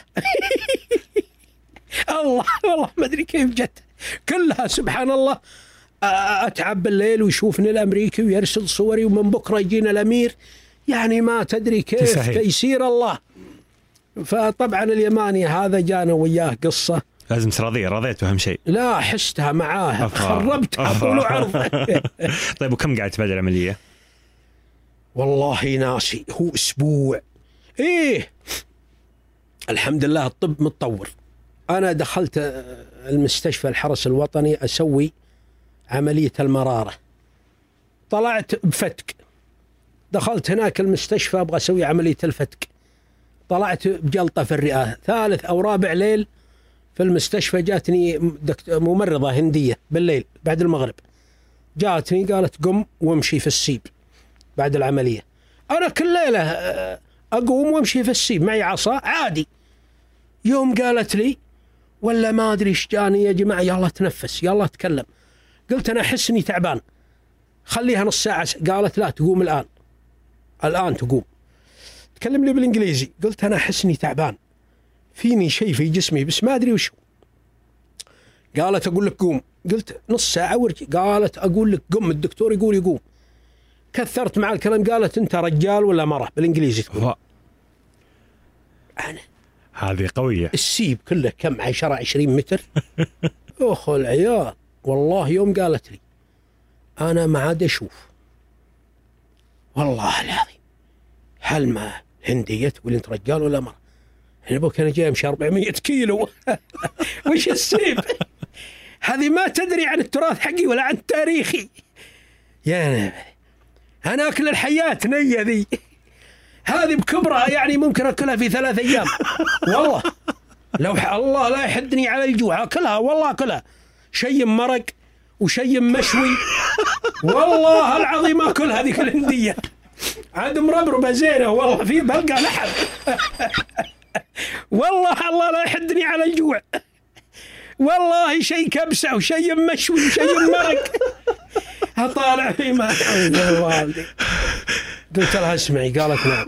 S2: الله والله ما أدري كيف جت كلها سبحان الله. أتعب بالليل ويشوفني الأمريكي ويرسل صوري، ومن بكرة يجينا الأمير، يعني ما تدري كيف تسهل. تيسير الله. فطبعا اليماني هذا جانا وياه قصة
S1: لازم تراضيه. رضيت أهم شيء؟
S2: لا حشتها معاه خربتها طول وعرض.
S1: طيب وكم قاعد بعد العملية؟
S2: والله ناسي، هو أسبوع. إيه الحمد لله الطب متطور. أنا دخلت المستشفى الحرس الوطني أسوي عملية المرارة، طلعت بفتك. دخلت هناك المستشفى أبغى أسوي عملية الفتك، طلعت بجلطة في الرئة. ثالث أو رابع ليل في المستشفى جاتني ممرضة هندية بالليل بعد المغرب، جاتني قالت قم وامشي في السيب بعد العملية. أنا كل ليلة أقوم وامشي في السيب معي عصا عادي. يوم قالت لي ولا ما أدري إيش جاني يا جماعة يلا تنفس يلا تكلم. قلت أنا أحس إني تعبان خليها نص ساعة. قالت لا تقوم الآن. الآن تقوم. تكلم لي بالإنجليزي. قلت أنا أحس إني تعبان، فيني شيء في جسمي بس ما أدري وشو. قالت أقول لك قوم. قلت نص ساعة ورجي. قالت أقول لك قم، الدكتور يقول يقوم. كثرت مع الكلام. قالت أنت رجال ولا مرة بالإنجليزي تقول. أنا
S1: هذه قوية.
S2: السيب كله كم عشرة عشرين متر. أخ العيال والله يوم قالت لي أنا ما عاد أشوف والله العظيم. هل ما هندية تقول أنت رجال ولا مرة؟ أنا أبوك أنا جاي أمشي أربعمية كيلو. وش السيب هذه؟ ما تدري عن التراث حقي ولا عن تاريخي يا نبي. أنا أكل الحياة نية ذي، هذه بكبرها يعني ممكن أكلها في ثلاث أيام والله. لو الله لا يحدني على الجوع أكلها والله، أكلها شيء مرق وشيء مشوي والله العظيم أكل هذيك الهندية. عاد مربربة زينة والله، في بلقى لحم. والله الله لا يحدني على الجوع والله، شيء كبسة وشيء مشوي وشيء مرق. هطالع في ما والدي. قلت لها اسمعي. قالت نعم.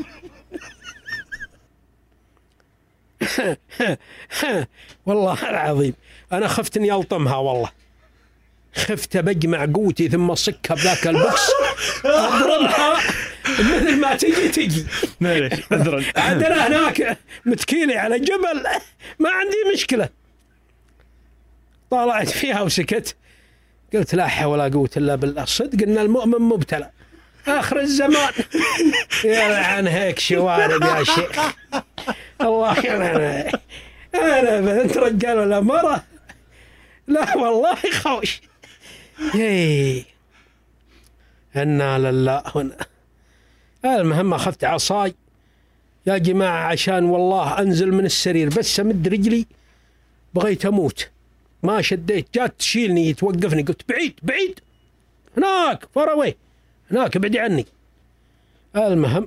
S2: والله العظيم أنا خفت إني ألطمها والله، خفت بجمع قوتي ثم أصكها بذاك البوكس أضربها مثل ما تجي تجي. عندنا هناك متكيلي على جبل ما عندي مشكلة. طالعت فيها وسكت. قلت لا حول ولا قوة إلا بالله، صدق إن المؤمن مبتلى آخر الزمان. يلعن هيك شوارب يا شيخ الله يلعن. أنا أنت رجال ولا مرة؟ لا والله خوش. يي إنا لله هنا. المهم أخذت عصاي يا جماعة عشان والله أنزل من السرير، بس أمد رجلي بغيت أموت. ما شديت، جات تشيلني توقفني. قلت بعيد بعيد هناك فروي هناك ابعدي عني. المهم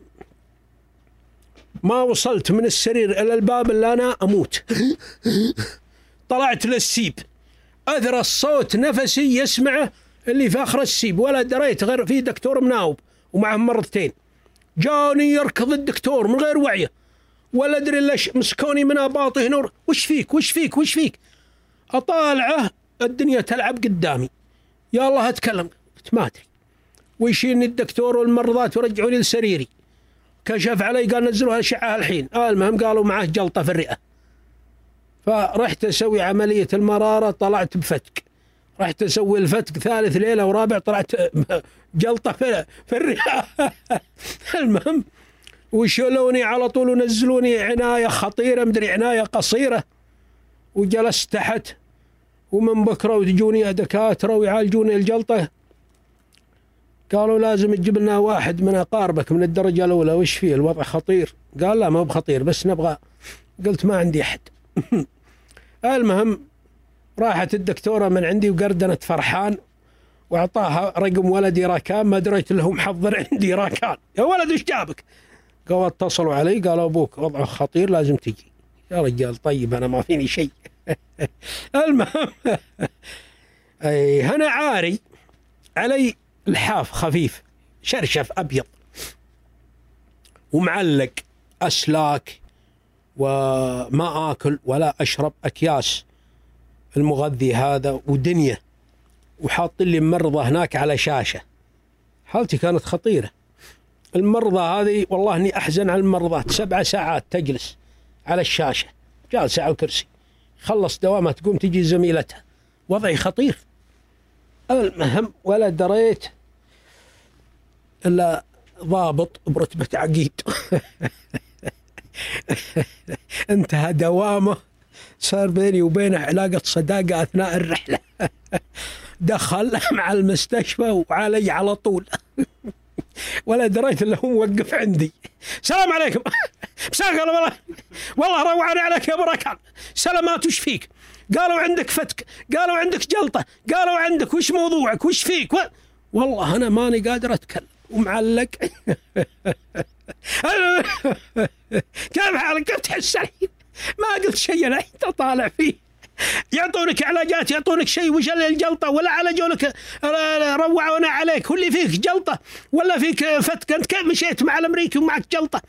S2: ما وصلت من السرير إلى الباب إلا أنا أموت. طلعت للسيب، أثر الصوت نفسي يسمعه اللي في آخر السيب، ولا دريت غير في دكتور مناوب ومعهم مرتين. جاني يركض الدكتور من غير وعيه، ولا أدري ليش مسكوني من أباطي هنا. وش فيك وش فيك وش فيك؟ أطالعه الدنيا تلعب قدامي. يا الله أتكلم. قلت ما أدري. ويشيلني الدكتور والمرضات ورجعوني لسريري. كشف علي قال نزلوها أشعة الحين. آه المهم قالوا معه جلطة في الرئة. فرحت أسوي عملية المرارة، طلعت بفتك. رحت أسوي الفتك ثالث ليلة ورابع طلعت جلطة في, في الرئة. المهم وشلوني على طول ونزلوني عناية خطيرة، مدري عناية قصيرة، وجلست تحت. ومن بكرة وتجوني دكاترة ويعالجوني الجلطة. قالوا لازم تجيب لنا واحد من أقاربك من الدرجة الأولى. وش فيه الوضع خطير؟ قال لا ما هو بخطير بس نبغى. قلت ما عندي أحد. المهم راحت الدكتورة من عندي وقردنت فرحان وأعطاها رقم ولدي راكان. ما دريت له محضر عندي راكان. يا ولد إيش جابك؟ قالوا اتصلوا علي قالوا أبوك وضعه خطير لازم تجي. يا رجال طيب أنا ما فيني شيء. المهم أي أنا عاري علي لحاف خفيف شرشف أبيض ومعلق أسلاك، وما آكل ولا أشرب أكياس المغذي هذا ودنيا. وحاط لي مرضى هناك على شاشة. حالتي كانت خطيرة. المرضى هذه والله إني أحزن على المرضى. سبع ساعات تجلس على الشاشة جالسة على الكرسي، خلص دوامها تقوم تجي زميلتها. وضعي خطير. المهم ولا دريت إلا ضابط برتبة عقيد انتهى دوامه، صار بيني وبينه علاقة صداقة أثناء الرحلة. دخل مع المستشفى وعلي على طول. ولا دريت إلا هو موقف عندي. السلام عليكم. مساك الله والله والله روعني عليك يا بركان. سلامات وش فيك؟ قالوا عندك فتك، قالوا عندك جلطة، قالوا عندك وش موضوعك وش فيك و... والله أنا ماني قادر أتكلم ومعلق. كيف حالك؟ كيف تحس؟ ما قلت شيء أنا طالع فيه يعطونك علاجات، يعطونك شيء وش الجلطة، ولا عالجوا لك روعونا عليك واللي فيك جلطة ولا فيك فتك، أنت كيف مشيت مع الأمريكي ومعك جلطة؟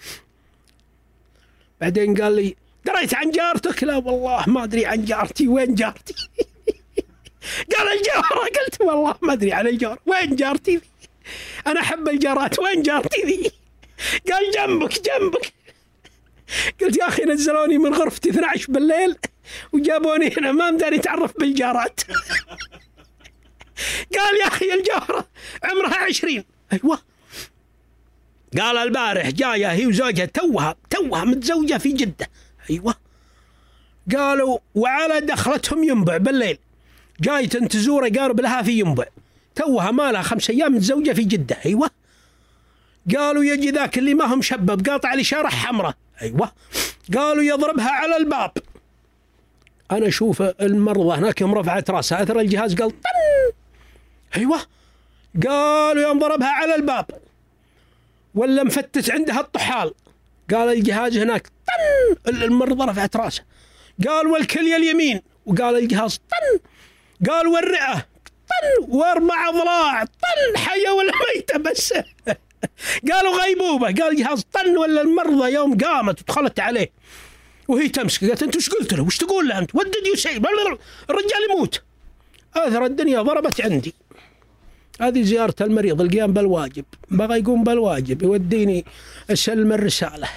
S2: بعدين قال لي دريت عن جارتك؟ لا والله ما أدري عن جارتي. وين جارتي؟ قال الجارة. قلت والله ما أدري عن الجارة. وين جارتي ذي؟ أنا أحب الجارات. وين جارتي ذي؟ قال جنبك جنبك. قلت يا أخي نزلوني من غرفتي اثني عشر بالليل وجابوني هنا، ما مداني أتعرف بالجارات. قال يا أخي الجارة عمرها عشرين. أيوة. قال البارح جاية هي وزوجها توها توها متزوجة في جدة. أيوة. قالوا وعلى دخلتهم ينبع بالليل، جاي تنتزوره قارب لها في ينبع، توها ما لها خمس أيام متزوجة في جدة. أيوة. قالوا يجي ذاك اللي ما هم شباب قاطع لي شارع حمراء. أيوة. قالوا يضربها على الباب. أنا أشوف المرضى هناك يوم رفعت رأسها أثر الجهاز قال طن. أيوة. قالوا يوم ضربها على الباب ولا مفتت عندها الطحال، قال الجهاز هناك طن. المرضى رفعت رأسها. قال والكلية اليمين، وقال الجهاز طن. قال والرئة طن، واربع أضلاع طن، حية ولا ميتة بس. قالوا غيبوبة، قال الجهاز طن. ولا المرضى يوم قامت ودخلت عليه وهي تمسك قالت انت وش قلت له؟ وش تقول له انت؟ ودد يسيب الرجال يموت. اثر الدنيا ضربت عندي. هذه زيارة المريض، القيام بالواجب. بغى يقوم بالواجب يوديني اسلم الرسالة.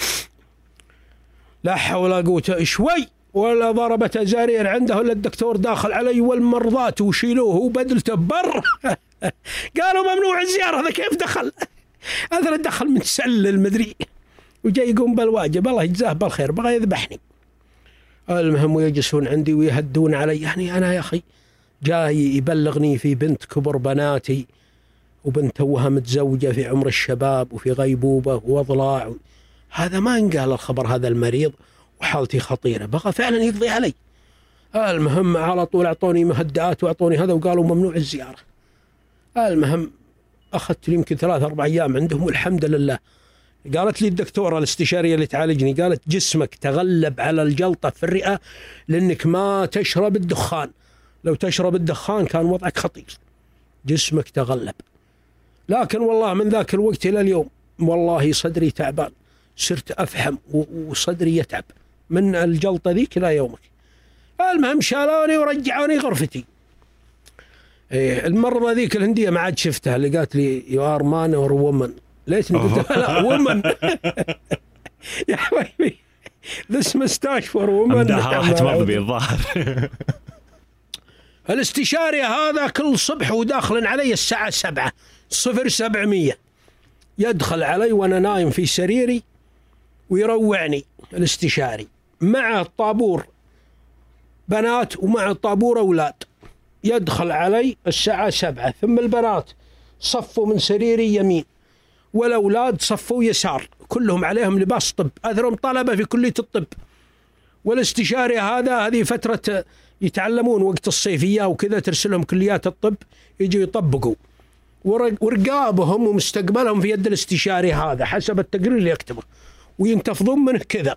S2: لا حول ولا قوة. شوي ولا ضربت زارير عنده الا الدكتور داخل علي والمرضات وشيلوه وبدلته بر. قالوا ممنوع الزيارة. هذا كيف دخل؟ هذا دخل متسلل مدري وجاي يقوم بالواجب. الله يجزاه بالخير. بغى يذبحني. المهم ويجلسون عندي ويهدون علي. يعني أنا يا أخي جاي يبلغني في بنت كبر بناتي وبنت توها متزوجة في عمر الشباب وفي غيبوبة وضلاع. هذا ما انقال الخبر هذا المريض وحالتي خطيرة. بغى فعلا يقضي علي. المهم على طول أعطوني مهدئات وأعطوني هذا وقالوا ممنوع الزيارة. المهم أخذت لي يمكن ثلاث أربع أيام عندهم والحمد لله. قالت لي الدكتورة الاستشارية اللي تعالجني قالت جسمك تغلب على الجلطة في الرئة لأنك ما تشرب الدخان. لو تشرب الدخان كان وضعك خطير. جسمك تغلب. لكن والله من ذاك الوقت إلى اليوم والله صدري تعبان. صرت أفحم وصدري يتعب من الجلطة ذيك إلى يومك. المهم شالوني ورجعوني غرفتي. إيه المرة ذيك الهندية ما عاد شفتها اللي قالت لي يو ار مان اور وومن. ليش قلت لا وومن؟ يا حبيبي ذس مستاش فور وومن.
S1: راحت مرضبي الظاهر.
S2: الاستشاري هذا كل صبح وداخل علي الساعة سبعة صفر سبعمية يدخل علي وأنا نايم في سريري ويروعني الاستشاري مع الطابور بنات ومع الطابور أولاد. يدخل علي الساعة سبعة ثم البنات صفوا من سريري يمين والأولاد صفوا يسار كلهم عليهم لباس طب أثرهم طلبة في كلية الطب. والاستشاري هذا هذه فترة يتعلمون وقت الصيفية وكذا ترسلهم كليات الطب يجوا يطبقوا ورقابهم ومستقبلهم في يد الاستشاري هذا حسب التقرير اللي يكتبه وينتفضون منه كذا.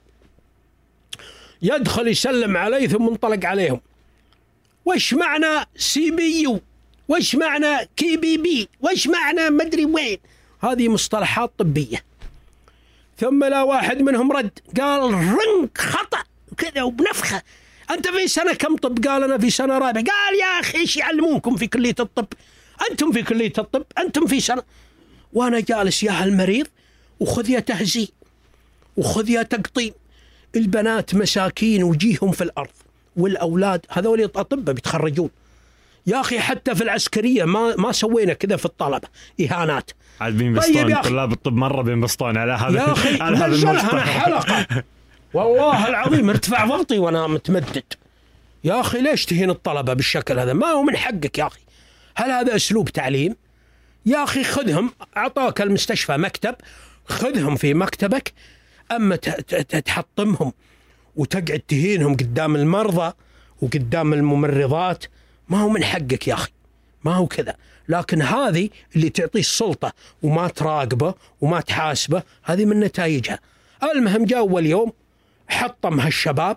S2: يدخل يسلم علي ثم انطلق عليهم. وش معنى سي بي يو؟ وش معنى كي بي بي؟ وش معنى مدري وين؟ هذه مصطلحات طبية. ثم لا واحد منهم رد قال رنك خطأ كذا وبنفخة. أنت في سنة كم طب؟ قال أنا في سنة رابعة. قال يا أخي إيش يعلمونكم في كلية الطب؟ أنتم في كلية الطب أنتم في سنة. وأنا جالس يا المريض وخذ يا تهزي وخذ يا تقطين. البنات مساكين وجيهم في الأرض والأولاد هذول أطباء بيتخرجون. يا أخي حتى في العسكرية ما ما سوينا كذا في الطلبة إهانات.
S1: عاد بينبسطون طيب طلاب الطب مرة بينبسطون على هذا
S2: يا أخي
S1: على هذا
S2: المصطلح. حلقة والله العظيم ارتفع ضغطي وأنا متمدد. يا أخي ليش تهين الطلبة بالشكل هذا؟ ما هو من حقك يا أخي. هل هذا أسلوب تعليم؟ يا أخي خذهم أعطاك المستشفى مكتب خذهم في مكتبك. أما تحطمهم وتقعد تهينهم قدام المرضى وقدام الممرضات ما هو من حقك يا أخي. ما هو كذا. لكن هذه اللي تعطيه السلطة وما تراقبه وما تحاسبه هذه من نتائجها. المهم جاء أول يوم حطم هالشباب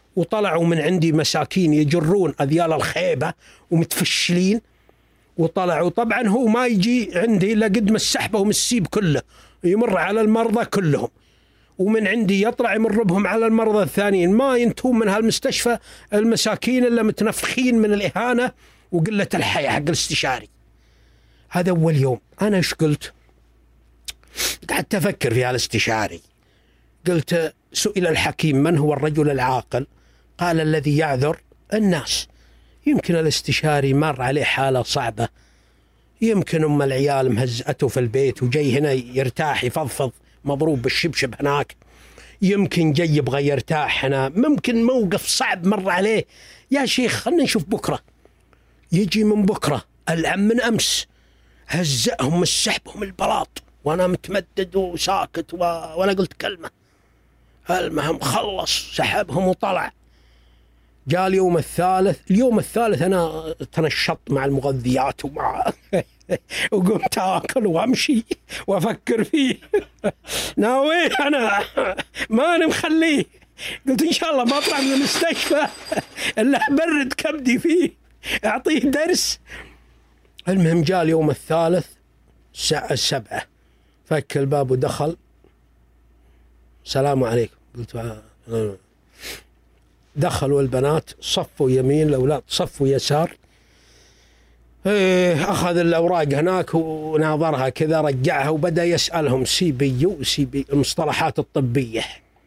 S2: وطلعوا من عندي مساكين يجرون أذيال الخيبة ومتفشلين، وطلعوا. طبعا هو ما يجي عندي إلا قد ما السحبهم السيب كله، يمر على المرضى كلهم، ومن عندي يطلع يمر بهم على المرضى الثانيين. ما ينتهون من هالمستشفى المساكين إلا متنفخين من الإهانة وقلة الحياة حق الاستشاري. هذا أول يوم. أنا إيش قلت؟ قعدت أفكر في هالاستشاري. قلت: سئل الحكيم من هو الرجل العاقل؟ قال: الذي يعذر الناس. يمكن الاستشاري مر عليه حالة صعبة، يمكن أم العيال مهزأته في البيت وجاي هنا يرتاح يفضفض، مضروب بالشبشب هناك، يمكن جاي يبغى يرتاح هنا، ممكن موقف صعب مر عليه. يا شيخ خلنا نشوف بكرة. يجي من بكرة العم من أمس هزأهم السحبهم البلاط وأنا متمدد وساكت و... ولا قلت كلمة. المهم خلص سحبهم وطلع. جاء اليوم الثالث. اليوم الثالث أنا تنشط مع المغذيات ومع وقمت أكل وأمشي وأفكر فيه. ناوي أنا ما أنا مخليه. قلت إن شاء الله ما أطلع من المستشفى إلا برد كبدي فيه، أعطيه درس. المهم جاء اليوم الثالث الساعة السبعة، فك الباب ودخل. السلام عليكم. قلت آه. دخلوا البنات صفوا يمين، الأولاد صفوا يسار. إيه أخذ الأوراق هناك وناظرها كذا، رجعها وبدأ يسألهم سي بي يو سي بي المصطلحات الطبية،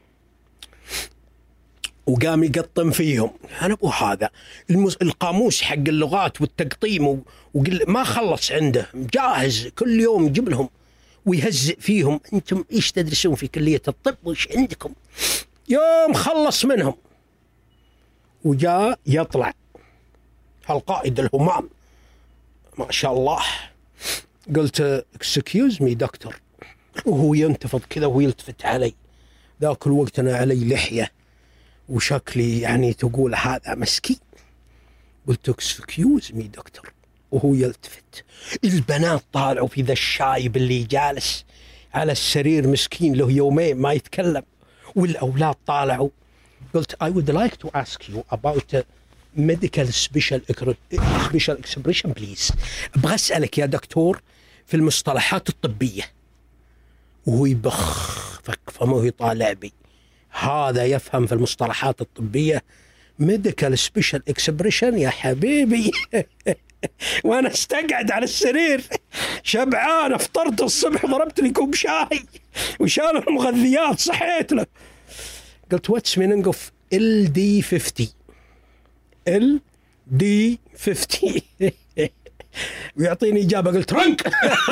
S2: وقام يقطم فيهم. أنا أبو هذا المس... القاموس حق اللغات والتقطيم وقل ما خلص عنده، جاهز كل يوم يجيب لهم ويهزئ فيهم. أنتم إيش تدرسون في كلية الطب وإيش عندكم؟ يوم خلص منهم وجاء يطلع القائد الهمام ما شاء الله. قلت excuse me دكتور، وهو ينتفض كذا ويلتفت علي. ذاك الوقت أنا علي لحية وشكلي يعني تقول هذا مسكين. قلت excuse me دكتور، وهو يلتفت. البنات طالعوا في ذا الشايب اللي جالس على السرير مسكين له يومين ما يتكلم، والأولاد طالعوا. قلت I would like to ask you about medical special special expression please. أبغى أسألك يا دكتور في المصطلحات الطبية. وهو يبخ فك فمه يطالع بي، هذا يفهم في المصطلحات الطبية medical special expression يا حبيبي. وأنا استقعد على السرير شبعان، افطرت الصبح ضربت لي كوب شاي وشال المغذيات صحيت له. قلت what's meaning of إل دي خمسين؟ إل دي خمسين ويعطيني إجابة. قلت رنك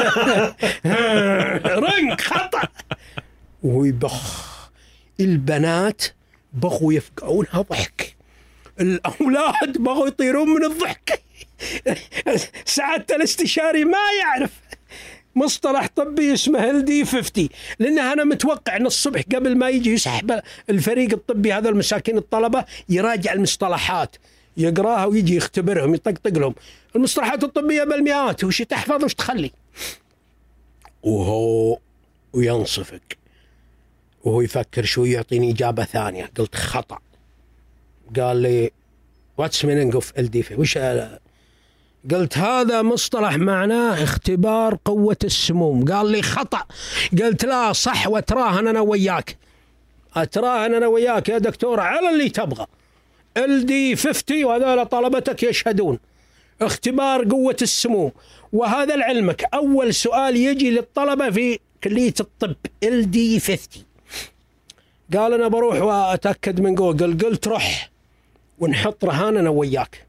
S2: رنك خطأ. وهو يبخ. البنات بغوا يفقعونها ضحك، الأولاد بغوا يطيرون من الضحك. سعادة الاستشاري ما يعرف مصطلح طبي اسمه إل دي خمسين، لأنه أنا متوقع أن الصبح قبل ما يجي يسحب الفريق الطبي هذا المساكين الطلبة يراجع المصطلحات، يقراها ويجي يختبرهم يطقطق لهم المصطلحات الطبية بالمئات، وش تحفظ وش تخلي. وهو وينصفك وهو يفكر شوي يعطيني إجابة ثانية. قلت خطأ. قال لي what's meaning of إل دي خمسين؟ وش أنا؟ قلت هذا مصطلح معناه اختبار قوة السموم. قال لي خطأ. قلت لا صح، واتراهن أنا وياك، أتراهن أنا وياك يا دكتور على اللي تبغى. إل دي خمسين وهذول طلبتك يشهدون اختبار قوة السموم، وهذا لعلمك أول سؤال يجي للطلبة في كلية الطب إل دي خمسين. قال أنا بروح وأتأكد من جوجل. قلت روح ونحط رهان أنا وياك.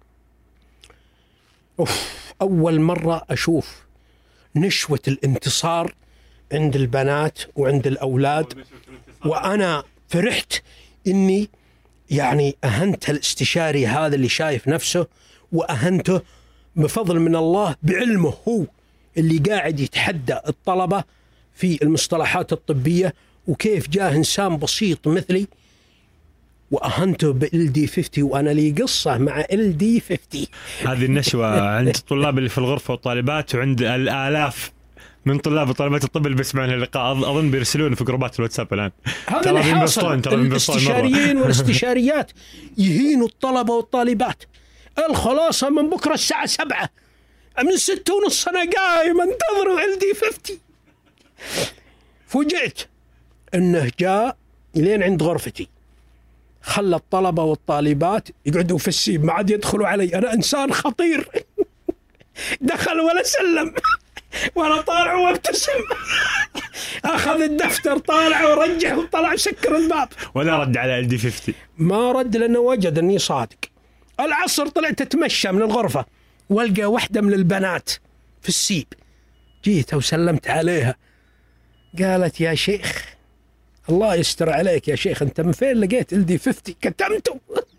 S2: أوف، أول مرة أشوف نشوة الانتصار عند البنات وعند الأولاد، وأنا فرحت إني يعني أهنت الاستشاري هذا اللي شايف نفسه، وأهنته بفضل من الله بعلمه هو اللي قاعد يتحدى الطلبة في المصطلحات الطبية، وكيف جاه إنسان بسيط مثلي وأهنته بإل دي خمسين، وأنا لي قصة مع إل دي خمسين.
S1: هذه النشوة عند الطلاب اللي في الغرفة والطالبات، وعند الآلاف من طلاب وطالبات الطب اللي بيسمعون اللقاء أظن بيرسلون في جروبات الواتساب الآن.
S2: هذا اللي حاصل. الاستشاريين والاستشاريات يهينوا الطلبة والطالبات. الخلاصة من بكرة الساعة سبعة، من ستة ونص أنا قايم انتظر ال دي خمسين. فوجئت إنه جاء لين عند غرفتي، خلى الطلبة والطالبات يقعدوا في السيب، ما عاد يدخلوا علي، أنا إنسان خطير. دخل ولا سلم وأنا طالع وابتسم. أخذ الدفتر طالع ورجع وطلع سكر الباب،
S1: ولا رد على ال دي خمسين.
S2: ما رد لأنه وجد أني صادق. العصر طلعت أتمشى من الغرفة والقى واحدة من البنات في السيب، جيت وسلمت عليها، قالت يا شيخ الله يستر عليك يا شيخ، أنت من فين لقيت ال دي خمسين؟ كتمته.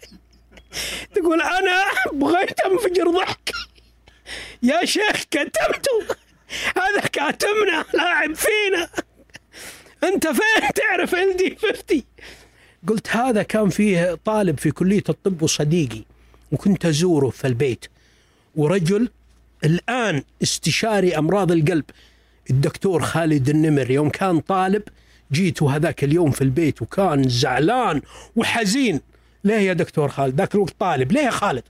S2: تقول أنا بغيت أنفجر ضحك يا شيخ، كتمته، هذا كاتمنا لاعب فينا، أنت فين تعرف ال دي خمسين؟ قلت هذا كان فيه طالب في كلية الطب وصديقي، وكنت أزوره في البيت، ورجل الآن استشاري أمراض القلب، الدكتور خالد النمر. يوم كان طالب جيت هذاك اليوم في البيت وكان زعلان وحزين. ليه يا دكتور خالد؟ ذاك الوقت طالب. ليه يا خالد؟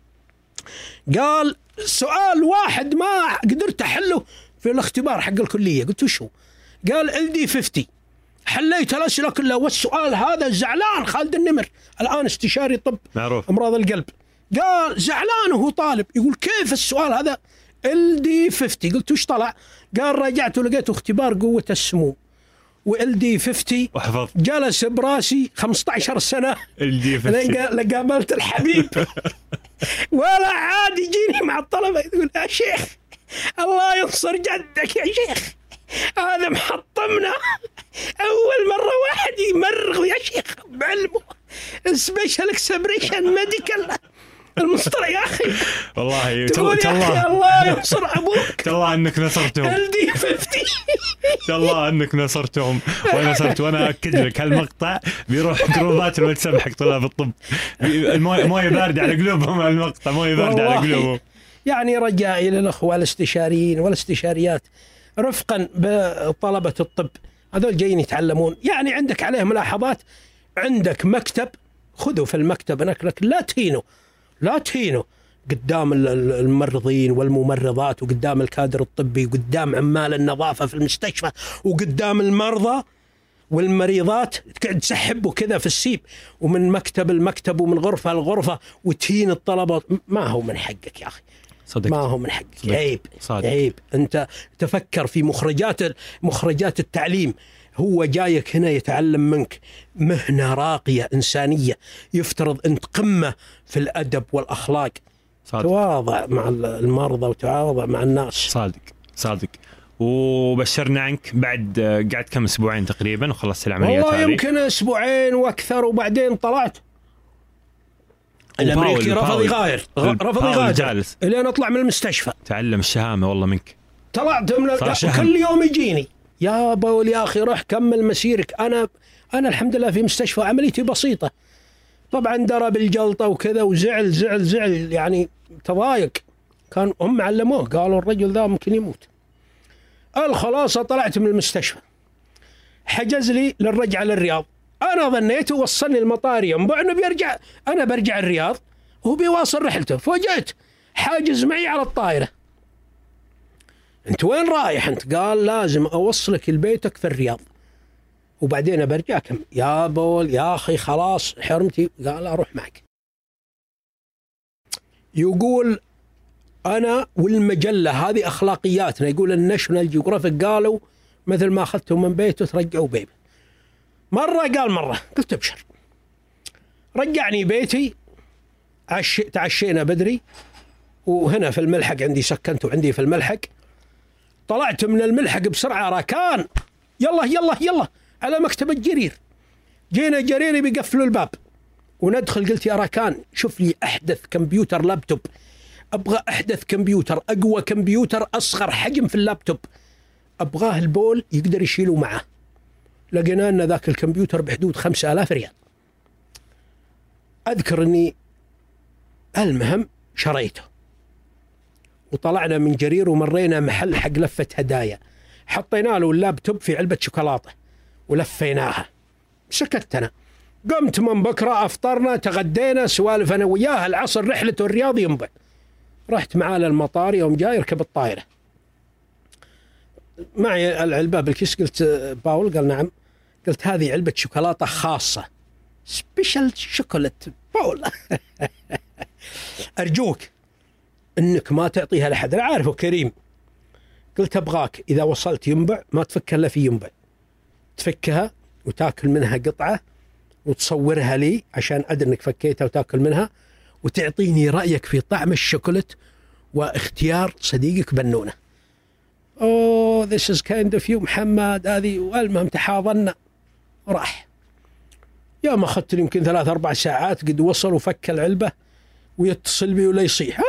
S2: قال سؤال واحد ما قدرت أحله في الاختبار حق الكلية. قلت وشو؟ قال ال دي خمسين. حليت الأسئلة كلها والسؤال هذا زعلان. خالد النمر الآن استشاري طب
S1: معروف
S2: أمراض القلب، قال زعلان وهو طالب، يقول كيف السؤال هذا ال دي خمسين؟ قلت وش طلع؟ قال رجعت ولقيته اختبار قوة السموم، وال دي خمسين
S1: وحفظت.
S2: جلس براسي خمسة عشر سنة
S1: ال دي خمسين
S2: لقابلت الحبيب. ولا عاد يجيني مع الطلبة يقول يا شيخ الله ينصر جدك يا شيخ، هذا محطمنا. أول مرة واحد يمرغ يا شيخ بعلمه سبيشال اكسبريشن ميديكال المصطلح. يا أخي
S1: والله
S2: تقول يا أخي الله ينصر أبوك،
S1: تالله أنك نصرتهم.
S2: ال دي خمسين
S1: تالله أنك نصرتهم ونصرت. وأنا أكد لك هالمقطع بيروح جروبات الواتساب حق طلاب الطب، موية باردة على قلوبهم. المقطع موية باردة على قلوبهم.
S2: يعني رجائي للأخوة الاستشاريين والاستشاريات رفقا بطلبة الطب، هذول جايين يتعلمون، يعني عندك عليه ملاحظات، عندك مكتب خذوا في المكتب هناك، لا تهينوا لا تهينوا قدام الممرضين والممرضات، وقدام الكادر الطبي، وقدام عمال النظافة في المستشفى، وقدام المرضى والمريضات، تقعد تسحبوا كذا في السيب، ومن مكتب المكتب ومن غرفة لغرفة، وتهين الطلبة. ما هو من حقك يا أخي،
S1: صدقت.
S2: ما هو من حقك.
S1: صدقت.
S2: عيب
S1: صادق.
S2: عيب. أنت تفكر في مخرجات مخرجات التعليم. هو جايك هنا يتعلم منك مهنة راقية إنسانية، يفترض أنت قمة في الأدب والأخلاق. صادق. تواضع مع المرضى وتواضع مع الناس.
S1: صادق صادق. وبشرنا عنك بعد قعدت كم أسبوعين تقريبا وخلصت العمليات هذه؟
S2: والله يمكن أسبوعين وأكثر، وبعدين طلعت الأمريكي رفض يغاير رفض يغاير إلين أطلع من المستشفى.
S1: تعلم الشهامة والله منك.
S2: طلعت من كل يوم يجيني يا بول يا أخي روح كمل مسيرك. أنا أنا الحمد لله في مستشفى عمليتي بسيطة، طبعا درب الجلطة وكذا، وزعل زعل زعل يعني تضايق. كان هم علموه قالوا الرجل ذا ممكن يموت. الخلاصة طلعت من المستشفى، حجز لي للرجعة للرياض. أنا ظنيته وصلني المطار ينبع إنه بيرجع، أنا برجع الرياض وهو بيواصل رحلته. فوجئت حاجز معي على الطائرة. أنت وين رايح أنت؟ قال لازم أوصلك لبيتك في الرياض وبعدين برجعكم. يا بول يا أخي خلاص حرمتي. قال أروح معك. يقول أنا والمجلة هذه أخلاقياتنا، يقول الناشونال جيوغرافيك قالوا مثل ما أخذته من بيته ترجعوا بيبه. مرة قال مرة، قلت ابشر. رجعني بيتي، عش... تعشينا بدري، وهنا في الملحق عندي سكنت وعندي في الملحق. طلعت من الملحق بسرعة راكان، يلا يلا يلا على مكتب الجرير. جينا جريري بيقفلوا الباب وندخل. قلت يا راكان شوف لي أحدث كمبيوتر لابتوب، أبغى أحدث كمبيوتر، أقوى كمبيوتر، أصغر حجم في اللابتوب، أبغاه البول يقدر يشيله معه. لقينا أن ذاك الكمبيوتر بحدود خمسة آلاف ريال. أذكر أني المهم شريته، وطلعنا من جرير ومرينا محل حق لفة هدايا. حطينا له اللابتوب في علبة شوكولاتة ولفيناها. سكت أنا، قمت من بكرة أفطرنا تغدينا سوالف أنا وياها، العصر رحلته الرياض ينبع. رحت معاه للمطار، يوم جاي يركب الطائرة معي العلبة بالكيس. قلت باول؟ قال نعم. قلت هذه علبة شوكولاتة خاصة، سبيشال شوكولات باول. أرجوك إنك ما تعطيها لحد، أنا عارفه كريم. قلت أبغاك إذا وصلت ينبع ما تفكها إلا في ينبع، تفكها وتاكل منها قطعة وتصورها لي عشان أدري إنك فكيتها وتاكل منها، وتعطيني رأيك في طعم الشوكولات واختيار صديقك بنونة. أوه this is kind of you محمد هذه. والمهم تحاضنا وراح. يوم أخذت لي يمكن ثلاث أربع ساعات قد وصل وفك العلبة ويتصل بي ولا يصيح.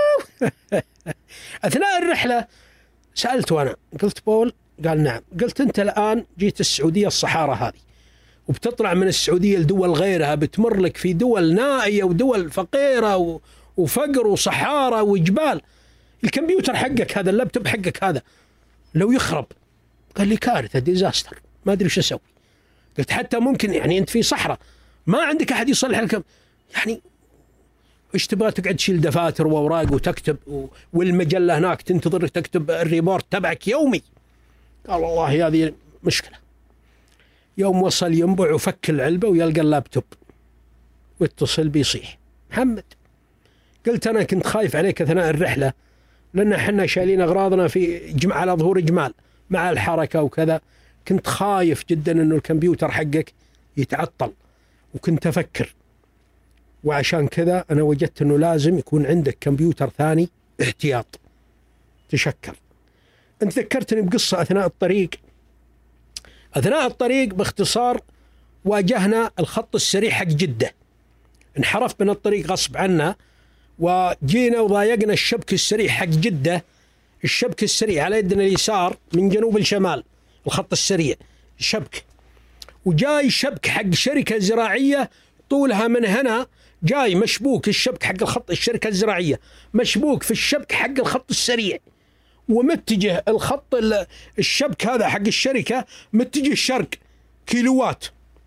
S2: أثناء الرحلة سألته أنا، قلت بول؟ قال نعم. قلت أنت الآن جيت السعودية الصحارى هذه، وبتطلع من السعودية لدول غيرها، بتمر لك في دول نائية ودول فقيرة وفقر وصحارى وجبال. الكمبيوتر حقك هذا، اللابتوب حقك هذا لو يخرب، قال لي كارثة، ديزاستر، ما أدري وش أسوي. قلت حتى ممكن يعني أنت في صحراء ما عندك أحد يصلح لك، يعني إيش تبغى تقعد تشيل دفاتر وأوراق وتكتب و... والمجلة هناك تنتظر تكتب الريبورت تبعك يومي. قال والله هذه مشكلة. يوم وصل ينبع وفك العلبة ويلقى اللابتوب واتصل بيصيح. محمد، قلت أنا كنت خايف عليك أثناء الرحلة، لأن احنا شايلين أغراضنا في جمع على ظهور جمال مع الحركة وكذا، كنت خايف جدا إنه الكمبيوتر حقك يتعطل، وكنت أفكر، وعشان كذا أنا وجدت إنه لازم يكون عندك كمبيوتر ثاني احتياط. تشكر. أنت ذكرتني بقصة أثناء الطريق. أثناء الطريق باختصار واجهنا الخط السريع حق جدة، انحرفت من الطريق غصب عنا وجينا وضايقنا الشبك السريع حق جدة. الشبك السريع على يدنا اليسار من جنوب الشمال، الخط السريع شبك، وجاي شبك حق شركة زراعية طولها من هنا جاي مشبوك، الشبك حق الخط الشركة الزراعية مشبوك في الشبك حق الخط السريع، ومتجه الخط الشبك هذا حق الشركة متجه الشرق كيلوات.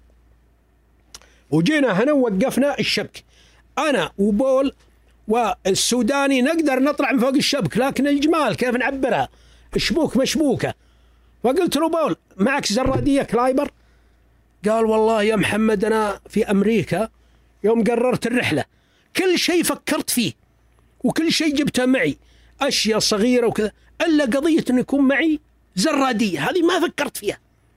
S2: وجينا هنا ووقفنا الشبك، أنا وبول والسوداني نقدر نطلع من فوق الشبك، لكن الجمال كيف نعبرها؟ شبوك مشبوكة. فقلت له بول معك زرادية كلايبر؟ قال والله يا محمد أنا في أمريكا يوم قررت الرحلة كل شيء فكرت فيه وكل شيء جبته معي، أشياء صغيرة وكذا، إلا قضية أن يكون معي زرادية هذه ما فكرت فيها.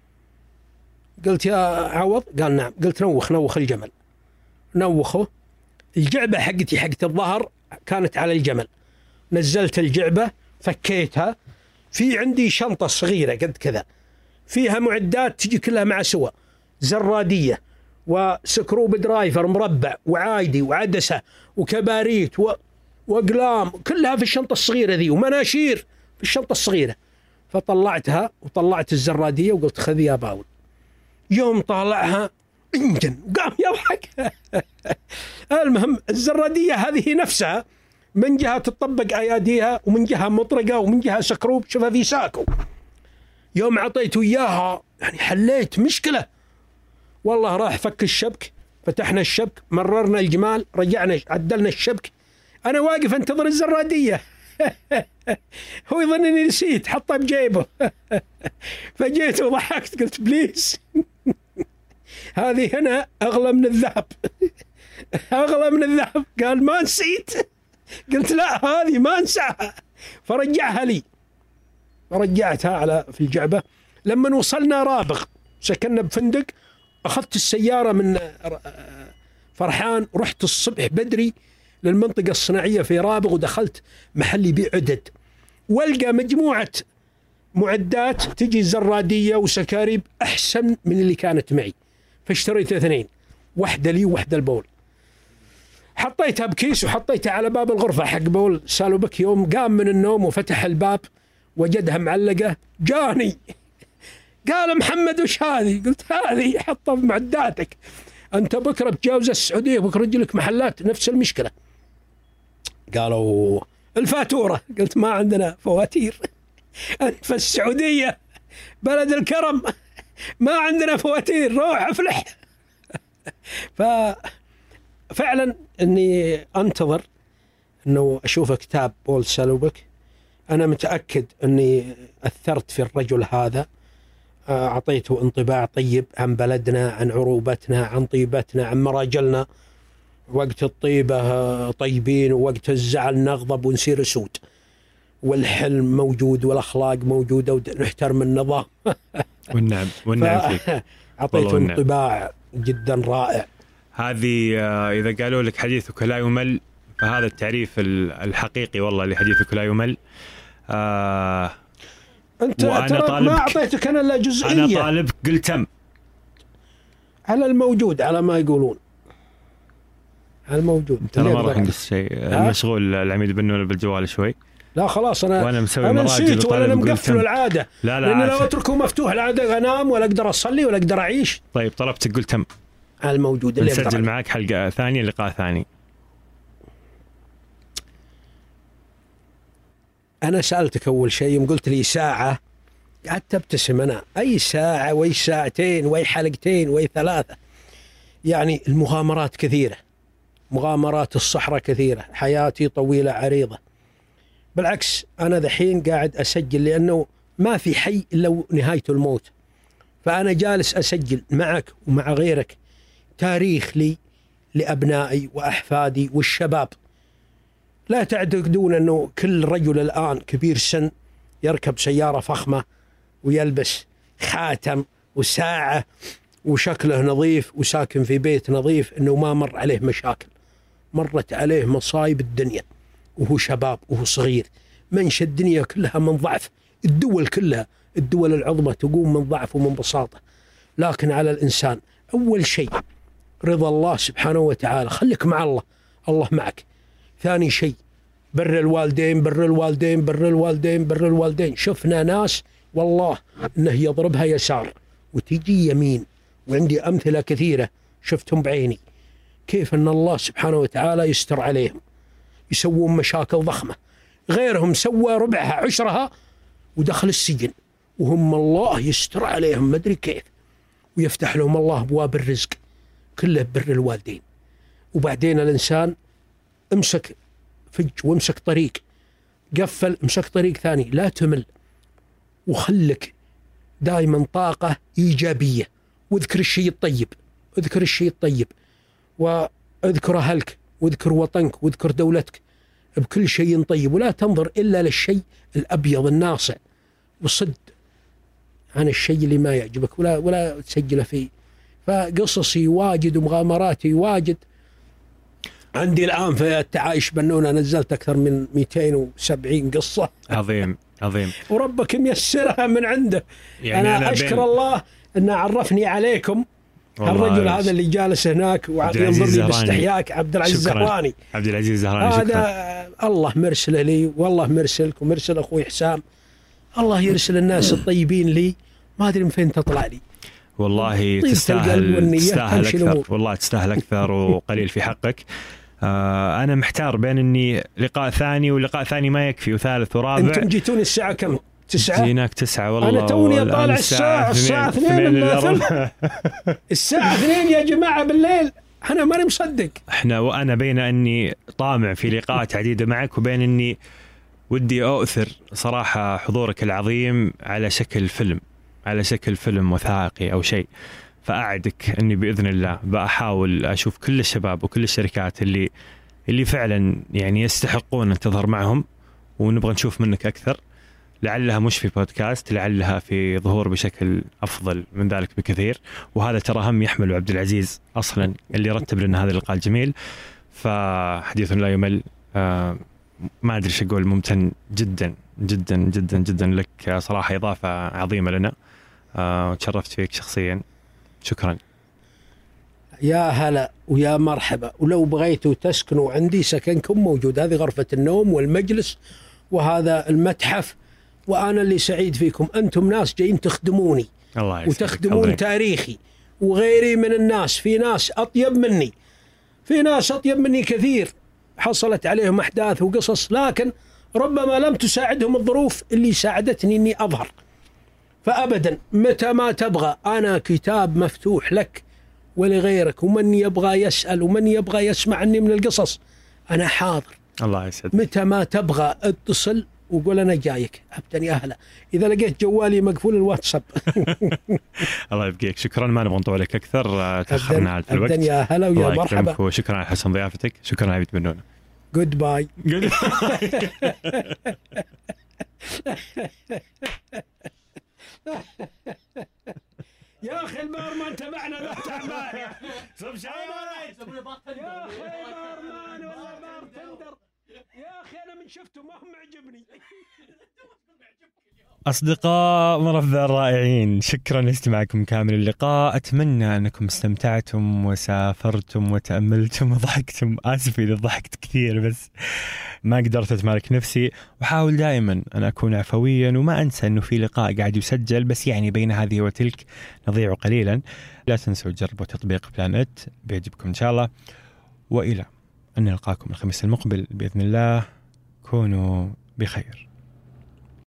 S2: قلت يا عوض؟ قال نعم. قلت نوخ نوخ الجمل. نوخه. الجعبة حقتي حقت الظهر كانت على الجمل، نزلت الجعبة فكيتها، في عندي شنطة صغيرة قد كذا فيها معدات تجي كلها مع سوا، زرادية وسكروب درايفر مربع وعايدي وعدسة وكباريت و... وأقلام، كلها في الشنطة الصغيرة ذي، ومناشير في الشنطة الصغيرة. فطلعتها وطلعت الزرادية وقلت خذ يا باول. يوم طالعها انجن وقام يضحك. المهم الزرادية هذه نفسها من جهة تطبق أياديها ومن جهة مطرقة ومن جهة سكروب، شوفها في ساكو. يوم عطيته إياها يعني حليت مشكلة والله. راح فك الشبك، فتحنا الشبك، مررنا الجمال، رجعنا عدلنا الشبك، أنا واقف أنتظر الزرادية. هو يظنني نسيت حطها بجيبه. فجيت وضحكت قلت بليز هذه هنا أغلى من الذهب. أغلى من الذهب. قال ما نسيت. قلت لا هذه ما انساها. فرجعها لي، فرجعتها على في الجعبة. لما وصلنا رابغ سكننا بفندق، أخذت السيارة من فرحان، رحت الصبح بدري للمنطقة الصناعية في رابغ، ودخلت محل يبيع عدد، والقى مجموعة معدات تجي زرادية وسكاريب أحسن من اللي كانت معي، فاشتريت اثنين، واحدة لي وواحدة البول. حطيتها بكيس وحطيتها على باب الغرفة حق بول. سالوبك يوم قام من النوم وفتح الباب وجدها معلقة، جاني قال محمد وش هذه؟ قلت هذه حطها بمعداتك، أنت بكرة بتجاوز السعودية، بكرة تجيلك محلات نفس المشكلة. قالوا الفاتورة. قلت ما عندنا فواتير. أنت في السعودية بلد الكرم، ما عندنا فواتير، روح افلح. ففعلا أني أنتظر أنه أشوف كتاب بول سالوبك. أنا متأكد أني أثرت في الرجل هذا، أعطيته انطباع طيب عن بلدنا، عن عروبتنا، عن طيبتنا، عن مراجلنا. وقت الطيبة طيبين، ووقت الزعل نغضب ونصير سود. والحلم موجود والأخلاق موجودة ونحترم النظام.
S1: والنعم والنعم فيك.
S2: أعطيته انطباع جدا رائع.
S1: هذه إذا قالوا لك حديثك لا يمل فهذا التعريف الحقيقي والله لحديثك لا يمل. آه
S2: أنت ترى ما أعطيتك أنا إلا جزئية.
S1: أنا طالبك قلت تم
S2: على الموجود، على ما يقولون على الموجود.
S1: ترى ما راح نقص شيء، مشغول العميد بنون بالجوال شوي.
S2: لا خلاص أنا
S1: وأنا مسوي
S2: أنا نسيت وأنا مقفل العادة.
S1: لا لا
S2: لأن لو أتركه مفتوح العادة أنام ولا أقدر أصلي ولا أقدر أعيش.
S1: طيب طلبتك قلت تم
S2: على الموجود. اللي
S1: نسجل معك حلقة ثانية، لقاء ثاني.
S2: أنا سألتك أول شيء يوم قلت لي ساعة قعدت أبتسم. أنا أي ساعة وأي ساعتين وأي حلقتين وأي ثلاثة، يعني المغامرات كثيرة، مغامرات الصحراء كثيرة، حياتي طويلة عريضة. بالعكس أنا ذحين قاعد أسجل لأنه ما في حي إلا نهاية الموت، فأنا جالس أسجل معك ومع غيرك تاريخ لي لأبنائي وأحفادي والشباب. لا تعتقدون أنه كل رجل الآن كبير سن يركب سيارة فخمة ويلبس خاتم وساعة وشكله نظيف وساكن في بيت نظيف أنه ما مر عليه مشاكل. مرت عليه مصايب الدنيا وهو شباب وهو صغير. منشأ الدنيا كلها من ضعف، الدول كلها الدول العظمى تقوم من ضعف ومن بساطة. لكن على الإنسان أول شيء رضا الله سبحانه وتعالى، خليك مع الله، الله معك. ثاني شيء بر الوالدين بر الوالدين بر الوالدين بر الوالدين. شفنا ناس والله إنه يضربها يسار وتيجي يمين، وعندي أمثلة كثيرة شفتهم بعيني كيف أن الله سبحانه وتعالى يستر عليهم، يسوون مشاكل ضخمة. غيرهم سوى ربعها عشرها ودخل السجن، وهم الله يستر عليهم ما أدري كيف، ويفتح لهم الله أبواب الرزق كله بر الوالدين. وبعدين الإنسان امسك فج وامسك طريق، قفل امسك طريق ثاني، لا تمل، وخلك دائما طاقة إيجابية. واذكر الشيء الطيب، اذكر الشيء الطيب، واذكر أهلك واذكر وطنك واذكر دولتك بكل شيء طيب، ولا تنظر إلا للشيء الأبيض الناصع، وصد عن الشيء اللي ما يعجبك ولا ولا تسجله فيه. فقصصي واجد ومغامراتي واجد. عندي الآن في التعايش بنونة نزلت أكثر من مئتين وسبعين قصة.
S1: عظيم عظيم.
S2: وربك ميسرها من عنده. يعني أنا, أنا أشكر بين... الله أنه عرفني عليكم الرجل هذا اللي جالس هناك وينظر لي باستحياك، عبد العزيز الزهراني.
S1: عبد العزيز الزهراني
S2: هذا الله مرسله لي، والله مرسلك ومرسل أخوي حسام. الله يرسل الناس الطيبين لي، ما أدري من فين تطلع لي.
S1: والله تستاهل تستاهل أكثر، والله تستاهل أكثر وقليل في حقك. آه أنا محتار بين إني لقاء ثاني ولقاء ثاني ما يكفي وثالث ورابع.
S2: أنتم جيتوني الساعة كم؟ تسعة؟
S1: جيناك تسعة والله.
S2: أنا توني أطالع الساعة الساعة اثنين الساعة اثنين يا جماعة بالليل، أنا ماني مصدق.
S1: إحنا وأنا بين أني طامع في لقاءات عديدة معك وبين أني ودي أؤثر صراحة حضورك العظيم على شكل فيلم، على شكل فيلم وثائقي أو شيء. فأعدك أني بإذن الله بأحاول أشوف كل الشباب وكل الشركات اللي اللي فعلا يعني يستحقون أن تظهر معهم، ونبغى نشوف منك أكثر. لعلها مش في بودكاست، لعلها في ظهور بشكل أفضل من ذلك بكثير. وهذا ترى هم يحمل عبد العزيز أصلا اللي رتب لنا هذا اللقاء الجميل. فحديث لا يمل. آه ما أدري شو أقول، ممتن جدا جدا جدا جدا لك صراحة، إضافة عظيمة لنا. آه وتشرفت فيك شخصيا، شكرا.
S2: يا هلا ويا مرحبا. ولو بغيتوا تسكنوا عندي سكنكم موجود، هذه غرفة النوم والمجلس وهذا المتحف، وأنا اللي سعيد فيكم. أنتم ناس جايين تخدموني وتخدمون الله. تاريخي وغيري من الناس. في ناس أطيب مني، في ناس أطيب مني كثير، حصلت عليهم أحداث وقصص، لكن ربما لم تساعدهم الظروف اللي ساعدتني إني أظهر. فأبدا متى ما تبغى أنا كتاب مفتوح لك ولغيرك، ومن يبغى يسأل ومن يبغى يسمع عني من القصص أنا حاضر.
S1: الله يسعدك.
S2: متى ما تبغى اتصل وقول أنا جايك أبتني أهلا. إذا لقيت جوالي مقفول الواتساب.
S1: الله يبقيك. شكرا، ما نبغى نطولك أكثر، تأخرنا على الوقت.
S2: أبداً يا هلا ويا مرحبا،
S1: وشكرا على حسن ضيافتك. شكرا على بنونا.
S2: جود باي. يا أخي المارمان تبعنا ذا تعبان يا أخي مارمان ولا بارتندر يا أخي أنا من شفته ما هم معجبني.
S1: أصدقاء مربع الرائعين، شكرا لاستماعكم كامل اللقاء. أتمنى أنكم استمتعتم وسافرتم وتأملتم وضحكتم. آسف إذا ضحكت كثير بس ما قدرت أتمالك نفسي، وحاول دائما أن أكون عفويا وما أنسى أنه في لقاء قاعد يسجل، بس يعني بين هذه وتلك نضيع قليلا. لا تنسوا تجربوا تطبيق بلانت، بيعجبكم إن شاء الله. وإلى أن نلقاكم الخميس المقبل بإذن الله، كونوا بخير.